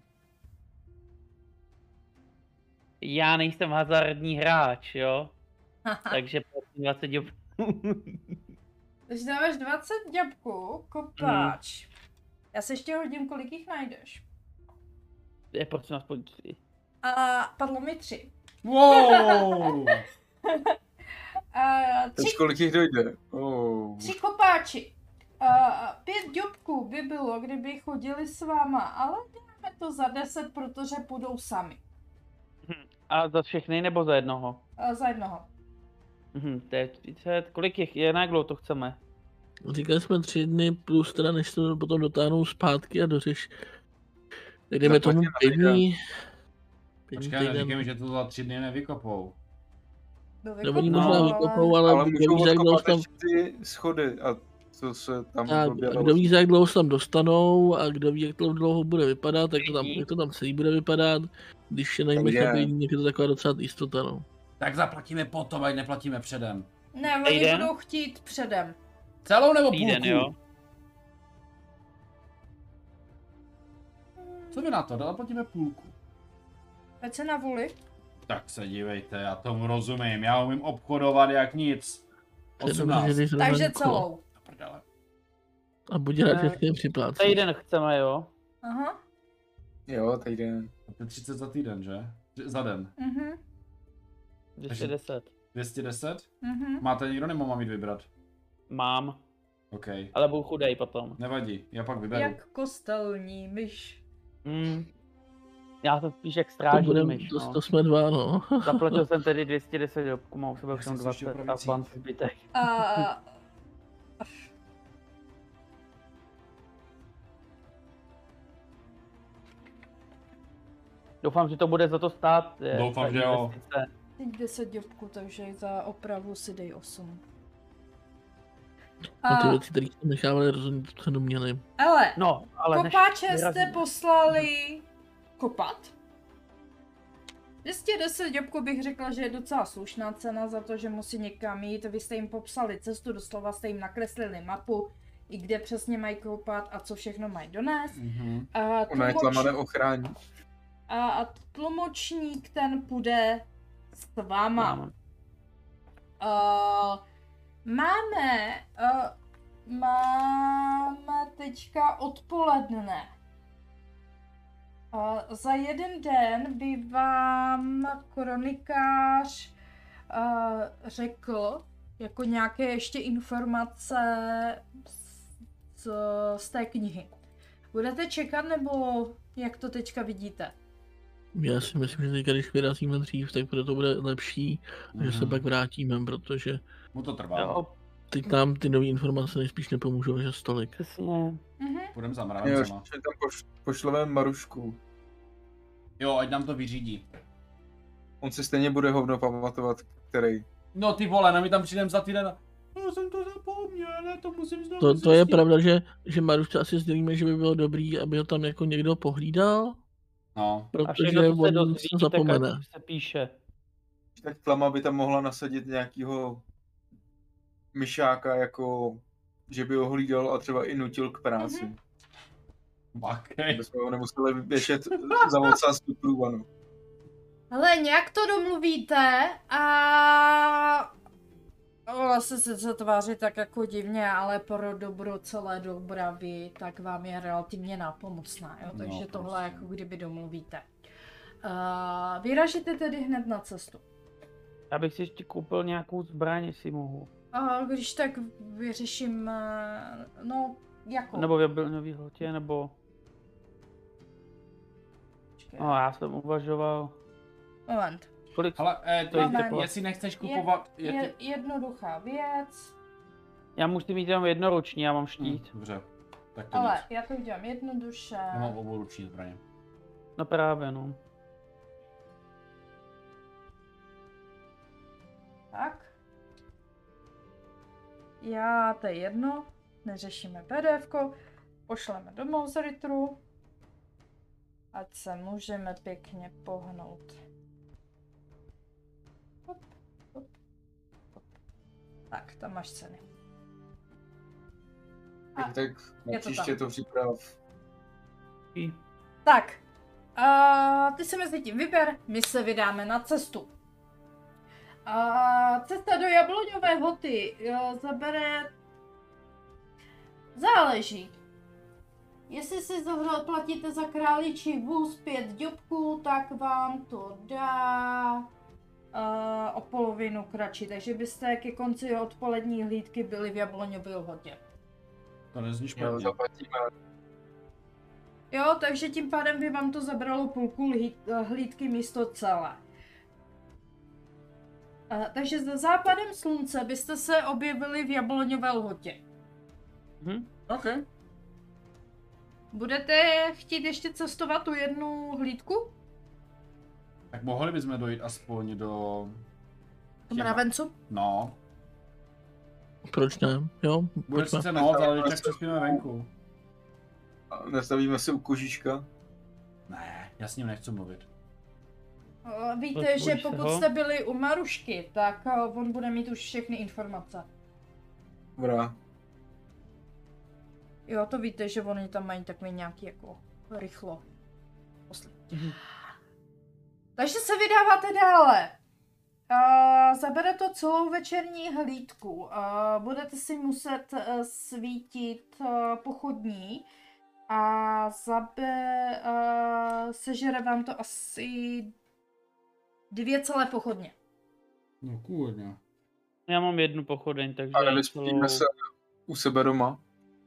Já nejsem hazardní hráč, jo? Takže platím 20 děbků. Takže dáváš 20 děbků, kopáč. Já se ještě hodím, kolik jich najdeš. Je prosím aspoň 3. A padlo mi 3. Wow! Teď kolik jich dojde? Oh. 3 kopáči. 5 děbků by bylo, kdyby chodili s váma, ale dáme to za 10, protože půjdou sami. A za všechny nebo za jednoho? Za jednoho. To je 30. Kolik jich je, na jak to chceme? Říkali jsme 3 dny plus teda, než to potom dotáhnou zpátky a dořeš. Tak jdeme tomu Zaplatíme 5 dní. Počkej, neříkej mi, že to za 3 dny nevykopou. Nebo oni možná vykopou, ale kdo můžou ví, jak dlouho odkopat tam... ještě ty schody a co se tam A proběhlo. kdo ví, jak dlouho se tam dostanou a kdo ví, jak to dlouho bude vypadat, jak to tam celý bude vypadat, když je najmeš Takže- takový, je to taková docela jistota, no. Tak zaplatíme potom, ať neplatíme předem. Ne, oni Týden? budou chtít předem. Celou nebo Týden, půlku? jo? Co vy na to? Zaplatíme půlku. Pojď se na vůli. Tak se dívejte, já tomu rozumím. Já umím obchodovat jak nic. 18. Takže celou. Do prdele. A buď rád, že si připlácí. Týden chceme, jo? Aha. Jo, týden. To je 30 za týden, že? Za den. Mhm. 210. 210? Mhm. Máte někdo nebo mám jít vybrat? Mám, OK. ale budu chudej potom. Nevadí, já pak vyberu. Jak kostelní myš. Já jsem spíš jak To, strážní myš, no. to jsme dva, no. Zaplatil jsem tedy 210 děbků, mám u sebe Já už jsem jenom si ještě 20 a opravit pan cítit. zbytek. A Doufám, že to bude za to stát. Doufám, ta že jo. investice. teď 10 děbků, takže za opravu si dej 8. A ty věci, které jsme nechávali rozhodně cenu měli. Ale No, ale kopáče než jste vyrazíme. poslali kopat. 210 děbků bych řekla, že je docela slušná cena za to, že musí někam jít. Vy jste jim popsali cestu, doslova jste jim nakreslili mapu, i kde přesně mají kopat a co všechno mají donést. Mhm. A Ona je tlama neochrání. a tlumočník ten půjde s váma. Mám. Máme teďka odpoledne. Za jeden den by vám kronikář řekl jako nějaké ještě informace z té knihy. Budete čekat nebo jak to teďka vidíte? Já si myslím, že teďka, když vyrazíme dřív, tak to bude lepší, že se pak vrátíme, protože Mu to trvá. Jo, teď nám ty nové informace nejspíš nepomůžou, že stolik. přesně. Půjdem za Jo, mravencema. že tam pošleme Marušku. Jo, ať nám to vyřídí. On si stejně bude hovno pamatovat, který. No ty vole, no my tam přijdem za týden a... No jsem to zapomněl, já to musím znovu To je pravda, že Marušce asi sdělíme, že by bylo dobrý, aby ho tam jako někdo pohlídal, No. A všechno, protože co se on dozví, se zapomene. tak se píše. Tak Flama by tam mohla nasadit nějakýho myšáka, jako že by ho hlídal a třeba i nutil k práci. Okay. Aby jsme ho nemuseli věšet za ocásku průvanu. Hele, nějak to domluvíte a... Vlastně se tváří tak jako divně, ale pro dobro celé Doubravy, tak vám je relativně nápomocná, jo? Takže No, tohle prostě. jako kdyby domluvíte. Vyražíte tedy hned na cestu. Já bych si ještě koupil nějakou zbraň, jestli mohu. Když tak vyřeším, no, jako... Nebo jablňový hlotě, nebo... Počkej, No, já jsem uvažoval. moment. Kolik? Ale To je Moment. jestli nechceš kupovat... Jednoduchá věc, Já musím mít jenom jednoruční, já mám štít. Dobře, tak to ale nic. já to udělám jednoduše. Já mám oboruční zbraně. No právě, no. Tak. Já, to je jedno, neřešíme PDFko, pošleme do Mouseritru, ať se můžeme pěkně pohnout. Hop, hop, hop. Tak, tam máš ceny. A, Tak na je to příště tam. to připrav. tak, ty se mezi tím vyber, my se vydáme na cestu. Cesta do Jabloňové Hoty zabere... Záleží. Jestli si zaplatíte za králičí vůz 5 ďobků, tak vám to dá o polovinu kratší. Takže byste ke konci odpolední hlídky byli v Jabloňové Hotě. To nezní Jo, špatně. zaplatíme. Jo, takže tím pádem by vám to zabralo půlku hlídky místo celé. Takže za západem slunce byste se objevili v Jabloňové Lhotě. OK. Budete chtít ještě cestovat tu jednu hlídku? Tak mohli bychom dojít aspoň do... K mravencu? No. Proč ne? Jo, Bude pojďme. sice noc, ale když tak přespíme venku. A nestavíme se u kožička. Ne, já s ním nechci mluvit. Víte, Bojíš že se pokud ho? jste byli u Marušky, tak on bude mít už všechny informace. Dobrá. Jo, to víte, že oni tam mají takový nějaký jako rychlo. Takže se vydáváte dále. Zabere to celou večerní hlídku. Budete si muset svítit pochodní a sežere vám to asi 2 celé pochodně. No kůrně. Já mám jednu pochodeň, takže... A nevyspíme se u sebe doma.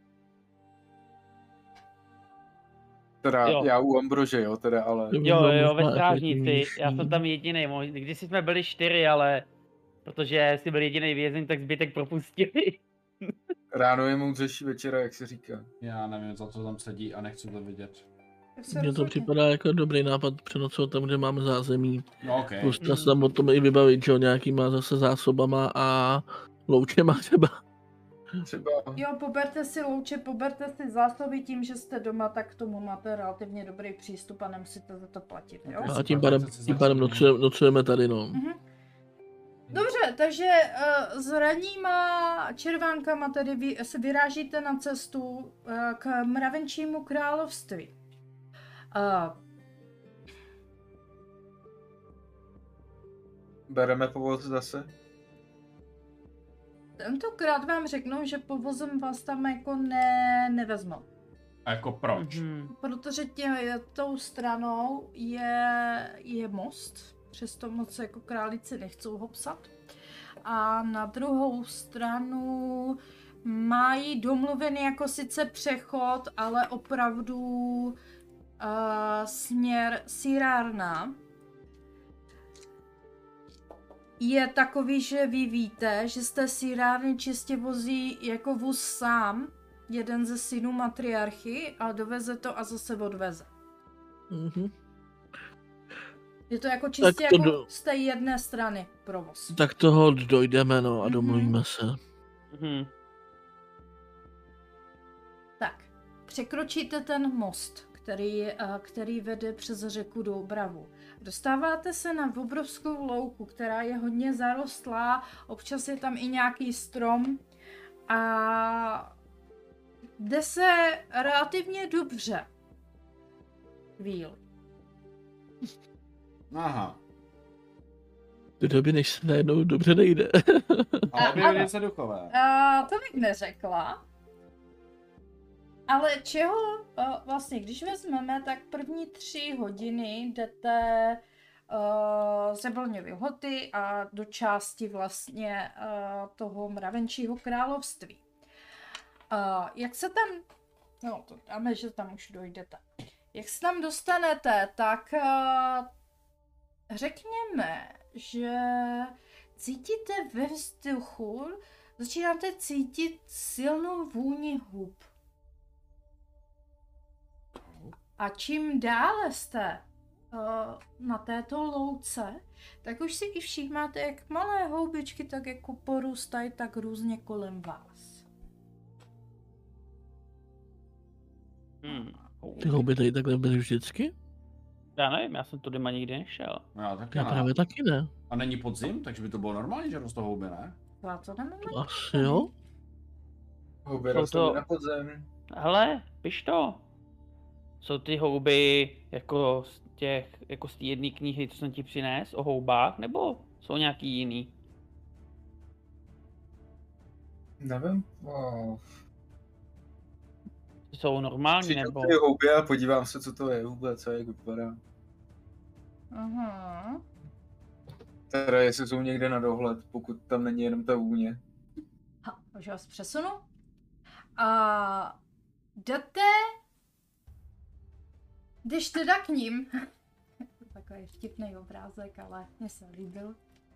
Teda Jo. já u Ambrože, jo, teda, ale... Jo, ve strážnici, já jsem tam jedinej, když jsme byli 4, ale protože jsi byl jedinej vězeň, tak zbytek propustili. Ráno je moudřejší večera, jak se říká. Já nevím, za co tam sedí a nechci to vidět. Mně to připadá jako dobrý nápad přenocovat tam, kde máme zázemí. No OK. Plus se tam o tom i vybavit, že jo, nějakýma zase zásobama a loučema třeba. Třeba... Jo, poberte si louče, poberte si zásoby tím, že jste doma, tak k tomu máte relativně dobrý přístup a nemusíte za to platit, jo? A tím pádem nocujeme tady, no. Mhm. Dobře, takže s ranníma červánkama tedy se vyrážíte na cestu k mravenčímu království. Bereme povoz zase? Tentokrát vám řeknu, že povozem vás tam jako nevezmou. A jako proč? Protože tou stranou je most, přesto moc jako králíci nechcou ho psat. A na druhou stranu mají domluvený jako sice přechod, ale opravdu směr sírárna je takový, že vy víte, že z té sírárny čistě vozí jako vůz sám jeden ze synů matriarchy a doveze to a zase odveze. Mhm. Je to jako čistě to jako z té jedné strany provoz. Tak toho dojdeme, no, a domluvíme se. Mhm. Tak, překročíte ten most, který vede přes řeku Doubravu. Dostáváte se na obrovskou louku, která je hodně zarostlá, občas je tam i nějaký strom a jde se relativně dobře. Víl. Aha. Do doby, než se najednou dobře nejde. Ale objevily se duchové. To bych neřekla. Ale čeho vlastně, když vezmeme, tak první 3 hodiny jdete z Jablonňovy lhoty a do části vlastně toho mravenčího království. Jak se tam, no to dáme, že tam už dojdete. Jak se tam dostanete, tak řekněme, že cítíte ve vzduchu, začínáte cítit silnou vůni hub. A čím dále jste na této louce, tak už si i všímáte, jak malé houbičky tak jako porůstají tak různě kolem vás. Ty houby tady takhle byly vždycky? Já nevím, já jsem tudy nikdy nešel. Já taky Já ne. právě taky ne. A není podzim, takže by to bylo normální, že rostou houby, ne? Já to nemám. Asi jo? Houby Jsou rostou to- na podzem. Hele, piš to. Jsou ty houby jako z té jedné knihy, co jsem ti přines o houbách, nebo jsou nějaký jiný? Nevím. Jsou normální, Přijdu nebo? ty houby a podívám se, co to je vůbec a jak vypadá. Aha. Teda jestli jsou někde na dohled, pokud tam není jenom ta vůně. Už vás přesunu. A když teda k ním, takový vtipný obrázek, ale mně se líbil.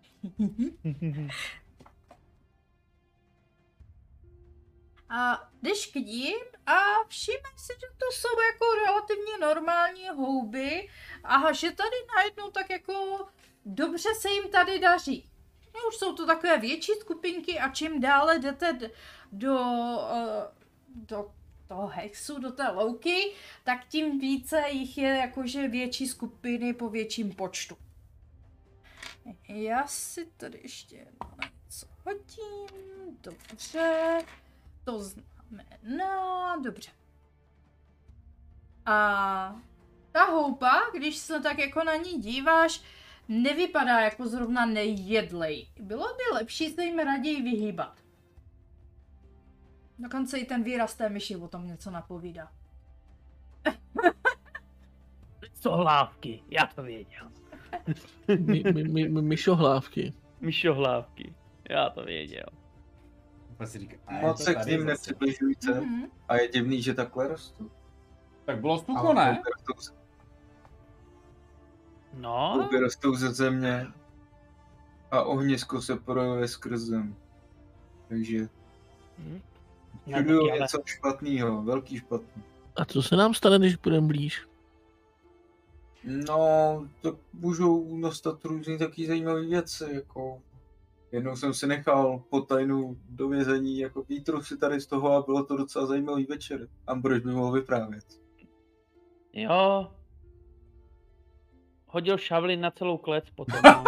A jdeš k ním a všimneš si, že to jsou jako relativně normální houby a že tady najednou tak jako dobře se jim tady daří. No, už jsou to takové větší skupinky a čím dále jdete do toho hexu, do té louky, tak tím více jich je jakože větší skupiny po větším počtu. Já si tady ještě něco hodím, dobře, to znamená, dobře. A ta houba, když se tak jako na ní díváš, nevypadá jako zrovna nejjedlej. Bylo by lepší se jim raději vyhýbat. Dokonce i ten výraz té myši o tom něco napovídá. Myšohlávky, já to věděl. Myšohlávky. Myšohlávky, já to věděl. Moc se k ním nepřibližujte. A je divný, že takhle rostou. Tak bylo sucho, ne? No, Houby rostou ze země a ohnisko se projevuje skrz zem. Takže všude je něco špatného, velký špatný. A co se nám stane, když budeme blíž? No, tak můžou nastat různý taky zajímavé věci, jako jednou jsem si nechal potajnu do vězení jako výtruh si tady z toho a bylo to docela zajímavý večer. Ambrož by mohl vyprávět. jo. Hodil šavlin na celou klec potom. No.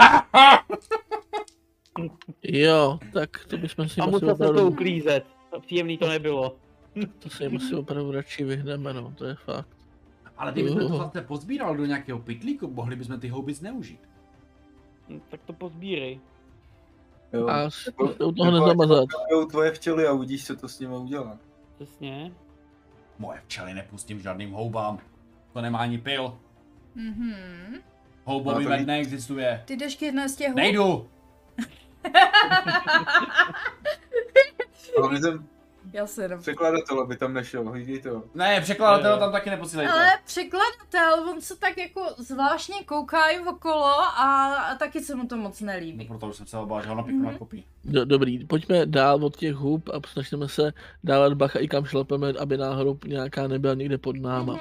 Jo, tak to bychom si A asi musel se to opravdu, uklízet. Příjemný to nebylo. to si asi opravdu radši vyhneme, no, to je fakt. Ale kdybychom to vlastně pozbíral do nějakého pytlíku, mohli bychom ty houby zneužít. Tak to pozbírej. Jo. A u toho nezamazat. Jsou tvoje včely a uvidíš, co to s nimi udělá. Přesně. Moje včely nepustím žádným houbám. To nemá ani pil. Mhm. Houbový No, to med ví- neexistuje. Ty jdeš k jedné z těch hub? Nejdu! Ale Já se jenom... Překladatel by tam nešel, hlídej to. Ne, překladatel tam taky neposílejte. Ale překladatel, on se tak jako zvláštně kouká i okolo a taky se mu to moc nelíbí. No proto už jsem se obál, že ho napíchu na kopí. Dobrý, pojďme dál od těch hub a snažíme se dávat bacha i kam šlapeme, aby náhodou nějaká nebyla někde pod náma.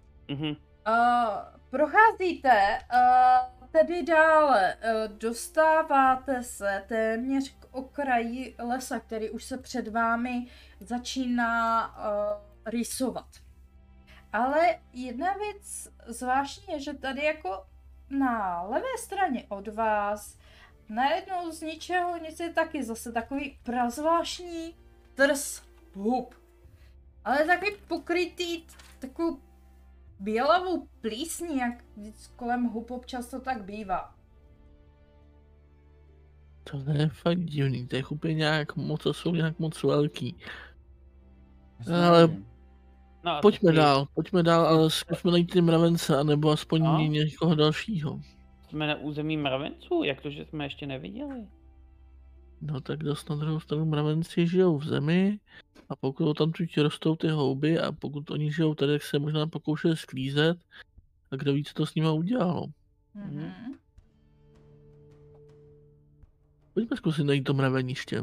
Procházíte tedy dále, dostáváte se téměř k okraji lesa, který už se před vámi začíná rýsovat. Ale jedna věc zvláštní je, že tady jako na levé straně od vás najednou z ničeho nic je taky zase takový prazvláštní trs hub. Ale takový pokrytý takovou bělavou plísní, jak kolem hub občas to tak bývá. To je fakt divný, ty hupy nějak moc jsou nějak moc velký. Ale No, pojďme dál, ale zkusme najít ty mravence, anebo aspoň někoho dalšího. Jsme na území mravenců? Jak to, že jsme ještě neviděli? No tak dost na druhou stranu mravenci žijou v zemi a pokud tam tu rostou ty houby a pokud oni žijou tady, tak se možná pokoušeli sklízet a kdo ví, co to s nima udělalo. Pojďme zkusit najít to mraveniště.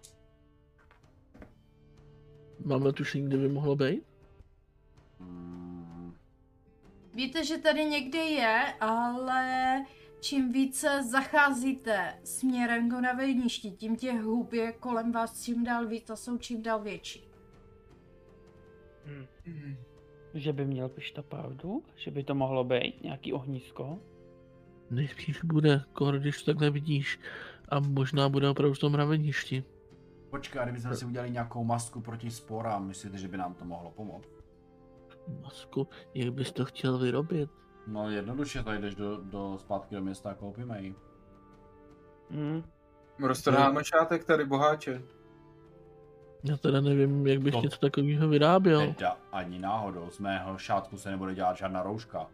Máme tušení, kde by mohlo být? Víte, že tady někde je, ale čím více zacházíte směrem k mraveništi, tím těch hub je kolem vás čím dál víc a jsou čím dál větší. Že by měl Pišta pravdu? Že by to mohlo být nějaký ohnisko? Nejspíš bude, když to takhle vidíš. A možná bude opravdu v tom mraveništi. Počkej, kdybychom si udělali nějakou masku proti sporám, myslíte, že by nám to mohlo pomoct? Masku? Jak bys to chtěl vyrobit? No jednoduše, tady jdeš zpátky do města a koupíme ji. Roztrháme šátek tady, boháče. Já teda nevím, jak bych něco takového vyráběl. Teda ani náhodou, z mého šátku se nebude dělat žádná rouška.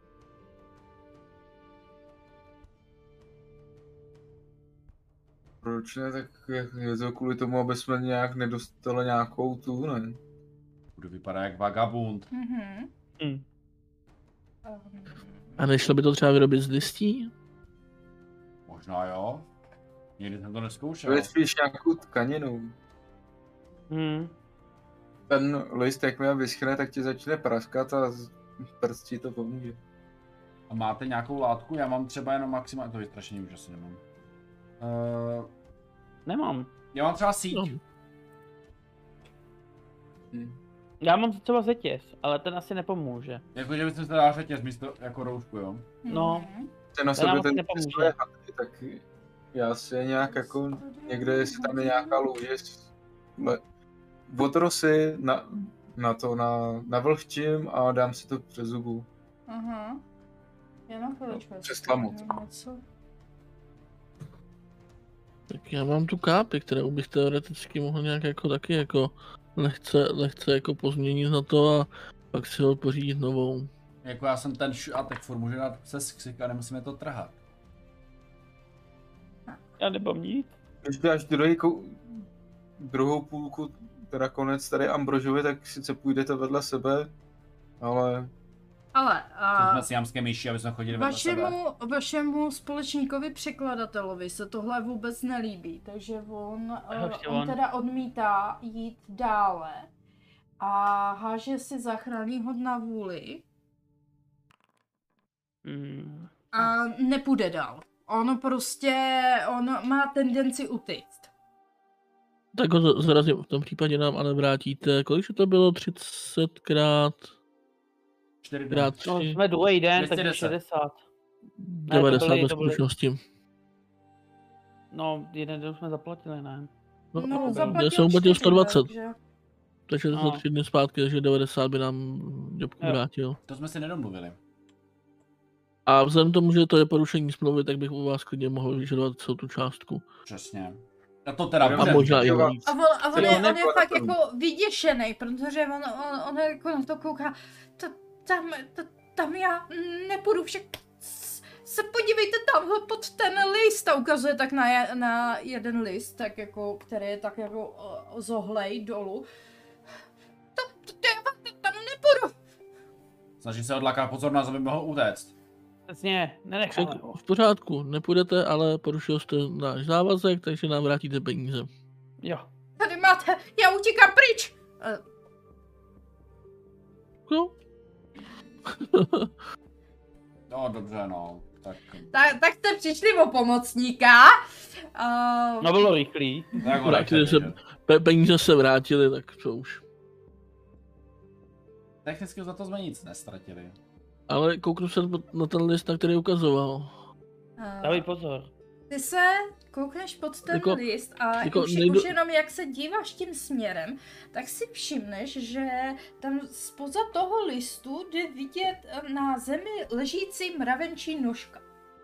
Proč ne, tak je to kvůli tomu, aby jsme nějak nedostali nějakou tu, ne? Budu vypadat jak vagabund. A nešlo by to třeba vyrobit z listí? Možná jo. Nikdy jsem to neskoušel. To je spíš nějakou tkaninu. Ten list, jakmile vyschne, tak ti začne praskat a prstí to pomůže. A máte nějakou látku? Já mám třeba jenom maximálně, to vystrašení už asi nemám. Nemám. Já mám třeba síť. Já mám třeba řetěz, ale ten asi nepomůže. Jakože byste se dal řetěz místo jako roušku, jo? No. Ten na sobě ten nepomůže. Tak já si je nějak jako někde, jestli tam je nějaká louže, odrosy na vlhčím a dám si to přes zubu. Jenom chvíličku. Přes tlamut. Tak já mám tu kápi, kterou bych teoreticky mohl nějak jako taky jako lehce jako pozměnit na to a pak si ho pořídit novou. Jako já jsem ten šátek furt můžu dát přes křik a nemusíme to trhat. Já nemám nic. Když dáš druhou půlku, teda konec tady Ambrožovi, tak sice půjdete vedle sebe, ale... To jsme siamské myši, aby jsme chodili vedle sebe. Vašemu společníkovi překladatelovi se tohle vůbec nelíbí, takže on teda odmítá jít dále a háže si záchranný hod na vůli a nepůjde dál. On má tendenci utíct. Tak ho zarazím, v tom případě nám ale vrátíte, kolik to bylo, 30krát? 4krát. No, jsme druhý den, takže 60. 90 bez zkušenosti. No, jeden den jsme zaplatili, ne? No já jsem uplatil 120. Takže to jsou 3 dny zpátky, takže 90 by nám Jobku vrátil. To jsme si nedomluvili. A vzhledem k tomu, že to je porušení smlouvy, tak bych u vás klidně mohl vyžadovat celou tu částku. Přesně. A to teda a možná i víc. A on je fakt jako vyděšený, protože on jako na to kouká. Tam já nepůjdu, však se podívejte tamhle pod ten list a ukazuje tak na jeden list, tak jako, který je tak jako zohlej dolů. Snažím se odlákat pozornost, aby mohl utéct. Přesně, nenecháme ho. V pořádku, nepůjdete, ale porušil jste náš závazek, takže nám vrátíte peníze. Jo. Tady máte, já utíkám pryč. Jo. No, dobře, no. Tak jste přišli o pomocníka. No bylo rychlý. Tak Peníze se vrátily, tak co už. Technicky za to jsme nic nestratili. Ale kouknu se na ten list, na který ukazoval. Dávej pozor. Ty se koukneš pod ten list a už jenom jak se díváš tím směrem, tak si všimneš, že tam spoza toho listu jde vidět na zemi ležící mravenčí nožka.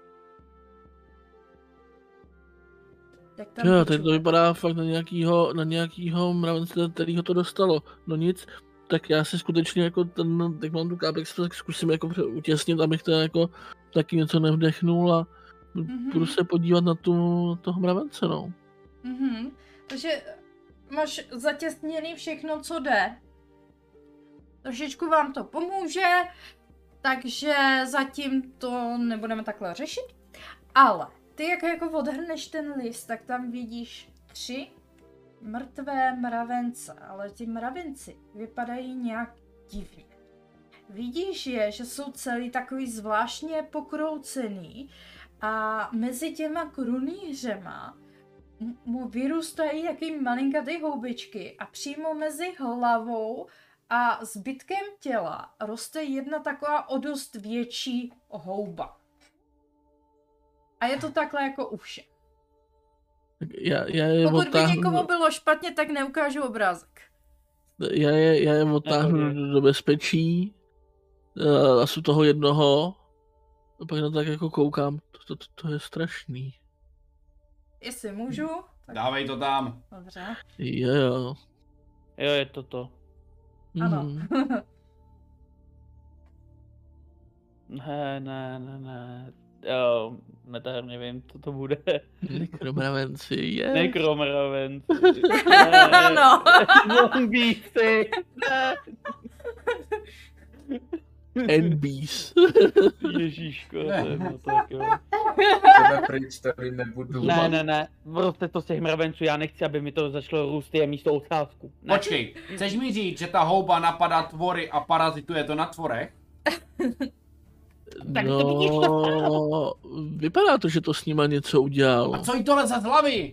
Jo, teď to vypadá fakt na nějakýho mravence, kterýho to dostalo. No nic, tak já si skutečně jako tak mám tu kápex, tak zkusím jako utěsnit, abych to jako taky něco nevdechnul a budu se podívat na toho mravence, no. Takže máš zatěsněný všechno, co jde. Trošičku vám to pomůže, takže zatím to nebudeme takhle řešit. Ale ty jako odhrneš ten list, tak tam vidíš 3 mrtvé mravence, ale ty mravenci vypadají nějak divně. Vidíš je, že jsou celý takový zvláštně pokroucený a mezi těma krunýřema mu vyrůstají jaký malinkatý houbičky a přímo mezi hlavou a zbytkem těla roste jedna taková o dost větší houba. A je to takhle jako u všech. Pokud by někomu bylo špatně, tak neukážu obrázek. Já je odtáhnu do bezpečí a z toho jednoho a pak na tak jako koukám. To je strašný. Jestli můžu? Tak... Dávej to tam. Dobře. Jo. Jo, je to. Ano. Ne. Ne, tak nevím, co to bude. Nekromravenci, je. Nekromravenci. Ano. Zombíci. NBs. Ježíško, no tak jo. Tebe pryč, tady nebudu. Ne. Prostě to z těch mravenců, já nechci, aby mi to začalo růst je místo ocásku. Počkej, chceš mi říct, že ta houba napadá tvory a parazituje to na tvorech? Tak to vidíš to. Vypadá to, že to s nima něco udělal. A co jí to leze z hlavy?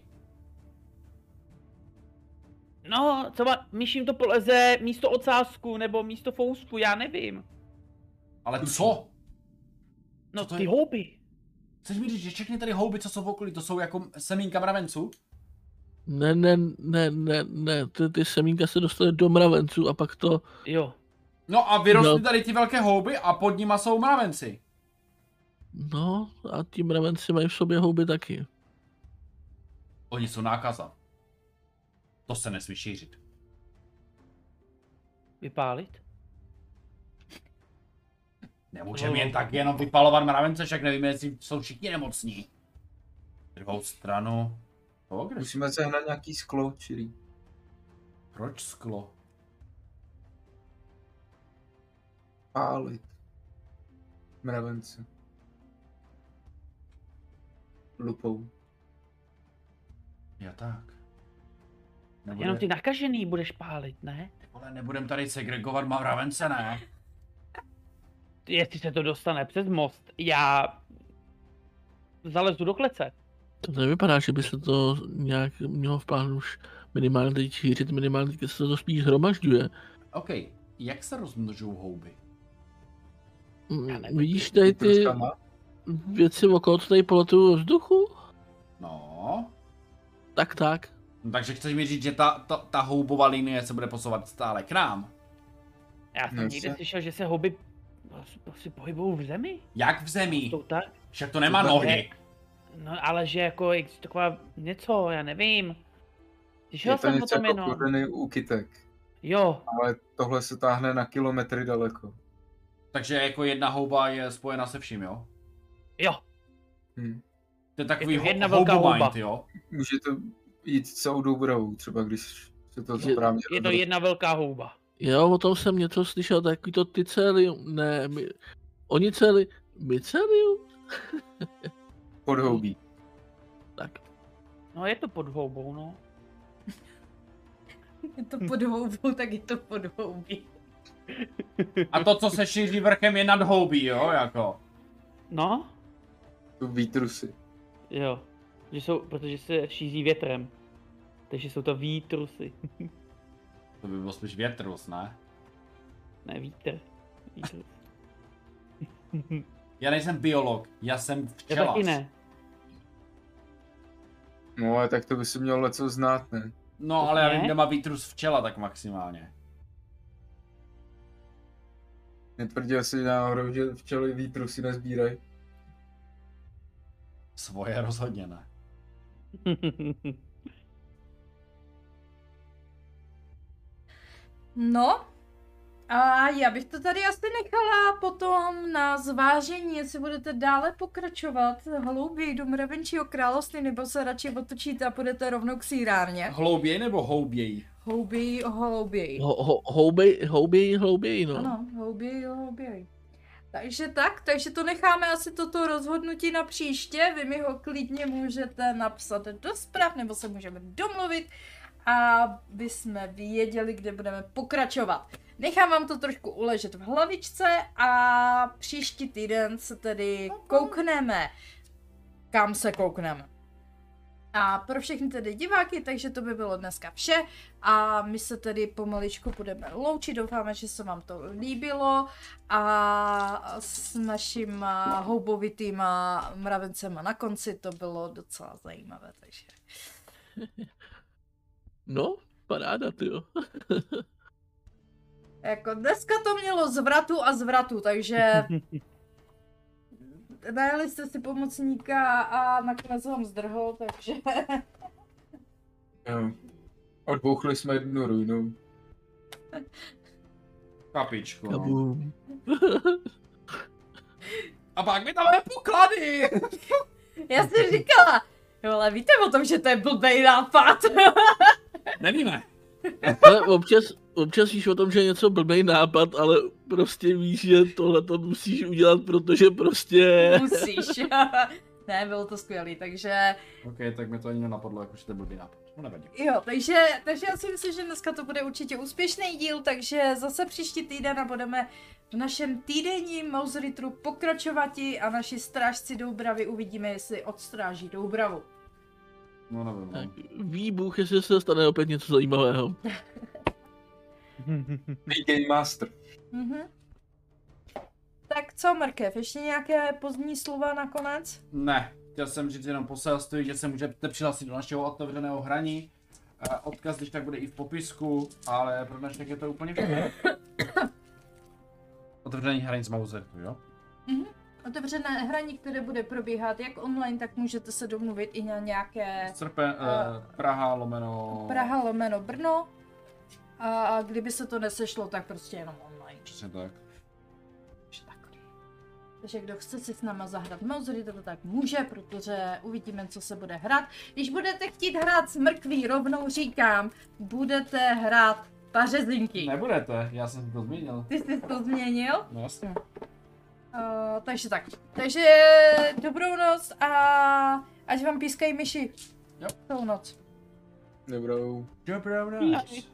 No, třeba myším to poleze místo ocásku nebo místo fousku, já nevím. Ale co? No ty houby. Chceš mi říct, že všechny tady houby, co jsou v okolí, to jsou jako semínka mravenců? Ne, ty semínka se dostaly do mravenců a pak to... Jo. No a vyrostly tady ty velké houby a pod nima jsou mravenci. No a ti mravenci mají v sobě houby taky. Oni jsou nákaza. To se nesmí šířit. Vypálit? Nemůžeme jen tak jenom vypalovat mravence, však nevíme, jestli jsou všichni nemocní. Druhou stranu... Musíme sehnat nějaký sklo, čili. Proč sklo? Pálit. Mravence. Lupou. Já tak. Jenom ty nakažený budeš pálit, ne? Ale nebudem tady segregovat mravence, ne? Jestli se to dostane přes most, já zalezu do klece. To nevypadá, že by se to nějak mělo v plánu už minimálně teď šířit, minimálně teď se to spíš hromažďuje. OK, jak se rozmnožují houby? Vidíš tady ty věci okolo, co tady poletují ve vzduchu? No. Tak. No, takže chceš mi říct, že ta houbová linie se bude posouvat stále k nám? Já jsem někde slyšel, že se houby si pohybují v zemi. Jak v zemi? To tak? Však to nemá nohy. No ale že jako taková něco, já nevím. Slyšel jsem o tom jenom. Je to něco jako úkytek. Jo. Ale tohle se táhne na kilometry daleko. Takže jako jedna houba je spojena se vším, jo? Jo. To je takový jedna velká houba. Jo? Může to jít celou dobrou, třeba když se to správně... Je to jedna velká houba. Jo, o tom jsem něco slyšel, takový to tycelium, ne, oni celi, mycelium? Podhoubí. Tak. No je to pod houbou, no. Je to pod houbou, tak je to pod houbí. A to, co se šíří vrchem, je nadhoubí, jo, jako. No, Tu výtrusy. jo. Že jsou, protože se šíří větrem. Takže jsou to výtrusy. To by byl spíš větrus, ne? Ne, vítr. Výtrus. Já nejsem biolog, já jsem Já včelař. taky ne. No ale tak to by si měl leco znát, ne? No, ale já Ne? vím, kde má výtrus včela, tak maximálně. Netvrdil si náhodou, že včely výtrusy nezbírají. Svoje rozhodně ne. No, a já bych to tady asi nechala potom na zvážení, jestli budete dále pokračovat hlouběji do Mravenčího království, nebo se radši otočíte a půjdete rovnou k sýrárně. Hlouběji nebo houběji? Hlouběji. Hlouběji, no. Ano, hlouběji. Takže to necháme asi toto rozhodnutí na příště, vy mi ho klidně můžete napsat do zpráv, nebo se můžeme domluvit, aby jsme věděli, kde budeme pokračovat. Nechám vám to trošku uležet v hlavičce a příští týden se tedy koukneme, kam se koukneme. A pro všechny tedy diváky, takže to by bylo dneska vše a my se tedy pomaličku budeme loučit, doufáme, že se vám to líbilo a s našima houbovitýma mravencema na konci to bylo docela zajímavé, takže... No, paráda, tyjo. Jako dneska to mělo zvratu, takže... Najeli jste si pomocníka a nakonec vám zdrhl, takže... Jo. Odbouchli jsme jednu ruinu. Kapičko. No. Kabum. A pak mi tam je poklady! Já jsem říkala, jo, ale víte o tom, že to je blbej nápad. Nevíme. Ale občas víš o tom, že je něco blbej nápad, ale prostě víš, že tohle to musíš udělat, protože prostě... Musíš. Ne, bylo to skvělý, takže... OK, tak mi to ani nenapadlo, jakože to je blbý nápad. No nevadí. Jo, takže já si myslím, že dneska to bude určitě úspěšný díl, takže zase příští týden a budeme v našem týdenním Mouse Ritru pokračovati a naši strážci Doubravy uvidíme, jestli odstráží Doubravu. No nevím. No. Výbuch, jestli se stane opět něco zajímavého. Game Master. Mhm. Tak co, Mrkev, ještě nějaké pozdní slova nakonec? Ne, chtěl jsem říct jenom poselství, že se můžete přihlásit do našeho otevřeného hraní. Odkaz, když tak bude i v popisku, ale pro dnešek je to úplně všechno. Otevřený hraní z Mouseretu, jo? Mhm. Otevřené hraní, které bude probíhat jak online, tak můžete se domluvit i na nějaké Praha/Brno. A kdyby se to nesešlo, tak prostě jenom online. Přesně tak. Takže kdo chce si s náma zahrát Mouse Ritru, tak může, protože uvidíme, co se bude hrát. Když budete chtít hrát s mrkví, rovnou říkám, budete hrát pařezinky. Nebudete, já jsem to změnil. Ty jsi to změnil? No jasně. Takže tak. Takže dobrou noc a ať vám pískají myši. Jo. Celou noc. Dobrou. Dobrou noc.